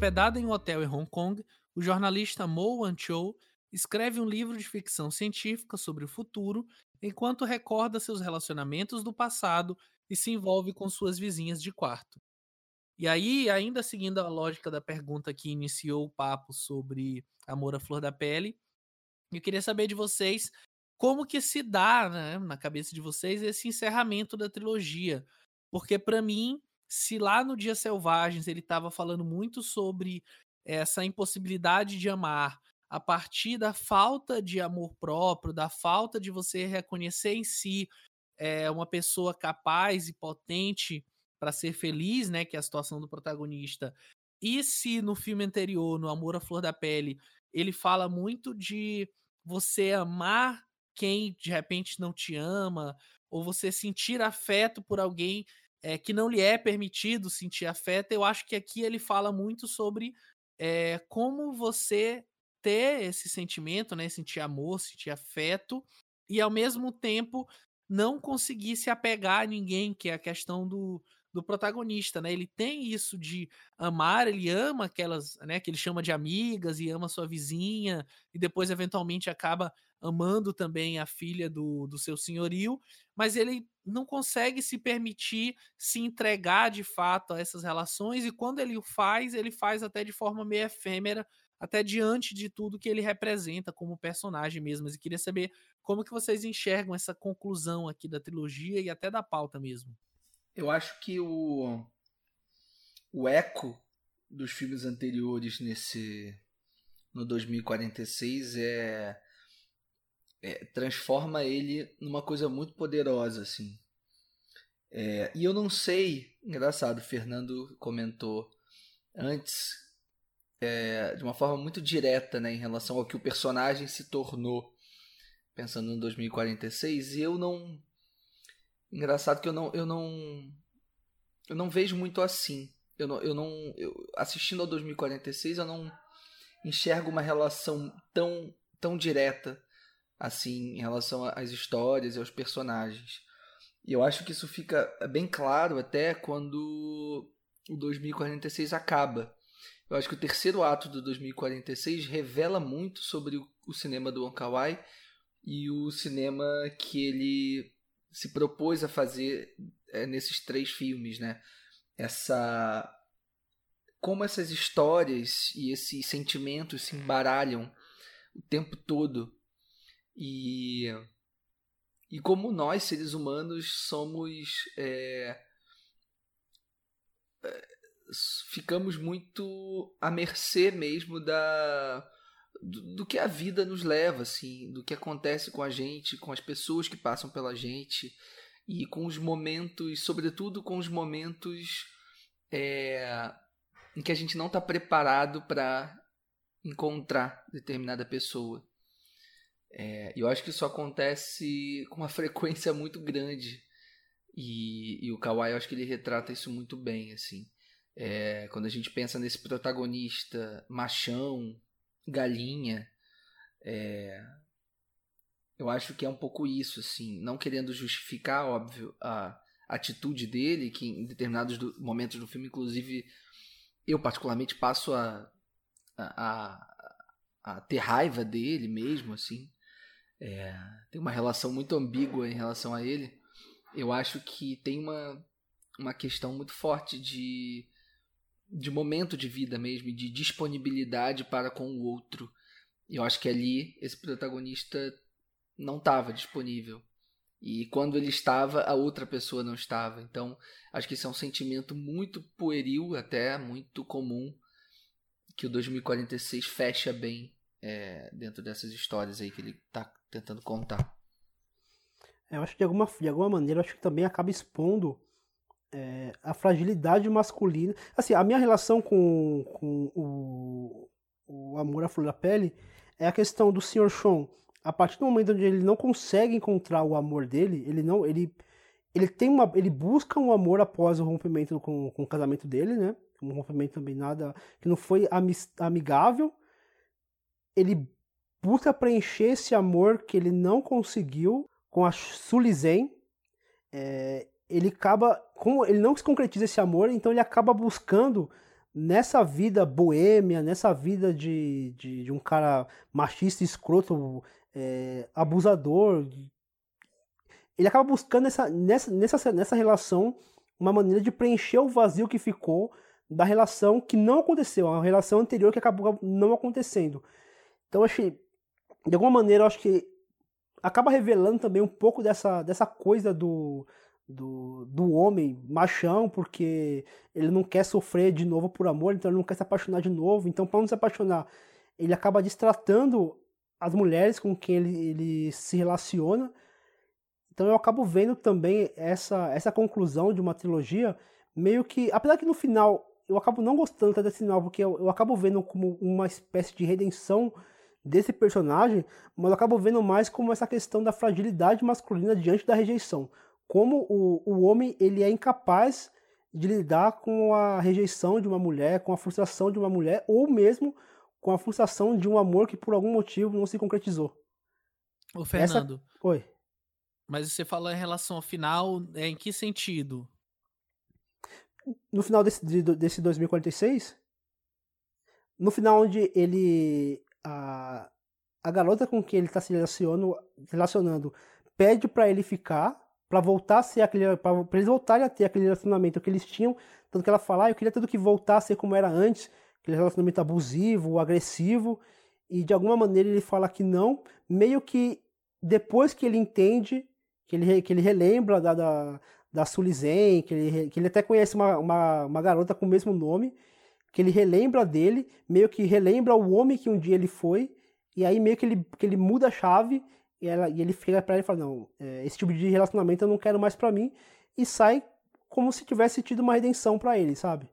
Hospedado em um hotel em Hong Kong, o jornalista Mo Wan-chou escreve um livro de ficção científica sobre o futuro, enquanto recorda seus relacionamentos do passado e se envolve com suas vizinhas de quarto. E aí, ainda seguindo a lógica da pergunta que iniciou o papo sobre Amor à Flor da Pele, eu queria saber de vocês como que se dá, né, na cabeça de vocês esse encerramento da trilogia. Porque para mim, se lá no Dias Selvagens ele estava falando muito sobre essa impossibilidade de amar a partir da falta de amor próprio, da falta de você reconhecer em si é, uma pessoa capaz e potente para ser feliz, né, que é a situação do protagonista. E se no filme anterior, no Amor à Flor da Pele, ele fala muito de você amar quem de repente não te ama, ou você sentir afeto por alguém é, que não lhe é permitido sentir afeto, eu acho que aqui ele fala muito sobre é, como você ter esse sentimento, né, sentir amor, sentir afeto, e ao mesmo tempo não conseguir se apegar a ninguém, que é a questão do, do protagonista, né? Ele tem isso de amar, ele ama aquelas, né, que ele chama de amigas e ama sua vizinha, e depois eventualmente acaba amando também a filha do, do seu senhorio, mas ele não consegue se permitir se entregar de fato a essas relações, e quando ele o faz, ele faz até de forma meio efêmera, até diante de tudo que ele representa como personagem mesmo. Mas eu queria saber como que vocês enxergam essa conclusão aqui da trilogia e até da pauta mesmo. Eu acho que o, o eco dos filmes anteriores nesse no dois mil e quarenta e seis é, é transforma ele numa coisa muito poderosa, assim. É, e eu não sei, engraçado, o Fernando comentou antes é, de uma forma muito direta, né, em relação ao que o personagem se tornou, pensando no dois mil e quarenta e seis, e eu não... Engraçado que eu não, eu não, eu não vejo muito assim. Eu não, eu não, eu, assistindo ao dois mil e quarenta e seis, eu não enxergo uma relação tão, tão direta assim em relação às histórias e aos personagens. E eu acho que isso fica bem claro até quando o dois mil e quarenta e seis acaba. Eu acho que o terceiro ato do dois mil e quarenta e seis revela muito sobre o, o cinema do Wong Kar-wai e o cinema que ele se propôs a fazer é, nesses três filmes, né? Essa... Como essas histórias e esses sentimentos se embaralham o tempo todo. E, e como nós, seres humanos, somos... É... ficamos muito à mercê mesmo da... Do, do que a vida nos leva, assim, do que acontece com a gente, com as pessoas que passam pela gente e com os momentos, sobretudo com os momentos é, em que a gente não está preparado para encontrar determinada pessoa. É, eu acho que isso acontece com uma frequência muito grande e, e o Kar-wai, eu acho que ele retrata isso muito bem, assim. É, quando a gente pensa nesse protagonista machão, galinha, é... eu acho que é um pouco isso, assim, não querendo justificar, óbvio, a atitude dele, que em determinados do... momentos do filme, inclusive, eu particularmente passo a, a, a ter raiva dele mesmo, assim, é... tem uma relação muito ambígua em relação a ele. Eu acho que tem uma, uma questão muito forte de de momento de vida mesmo, de disponibilidade para com o outro. E eu acho que ali esse protagonista não estava disponível. E quando ele estava, a outra pessoa não estava. Então, acho que esse é um sentimento muito pueril, até muito comum, que o dois mil e quarenta e seis fecha bem é, dentro dessas histórias aí que ele está tentando contar. Eu acho que de alguma, de alguma maneira, eu acho que também acaba expondo É, a fragilidade masculina. Assim, a minha relação com, com o, o Amor à Flor da Pele é a questão do senhor Sean. A partir do momento onde ele não consegue encontrar o amor dele, ele não, ele, ele tem uma, ele busca um amor após o rompimento com, com o casamento dele, né? Um rompimento também nada que não foi amigável. Ele busca preencher esse amor que ele não conseguiu com a Sully Zen. É, ele acaba, como ele não se concretiza esse amor, então ele acaba buscando nessa vida boêmia, nessa vida de, de, de um cara machista, escroto, é, abusador, ele acaba buscando essa, nessa, nessa, nessa relação uma maneira de preencher o vazio que ficou da relação que não aconteceu, a relação anterior que acabou não acontecendo. Então eu achei, de alguma maneira, eu acho que acaba revelando também um pouco dessa, dessa coisa do, do, do homem machão, porque ele não quer sofrer de novo por amor, então ele não quer se apaixonar de novo. Então, para não se apaixonar, ele acaba destratando as mulheres com quem ele, ele se relaciona. Então eu acabo vendo também essa, essa conclusão de uma trilogia, meio que, apesar que no final eu acabo não gostando desse final, porque eu, eu acabo vendo como uma espécie de redenção desse personagem, mas eu acabo vendo mais como essa questão da fragilidade masculina diante da rejeição. Como o, o homem ele é incapaz de lidar com a rejeição de uma mulher, com a frustração de uma mulher, ou mesmo com a frustração de um amor que por algum motivo não se concretizou. Ô, Fernando. Essa... Oi. Mas você falou em relação ao final, é, em que sentido? No final desse, desse dois mil e quarenta e seis, no final onde ele, a, a garota com quem ele está se relacionando, relacionando pede para ele ficar, para voltar a ser aquele, para eles voltarem a ter aquele relacionamento que eles tinham, tanto que ela fala, ah, eu queria tudo que voltar a ser como era antes, aquele relacionamento abusivo, agressivo, e de alguma maneira ele fala que não, meio que depois que ele entende, que ele, que ele relembra da, da, da Sulizen, que ele, que ele até conhece uma, uma, uma garota com o mesmo nome, que ele relembra dele, meio que relembra o homem que um dia ele foi, e aí meio que ele, que ele muda a chave, e, ela, e ele fica pra ele e fala, não, esse tipo de relacionamento eu não quero mais pra mim, e sai como se tivesse tido uma redenção pra ele, sabe?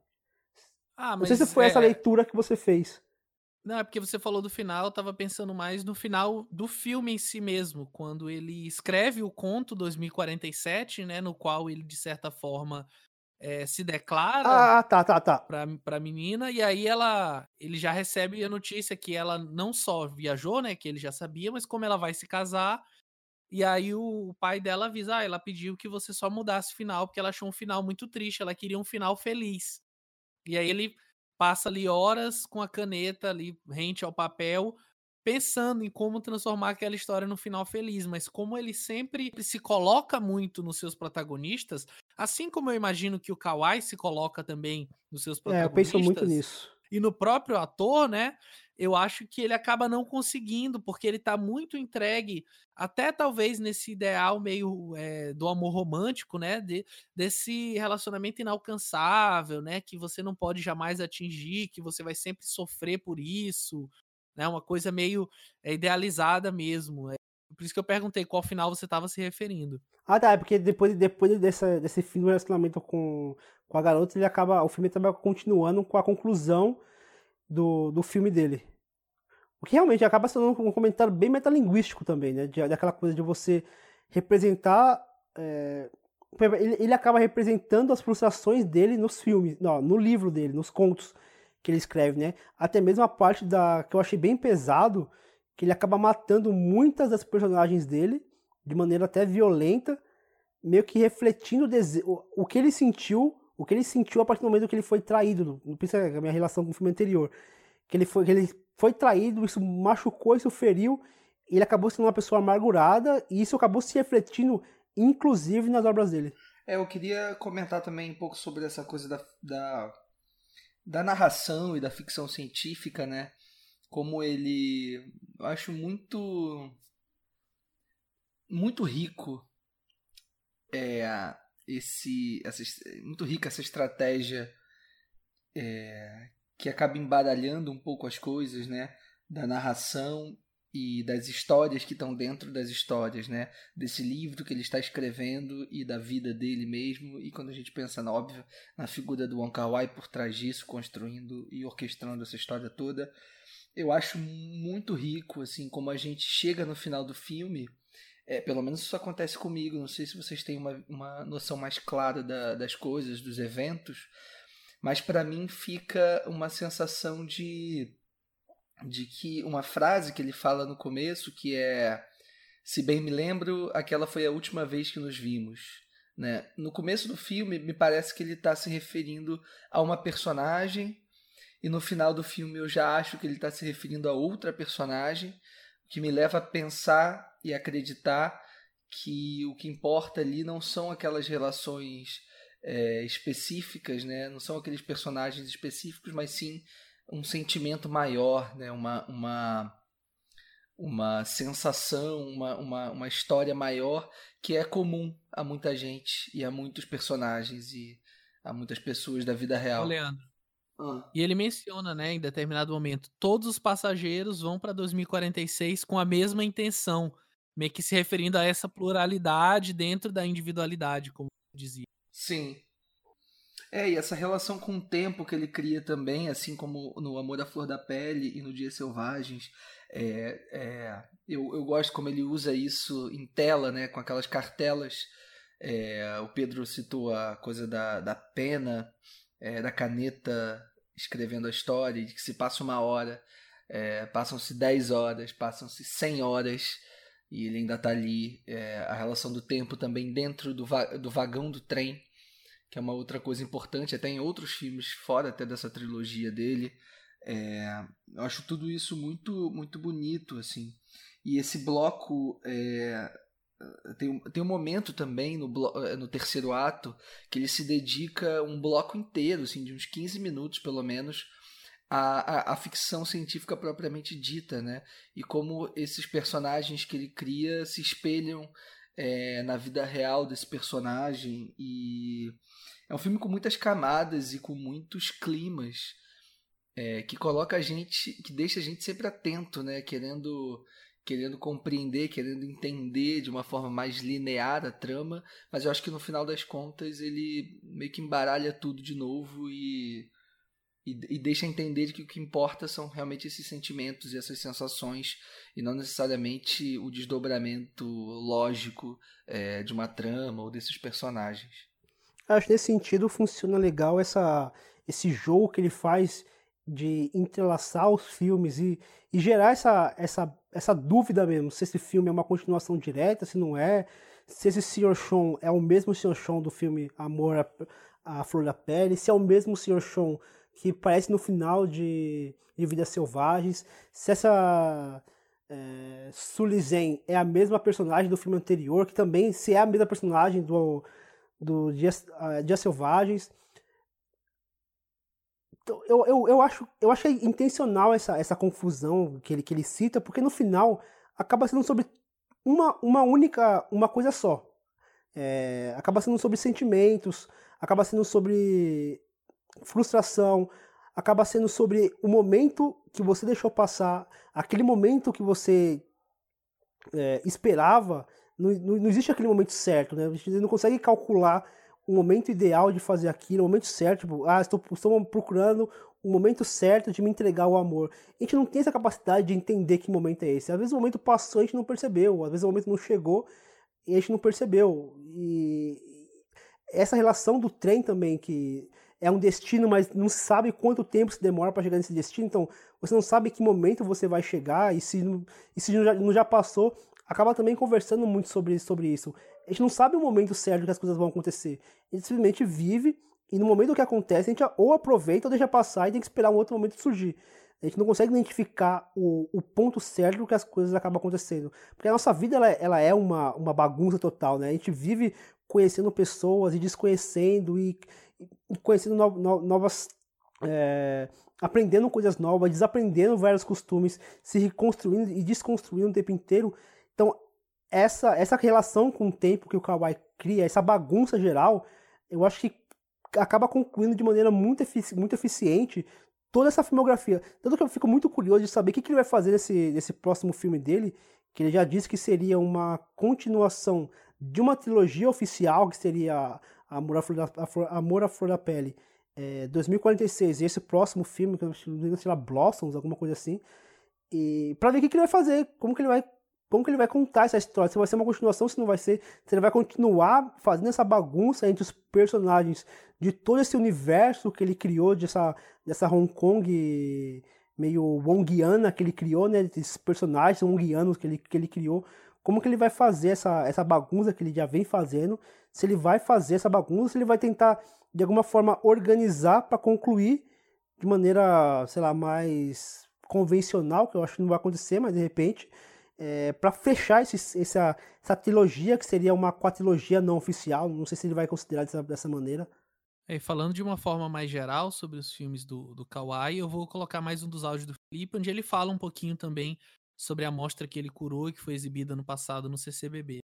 Ah, mas não sei se foi é... essa leitura que você fez. Não, é porque você falou do final, eu tava pensando mais no final do filme em si mesmo, quando ele escreve o conto dois mil e quarenta e sete, né, no qual ele, de certa forma, é, se declara ah, tá, tá, tá. pra, pra menina, e aí ela, ele já recebe a notícia que ela não só viajou, né, que ele já sabia, mas como ela vai se casar, e aí o, o pai dela avisa, ah, ela pediu que você só mudasse o final, porque ela achou um final muito triste, ela queria um final feliz. E aí ele passa ali horas com a caneta ali rente ao papel, pensando em como transformar aquela história no final feliz, mas como ele sempre se coloca muito nos seus protagonistas, assim como eu imagino que o Kawai se coloca também nos seus É, eu protagonistas, penso muito nisso. E no próprio ator, né, eu acho que ele acaba não conseguindo, porque ele tá muito entregue, até talvez nesse ideal meio é, do amor romântico, né, de, desse relacionamento inalcançável, né, que você não pode jamais atingir, que você vai sempre sofrer por isso, né, uma coisa meio é, idealizada mesmo. É, por isso que eu perguntei qual final você estava se referindo. Ah, tá, é porque depois, depois dessa, desse fim do relacionamento com, com a garota, ele acaba, o filme acaba continuando com a conclusão do, do filme dele. O que realmente acaba sendo um comentário bem metalinguístico também, né? De, daquela coisa de você representar... É, ele, ele acaba representando as frustrações dele nos filmes, não, no livro dele, nos contos que ele escreve, né? Até mesmo a parte da, que eu achei bem pesado, que ele acaba matando muitas das personagens dele, de maneira até violenta, meio que refletindo o, dese... o que ele sentiu, o que ele sentiu a partir do momento que ele foi traído, não precisa a minha relação com o filme anterior, que ele foi, que ele foi traído, isso machucou, isso feriu, e ele acabou sendo uma pessoa amargurada, e isso acabou se refletindo, inclusive, nas obras dele. É, eu queria comentar também um pouco sobre essa coisa da, da, da narração e da ficção científica, né? Como ele... Eu acho muito... muito rico é, esse, essa, muito rica essa estratégia é, que acaba embaralhando um pouco as coisas, né, da narração e das histórias que estão dentro das histórias, né, desse livro que ele está escrevendo e da vida dele mesmo. E quando a gente pensa, na óbvio, na figura do Wong Kar-wai por trás disso, construindo e orquestrando essa história toda, eu acho muito rico, assim, como a gente chega no final do filme. É, pelo menos isso acontece comigo, não sei se vocês têm uma, uma noção mais clara da, das coisas, dos eventos, mas para mim fica uma sensação de, de que uma frase que ele fala no começo, que é: se bem me lembro, aquela foi a última vez que nos vimos. Né? No começo do filme, me parece que ele está se referindo a uma personagem e no final do filme eu já acho que ele está se referindo a outra personagem, o que me leva a pensar e acreditar que o que importa ali não são aquelas relações é, específicas, né? Não são aqueles personagens específicos, mas sim um sentimento maior, né? uma, uma, uma sensação, uma, uma, uma história maior que é comum a muita gente e a muitos personagens e a muitas pessoas da vida real. Ô, Leandro. Ah. E ele menciona, né, em determinado momento, todos os passageiros vão para dois mil e quarenta e seis com a mesma intenção, meio que se referindo a essa pluralidade dentro da individualidade, como dizia. Sim. É, e essa relação com o tempo que ele cria também, assim como no Amor à Flor da Pele e no Dias Selvagens, é, é, eu, eu gosto como ele usa isso em tela, né, com aquelas cartelas. É, o Pedro citou a coisa da, da pena, é, da caneta escrevendo a história, de que se passa uma hora, é, passam-se dez horas, passam-se cem horas, e ele ainda está ali. É, a relação do tempo também dentro do, va- do vagão do trem, que é uma outra coisa importante, até em outros filmes, fora até dessa trilogia dele. É, eu acho tudo isso muito, muito bonito, assim. E esse bloco... É, Tem, tem um momento também no, blo- no terceiro ato que ele se dedica um bloco inteiro, assim, de uns quinze minutos pelo menos, à, à, à ficção científica propriamente dita, né? E como esses personagens que ele cria se espelham é, na vida real desse personagem. E é um filme com muitas camadas e com muitos climas, é, que coloca a gente, que deixa a gente sempre atento, né? Querendo... querendo compreender, querendo entender de uma forma mais linear a trama, mas eu acho que no final das contas ele meio que embaralha tudo de novo e, e, e deixa entender de que o que importa são realmente esses sentimentos e essas sensações, e não necessariamente o desdobramento lógico é, de uma trama ou desses personagens. Acho que nesse sentido funciona legal essa, esse jogo que ele faz de entrelaçar os filmes e, e gerar essa, essa, essa dúvida mesmo, se esse filme é uma continuação direta, se não é, se esse senhor Sean é o mesmo senhor Sean do filme Amor à, à Flor da Pele, se é o mesmo senhor Sean que aparece no final de, de Vidas Selvagens, se essa é, Sully Zen é a mesma personagem do filme anterior, que também se é a mesma personagem do, do Dias, uh, Dias Selvagens. Eu, eu, eu, acho, eu acho intencional essa, essa confusão que ele, que ele cita, porque no final acaba sendo sobre uma, uma única, uma coisa só. É, acaba sendo sobre sentimentos, acaba sendo sobre frustração, acaba sendo sobre o momento que você deixou passar, aquele momento que você é, esperava. Não, não, não existe aquele momento certo, né? A gente não consegue calcular o momento ideal de fazer aquilo, o momento certo, tipo, ah, estou, estou procurando o momento certo de me entregar o amor. A gente não tem essa capacidade de entender que momento é esse. Às vezes o momento passou e a gente não percebeu, às vezes o momento não chegou e a gente não percebeu. E essa relação do trem também, que é um destino, mas não se sabe quanto tempo se demora para chegar nesse destino, então você não sabe que momento você vai chegar, e se, e se não, já, não já passou, acaba também conversando muito sobre, sobre isso. A gente não sabe o momento certo que as coisas vão acontecer. A gente simplesmente vive, e no momento que acontece, a gente ou aproveita ou deixa passar e tem que esperar um outro momento surgir. A gente não consegue identificar o, o ponto certo que as coisas acabam acontecendo. Porque a nossa vida ela, ela é uma, uma bagunça total, né? A gente vive conhecendo pessoas e desconhecendo e, e conhecendo no, no, novas... É, aprendendo coisas novas, desaprendendo vários costumes, se reconstruindo e desconstruindo o tempo inteiro. Então, essa, essa relação com o tempo que o Kawai cria, essa bagunça geral, eu acho que acaba concluindo de maneira muito, efici- muito eficiente toda essa filmografia. Tanto que eu fico muito curioso de saber o que, que ele vai fazer nesse, nesse próximo filme dele, que ele já disse que seria uma continuação de uma trilogia oficial, que seria Amor à Flor da, a Flor, Amor à Flor da Pele, é, dois mil e quarenta e seis, e esse próximo filme, que eu não lembro, sei lá, Blossoms, alguma coisa assim, e pra ver o que, que ele vai fazer, como que ele vai Como que ele vai contar essa história? Se vai ser uma continuação, se não vai ser. Se ele vai continuar fazendo essa bagunça entre os personagens de todo esse universo que ele criou, dessa, dessa Hong Kong meio wongiana que ele criou, né? Esses personagens wongianos que ele, que ele criou. Como que ele vai fazer essa, essa bagunça que ele já vem fazendo? Se ele vai fazer essa bagunça, se ele vai tentar, de alguma forma, organizar para concluir de maneira, sei lá, mais convencional, que eu acho que não vai acontecer, mas de repente, é, para fechar esse, essa, essa trilogia, que seria uma quadrilogia não oficial, não sei se ele vai considerar dessa, dessa maneira. É, e falando de uma forma mais geral sobre os filmes do, do Kawai, eu vou colocar mais um dos áudios do Felipe, onde ele fala um pouquinho também sobre a mostra que ele curou e que foi exibida no passado no C C B B.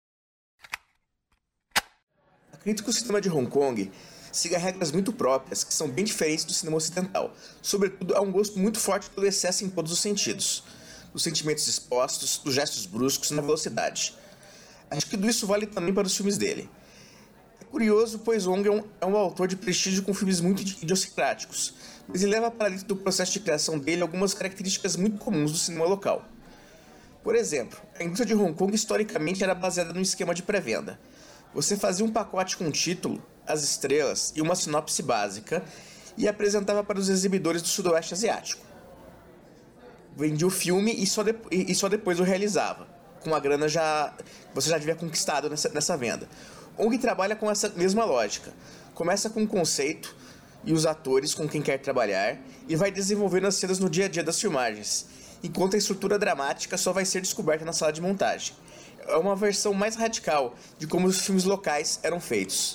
Acredito que o cinema de Hong Kong siga regras muito próprias, que são bem diferentes do cinema ocidental. Sobretudo, há um gosto muito forte pelo excesso em todos os sentidos. Dos sentimentos expostos, dos gestos bruscos e na velocidade. Acho que tudo isso vale também para os filmes dele. É curioso, pois Wong é um, é um autor de prestígio com filmes muito idiosincráticos, mas ele leva para dentro do processo de criação dele algumas características muito comuns do cinema local. Por exemplo, a indústria de Hong Kong historicamente era baseada num esquema de pré-venda. Você fazia um pacote com um título, as estrelas e uma sinopse básica e apresentava para os exibidores do sudoeste asiático. Vendia o filme e só, de, e só depois o realizava, com a grana já você já havia conquistado nessa, nessa venda. Ong trabalha com essa mesma lógica. Começa com um conceito e os atores com quem quer trabalhar e vai desenvolvendo as cenas no dia a dia das filmagens, enquanto a estrutura dramática só vai ser descoberta na sala de montagem. É uma versão mais radical de como os filmes locais eram feitos.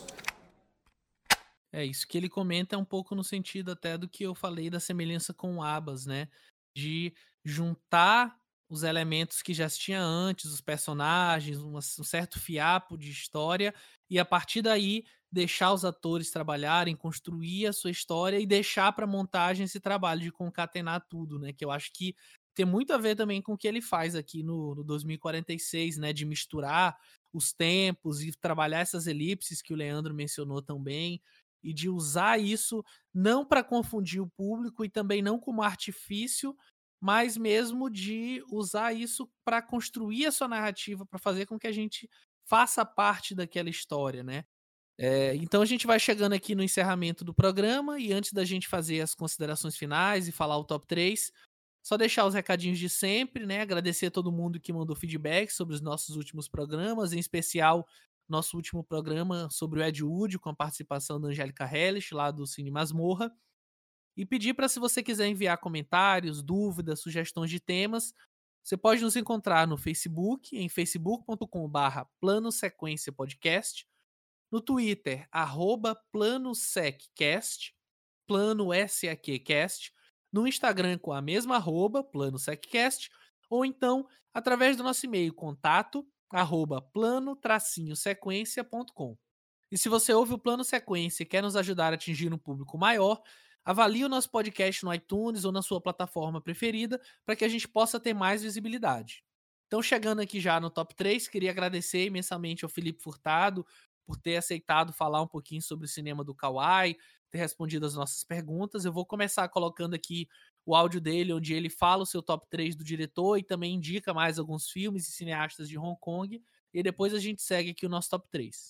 É, isso que ele comenta é um pouco no sentido até do que eu falei da semelhança com o Abbas, né? De juntar os elementos que já se tinha antes, os personagens, um, um certo fiapo de história, e a partir daí deixar os atores trabalharem, construir a sua história e deixar para montagem esse trabalho de concatenar tudo, né? Que eu acho que tem muito a ver também com o que ele faz aqui no, no dois mil e quarenta e seis, né? De misturar os tempos e trabalhar essas elipses que o Leandro mencionou também, e de usar isso não para confundir o público e também não como artifício, mas mesmo de usar isso para construir a sua narrativa, para fazer com que a gente faça parte daquela história, né? É, então a gente vai chegando aqui no encerramento do programa, e antes da gente fazer as considerações finais e falar o top três, só deixar os recadinhos de sempre, né? Agradecer a todo mundo que mandou feedback sobre os nossos últimos programas, em especial nosso último programa sobre o Ed Wood, com a participação da Angélica Hellish, lá do Cine Masmorra. E pedir para, se você quiser enviar comentários, dúvidas, sugestões de temas, você pode nos encontrar no Facebook, em facebook ponto com barra Plano Sequência Podcast, no Twitter, arroba PlanoSecCast, Plano S A Q Cast, no Instagram com a mesma arroba, PlanoSecCast, ou então através do nosso e-mail, contato, arroba plano tracinho sequência ponto com. E se você ouve o Plano Sequência e quer nos ajudar a atingir um público maior, avalie o nosso podcast no iTunes ou na sua plataforma preferida para que a gente possa ter mais visibilidade. Então, chegando aqui já no top três, queria agradecer imensamente ao Felipe Furtado por ter aceitado falar um pouquinho sobre o cinema do Kawai, ter respondido as nossas perguntas. Eu vou começar colocando aqui o áudio dele, onde ele fala o seu top três do diretor e também indica mais alguns filmes e cineastas de Hong Kong, e depois a gente segue aqui o nosso top três.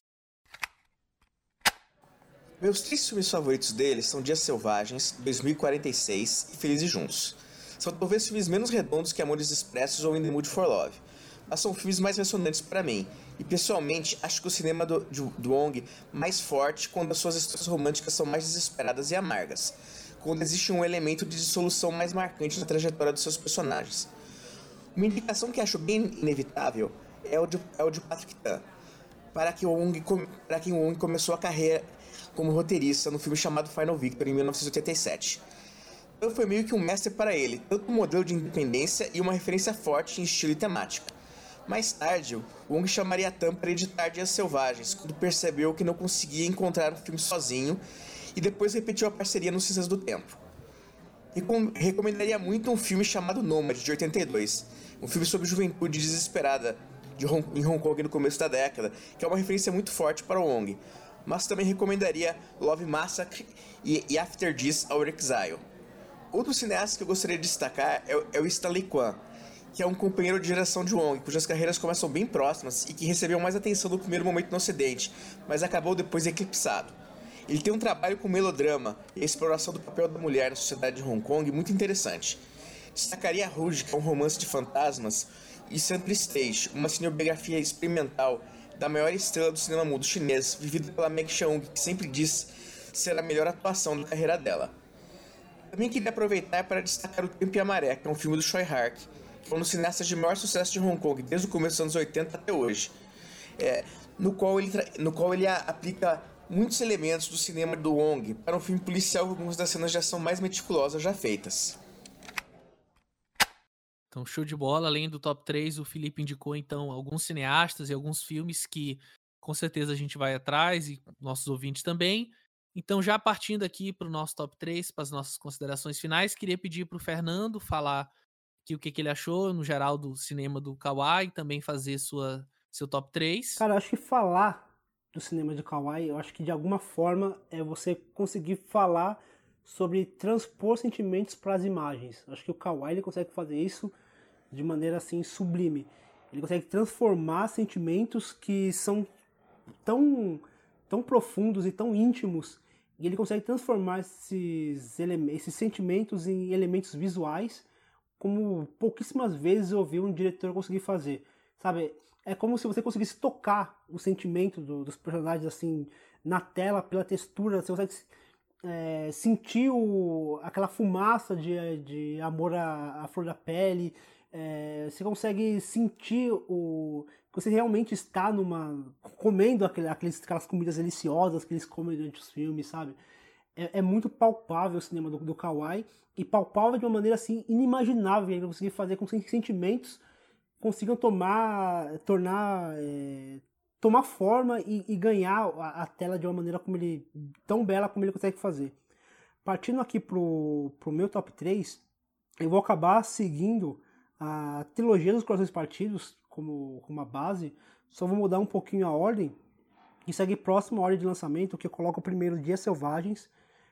Meus três filmes favoritos dele são Dias Selvagens, dois mil e quarenta e seis e Felizes Juntos. São talvez filmes menos redondos que Amores Expressos ou In the Mood for Love, mas são filmes mais ressonantes para mim, e pessoalmente acho que o cinema do, do, do Wong mais forte quando as suas histórias românticas são mais desesperadas e amargas, quando existe um elemento de dissolução mais marcante na trajetória dos seus personagens. Uma indicação que acho bem inevitável é o de, é o de Patrick Tan, para, que o Wong, para quem o Wong começou a carreira como roteirista no filme chamado Final Victory em mil novecentos e oitenta e sete. Então foi meio que um mestre para ele, tanto um modelo de independência e uma referência forte em estilo e temática. Mais tarde, o Wong chamaria Tan para editar Dias Selvagens, quando percebeu que não conseguia encontrar um filme sozinho, e depois repetiu a parceria no Cinzas do Tempo. Recom- recomendaria muito um filme chamado Nômade, de oitenta e dois, um filme sobre juventude desesperada de Hong- em Hong Kong no começo da década, que é uma referência muito forte para o Wong, mas também recomendaria Love Massacre e, e After This, Our Exile. Outro cineasta que eu gostaria de destacar é o, é o Stanley Kwan, que é um companheiro de geração de Wong, cujas carreiras começam bem próximas e que recebeu mais atenção no primeiro momento no Ocidente, mas acabou depois eclipsado. Ele tem um trabalho com melodrama e a exploração do papel da mulher na sociedade de Hong Kong muito interessante. Destacaria Rouge, que é um romance de fantasmas, e Center Stage, uma cinebiografia experimental da maior estrela do cinema mudo chinês, vivida pela Meg Cheung, que sempre diz ser a melhor atuação da carreira dela. Também queria aproveitar para destacar O Tempo e a Maré, que é um filme do Choi Hark, que é um dos cineastas de maior sucesso de Hong Kong, desde o começo dos anos oitenta até hoje. É, no, qual ele tra- no qual ele a- aplica muitos elementos do cinema do Wong para um filme policial com algumas das cenas de ação mais meticulosas já feitas. Então, show de bola. Além do top três, o Felipe indicou, então, alguns cineastas e alguns filmes que, com certeza, a gente vai atrás e nossos ouvintes também. Então, já partindo aqui para o nosso top três, para as nossas considerações finais, queria pedir para o Fernando falar que, o que, que ele achou, no geral, do cinema do Kawai, também fazer sua, seu top três. Cara, eu acho que falar do cinema de Kawai, eu acho que de alguma forma é você conseguir falar sobre transpor sentimentos para as imagens. Eu acho que o Kawai ele consegue fazer isso de maneira assim sublime. Ele consegue transformar sentimentos que são tão, tão profundos e tão íntimos, e ele consegue transformar esses, ele- esses sentimentos em elementos visuais, como pouquíssimas vezes eu vi um diretor conseguir fazer. Sabe? É como se você conseguisse tocar o sentimento do- dos personagens assim na tela, pela textura. Você consegue é, sentir o- aquela fumaça de, de amor à, à flor da pele. É, você consegue sentir o que você realmente está numa comendo aquele, aqueles, aquelas comidas deliciosas que eles comem durante os filmes, sabe? É, é muito palpável o cinema do, do Kawai, e palpável de uma maneira assim inimaginável. Ele conseguir fazer com que sentimentos consigam tomar, tornar, é, tomar forma e, e ganhar a, a tela de uma maneira como ele, tão bela como ele consegue fazer. Partindo aqui pro, pro meu top três, eu vou acabar seguindo a trilogia dos Corações Partidos como, como uma base, só vou mudar um pouquinho a ordem e segue próximo à ordem de lançamento, que eu coloco primeiro Dias Selvagens,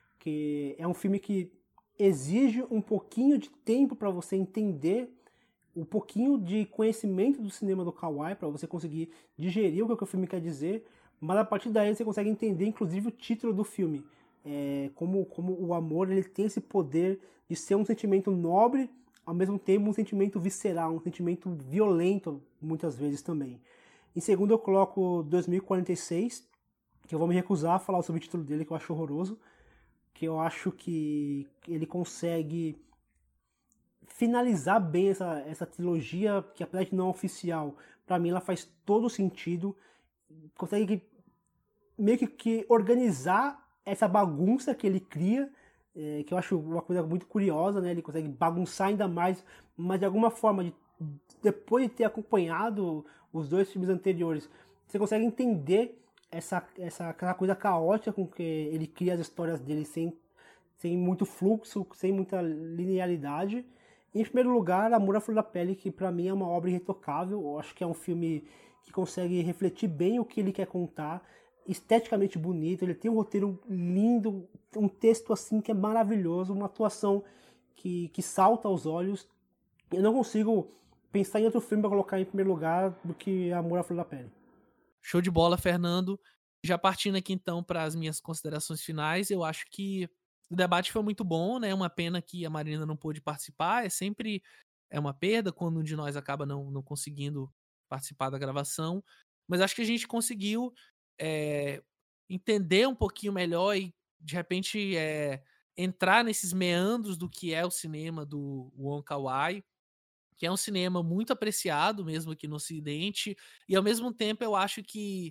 que é um filme que exige um pouquinho de tempo para você entender, um pouquinho de conhecimento do cinema do Kawai, para você conseguir digerir o que o filme quer dizer, mas a partir daí você consegue entender inclusive o título do filme, é, como, como o amor ele tem esse poder de ser um sentimento nobre, ao mesmo tempo um sentimento visceral, um sentimento violento muitas vezes também. Em segundo eu coloco dois mil e quarenta e seis, que eu vou me recusar a falar sobre o título dele, que eu acho horroroso, que eu acho que ele consegue finalizar bem essa, essa trilogia, que apesar de não oficial, para mim ela faz todo sentido, consegue meio que, que organizar essa bagunça que ele cria, é, que eu acho uma coisa muito curiosa, né? Ele consegue bagunçar ainda mais, mas de alguma forma, de, depois de ter acompanhado os dois filmes anteriores, você consegue entender essa, essa aquela coisa caótica com que ele cria as histórias dele sem, sem muito fluxo, sem muita linearidade. Em primeiro lugar, Amor à Flor da Pele, que pra mim é uma obra irretocável. Eu acho que é um filme que consegue refletir bem o que ele quer contar, esteticamente bonito, ele tem um roteiro lindo, um texto assim que é maravilhoso, uma atuação que, que salta aos olhos. Eu não consigo pensar em outro filme para colocar em primeiro lugar do que Amor à Flor da Pele. Show de bola, Fernando. Já partindo aqui então para as minhas considerações finais, eu acho que o debate foi muito bom, né? Uma pena que a Marina não pôde participar. É sempre é uma perda quando um de nós acaba não, não conseguindo participar da gravação. Mas acho que a gente conseguiu é, entender um pouquinho melhor e, de repente, é, entrar nesses meandros do que é o cinema do Wong Kar-wai, que é um cinema muito apreciado mesmo aqui no Ocidente, e ao mesmo tempo eu acho que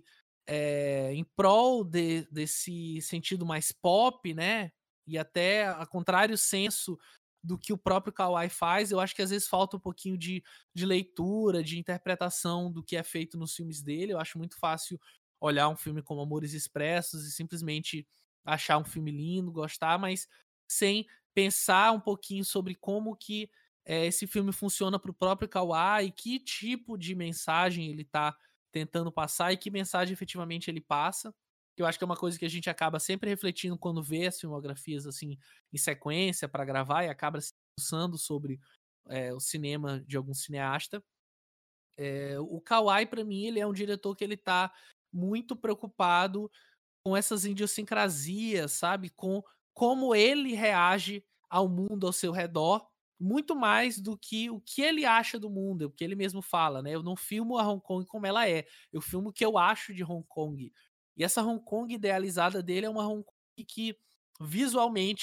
é, em prol de, desse sentido mais pop, né, e até a contrário senso do que o próprio Kawai faz, eu acho que às vezes falta um pouquinho de, de leitura, de interpretação do que é feito nos filmes dele. Eu acho muito fácil olhar um filme como Amores Expressos e simplesmente achar um filme lindo, gostar, mas sem pensar um pouquinho sobre como que é, esse filme funciona para o próprio Kawai, que tipo de mensagem ele está tentando passar e que mensagem efetivamente ele passa. Eu acho que é uma coisa que a gente acaba sempre refletindo quando vê as filmografias assim em sequência para gravar e acaba se debruçando sobre é, o cinema de algum cineasta. É, o Kawai, para mim, ele é um diretor que ele tá muito preocupado com essas idiosincrasias, sabe? Com como ele reage ao mundo ao seu redor, muito mais do que o que ele acha do mundo, o que ele mesmo fala, né? Eu não filmo a Hong Kong como ela é, eu filmo o que eu acho de Hong Kong. E essa Hong Kong idealizada dele é uma Hong Kong que visualmente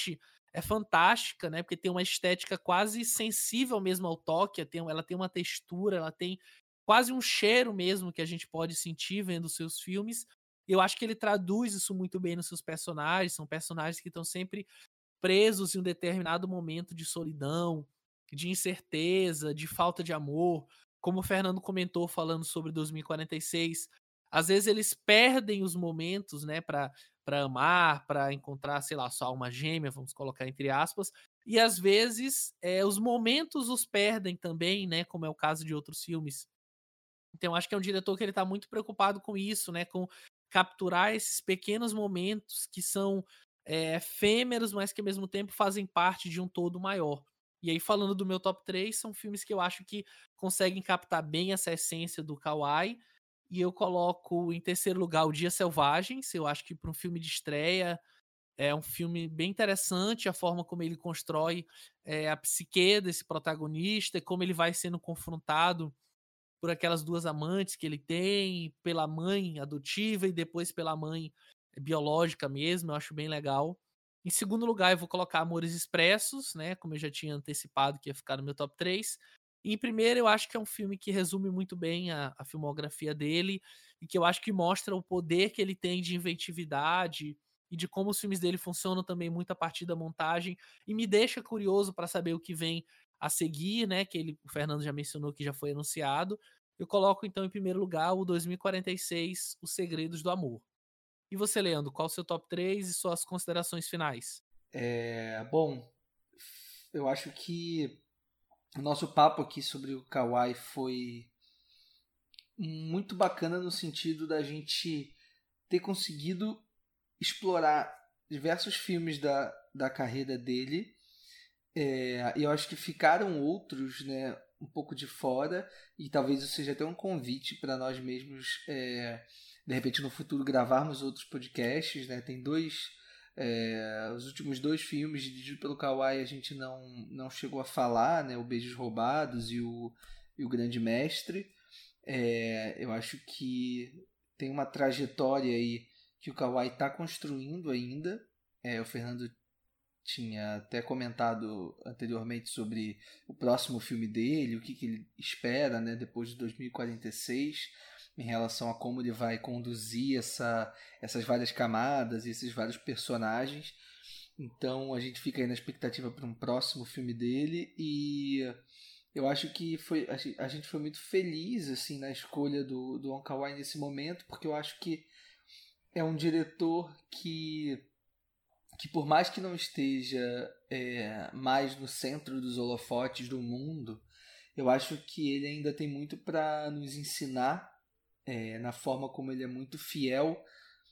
é fantástica, né? Porque tem uma estética quase sensível mesmo ao toque, tem, ela tem uma textura, ela tem quase um cheiro mesmo que a gente pode sentir vendo os seus filmes. Eu acho que ele traduz isso muito bem nos seus personagens, são personagens que estão sempre presos em um determinado momento de solidão, de incerteza, de falta de amor. Como o Fernando comentou falando sobre dois mil e quarenta e seis, às vezes eles perdem os momentos, né, para para amar, para encontrar, sei lá, sua alma gêmea, vamos colocar entre aspas, e às vezes é, os momentos os perdem também, né, como é o caso de outros filmes. Então acho que é um diretor que ele está muito preocupado com isso, né, com capturar esses pequenos momentos que são é, efêmeros, mas que ao mesmo tempo fazem parte de um todo maior. E aí, falando do meu top três, são filmes que eu acho que conseguem captar bem essa essência do Kawai. E eu coloco em terceiro lugar O Dia Selvagens. Eu acho que para um filme de estreia é um filme bem interessante, a forma como ele constrói é, a psique desse protagonista, como ele vai sendo confrontado por aquelas duas amantes que ele tem, pela mãe adotiva e depois pela mãe biológica mesmo. Eu acho bem legal. Em segundo lugar, eu vou colocar Amores Expressos, né? Como eu já tinha antecipado que ia ficar no meu top três. E em primeiro, eu acho que é um filme que resume muito bem a, a filmografia dele e que eu acho que mostra o poder que ele tem de inventividade e de como os filmes dele funcionam também muito a partir da montagem e me deixa curioso para saber o que vem a seguir, né? Que ele, o Fernando já mencionou que já foi anunciado. Eu coloco então em primeiro lugar o dois mil e quarenta e seis, Os Segredos do Amor. E você, Leandro, qual o seu top três e suas considerações finais? É, bom, eu acho que o nosso papo aqui sobre o Kawai foi muito bacana no sentido da gente ter conseguido explorar diversos filmes da, da carreira dele. É, eu acho que ficaram outros, né, um pouco de fora, e talvez isso seja até um convite para nós mesmos, é, de repente no futuro gravarmos outros podcasts, né? Tem dois, é, os últimos dois filmes dirigidos pelo Kawai a gente não, não chegou a falar, né? O Beijos Roubados e o, e o Grande Mestre. É, eu acho que tem uma trajetória aí que o Kawai está construindo ainda. É, o Fernando tinha até comentado anteriormente sobre o próximo filme dele, o que, que ele espera, né, depois de dois mil e quarenta e seis, em relação a como ele vai conduzir essa, essas várias camadas e esses vários personagens. Então a gente fica aí na expectativa para um próximo filme dele, e eu acho que foi, a gente foi muito feliz assim, na escolha do, do Wong Kar-wai nesse momento, porque eu acho que é um diretor que que por mais que não esteja é, mais no centro dos holofotes do mundo, eu acho que ele ainda tem muito para nos ensinar, é, na forma como ele é muito fiel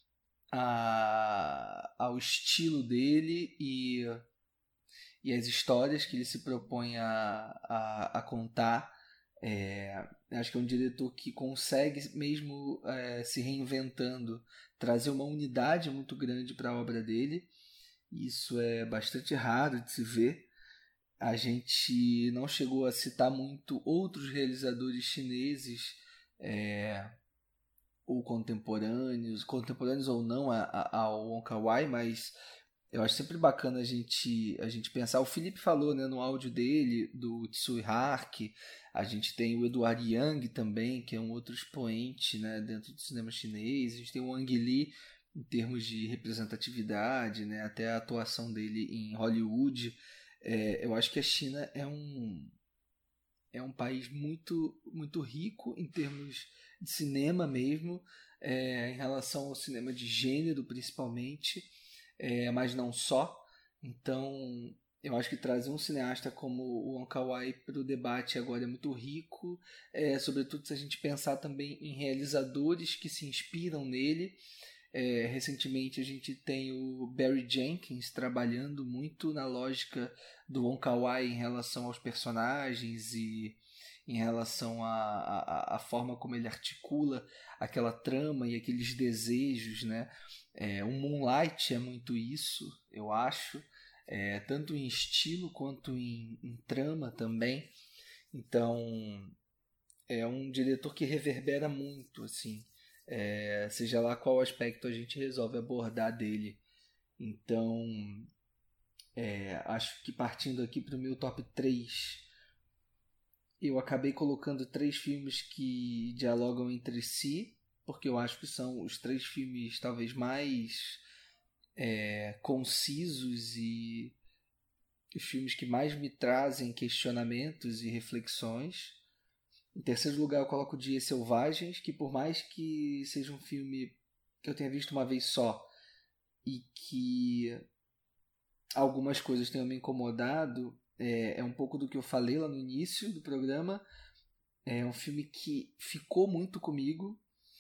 a, ao estilo dele e, e as histórias que ele se propõe a, a, a contar. É, acho que é um diretor que consegue, mesmo é, se reinventando, trazer uma unidade muito grande para a obra dele. Isso é bastante raro de se ver. A gente não chegou a citar muito outros realizadores chineses, é, ou contemporâneos, contemporâneos ou não a, a, ao Wong Kar-wai, mas eu acho sempre bacana a gente, a gente pensar. O Felipe falou, né, no áudio dele, do Tsui Hark. A gente tem o Edward Yang também, que é um outro expoente, né, dentro do cinema chinês. A gente tem o Wang Li, em termos de representatividade, né, até a atuação dele em Hollywood. É, eu acho que a China é um, é um país muito, muito rico em termos de cinema mesmo, é, em relação ao cinema de gênero principalmente, é, mas não só. Então eu acho que trazer um cineasta como o Wong Kar-wai para o debate agora é muito rico, é, sobretudo se a gente pensar também em realizadores que se inspiram nele. É, recentemente a gente tem o Barry Jenkins trabalhando muito na lógica do Wong Kar-wai em relação aos personagens e em relação à, à, à forma como ele articula aquela trama e aqueles desejos, né? É, o Moonlight é muito isso, eu acho, é, tanto em estilo quanto em, em trama também. Então é um diretor que reverbera muito, assim. É, seja lá qual aspecto a gente resolve abordar dele. Então É, acho que partindo aqui para o meu top três, eu acabei colocando três filmes que dialogam entre si, porque eu acho que são os três filmes talvez mais é, concisos e os filmes que mais me trazem questionamentos e reflexões. Em terceiro lugar eu coloco Dias Selvagens, que por mais que seja um filme que eu tenha visto uma vez só e que algumas coisas tenham me incomodado, é, é um pouco do que eu falei lá no início do programa. É um filme que ficou muito comigo.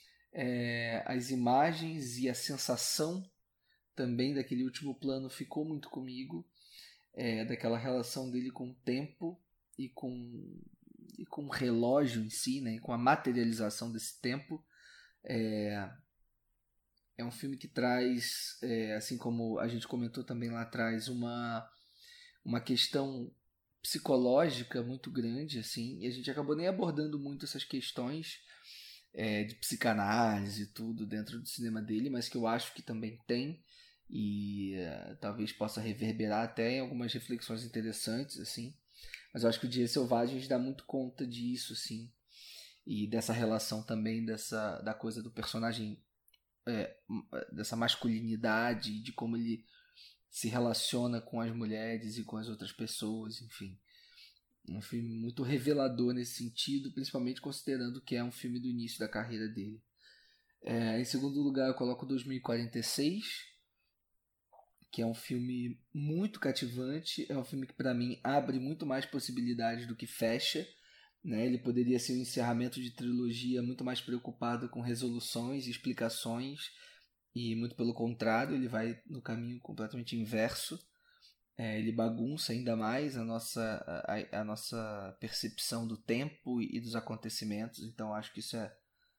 É, as imagens e a sensação também daquele último plano ficou muito comigo. É, daquela relação dele com o tempo e com, e com o relógio em si, né? E com a materialização desse tempo. É, é um filme que traz, é, assim como a gente comentou também lá atrás, uma, uma questão psicológica muito grande, assim, e a gente acabou nem abordando muito essas questões é, de psicanálise e tudo dentro do cinema dele, mas que eu acho que também tem, e uh, talvez possa reverberar até em algumas reflexões interessantes, assim. Mas eu acho que o Dias Selvagens dá muito conta disso, assim, e dessa relação também dessa, da coisa do personagem, é, dessa masculinidade, de como ele se relaciona com as mulheres e com as outras pessoas, enfim. Um filme muito revelador nesse sentido, principalmente considerando que é um filme do início da carreira dele. É, em segundo lugar eu coloco dois mil e quarenta e seis, que é um filme muito cativante, é um filme que para mim abre muito mais possibilidades do que fecha, né? Ele poderia ser um encerramento de trilogia muito mais preocupado com resoluções e explicações, e muito pelo contrário, ele vai no caminho completamente inverso. É, ele bagunça ainda mais a nossa, a, a nossa percepção do tempo e dos acontecimentos, então acho que isso é,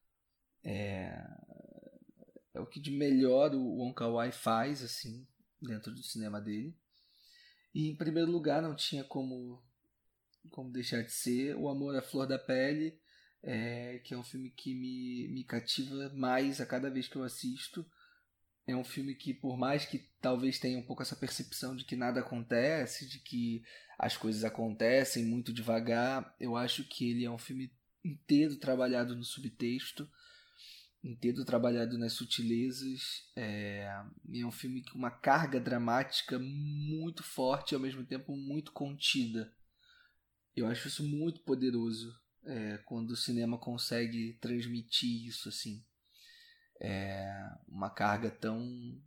é, é o que de melhor o Wong Kar-wai faz, assim, dentro do cinema dele. E em primeiro lugar não tinha como, como deixar de ser O Amor à Flor da Pele, é, que é um filme que me, me cativa mais a cada vez que eu assisto. É um filme que, por mais que talvez tenha um pouco essa percepção de que nada acontece, de que as coisas acontecem muito devagar, eu acho que ele é um filme inteiro trabalhado no subtexto, inteiro trabalhado nas sutilezas. É, é um filme com uma carga dramática muito forte e ao mesmo tempo muito contida. Eu acho isso muito poderoso, é, quando o cinema consegue transmitir isso, assim. É uma carga tão,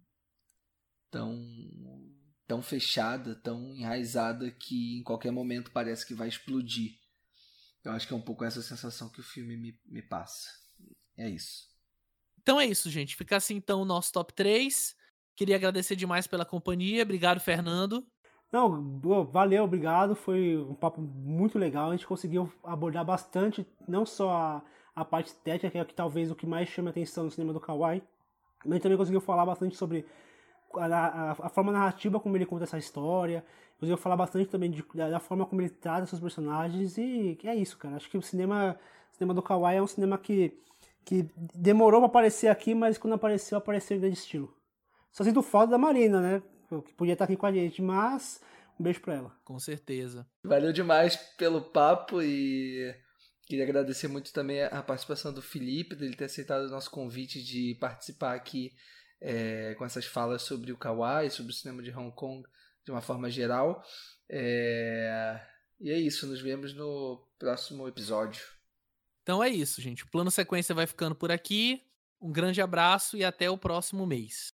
tão, tão fechada, tão enraizada que em qualquer momento parece que vai explodir. Eu acho que é um pouco essa sensação que o filme me, me passa. É isso. Então é isso, gente. Fica assim então o nosso top três. Queria agradecer demais pela companhia. Obrigado, Fernando. Não, valeu, obrigado. Foi um papo muito legal. A gente conseguiu abordar bastante, não só a, a parte técnica, que é que talvez o que mais chama a atenção no cinema do Kar-wai, mas a gente também conseguiu falar bastante sobre a, a, a forma narrativa como ele conta essa história. Conseguiu falar bastante também de, da, da forma como ele trata seus personagens. E é isso, cara. Acho que o cinema, o cinema do Kar-wai é um cinema que, que demorou pra aparecer aqui, mas quando apareceu, apareceu em grande estilo. Só sinto falta da Marina, né? Que podia estar aqui com a gente, mas um beijo pra ela. Com certeza. Valeu demais pelo papo e queria agradecer muito também a participação do Felipe, dele ter aceitado o nosso convite de participar aqui é, com essas falas sobre o Kar-wai, sobre o cinema de Hong Kong de uma forma geral. É... E é isso, nos vemos no próximo episódio. Então é isso, gente. O Plano Sequência vai ficando por aqui. Um grande abraço e até o próximo mês.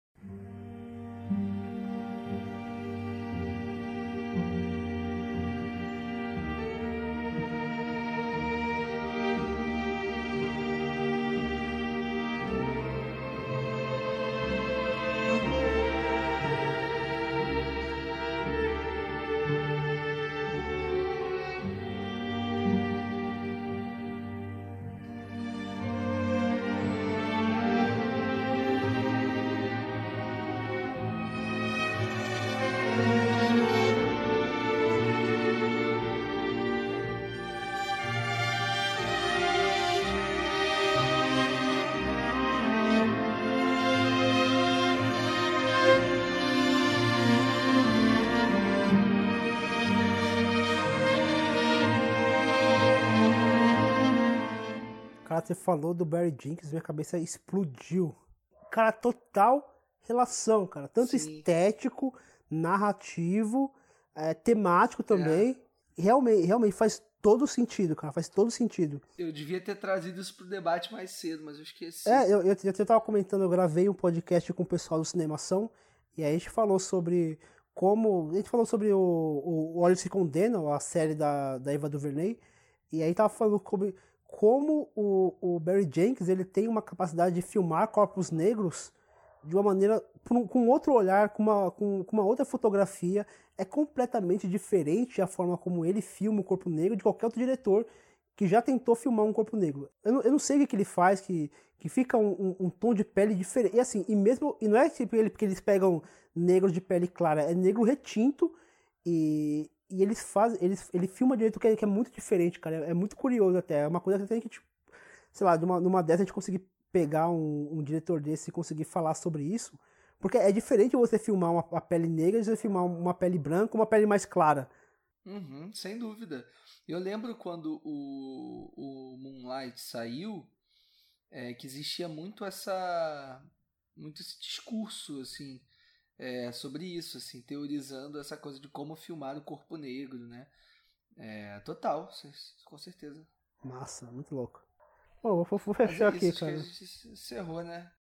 Cara, você falou do Barry Jenkins, minha cabeça explodiu. Cara, total relação, cara. Tanto Sim. estético, narrativo, é, temático também. É. Realmente, realmente faz todo sentido, cara. Faz todo sentido. Eu devia ter trazido isso pro debate mais cedo, mas eu esqueci. É, eu, eu, eu tava comentando, eu gravei um podcast com o pessoal do Cinemação, e aí a gente falou sobre como... A gente falou sobre o, o Olhos que Condenam, a série da, da Eva DuVernay, e aí tava falando sobre como o, o Barry Jenkins ele tem uma capacidade de filmar corpos negros de uma maneira, com outro olhar, com uma, com, com uma outra fotografia. É completamente diferente a forma como ele filma o corpo negro de qualquer outro diretor que já tentou filmar um corpo negro. Eu não, eu não sei o que, que ele faz, que, que fica um, um, um tom de pele diferente. E assim, e mesmo, e não é tipo ele, porque eles pegam negro de pele clara, é negro retinto, e, e eles fazem, eles, ele filma de um jeito que é, que é muito diferente, cara. É, é muito curioso até. É uma coisa que tem que, tipo, sei lá, numa, numa dessas a gente conseguir pegar um, um diretor desse e conseguir falar sobre isso, porque é diferente você filmar uma, uma pele negra e você filmar uma pele branca, uma pele mais clara. Uhum, sem dúvida. Eu lembro quando o, o Moonlight saiu, é, que existia muito essa muito esse discurso assim, é, sobre isso, assim, teorizando essa coisa de como filmar o corpo negro, né? É, total, com certeza. Massa, muito louco. Bom, vou, vou fechar é aqui, isso, cara. Acho que a gente encerrou, né?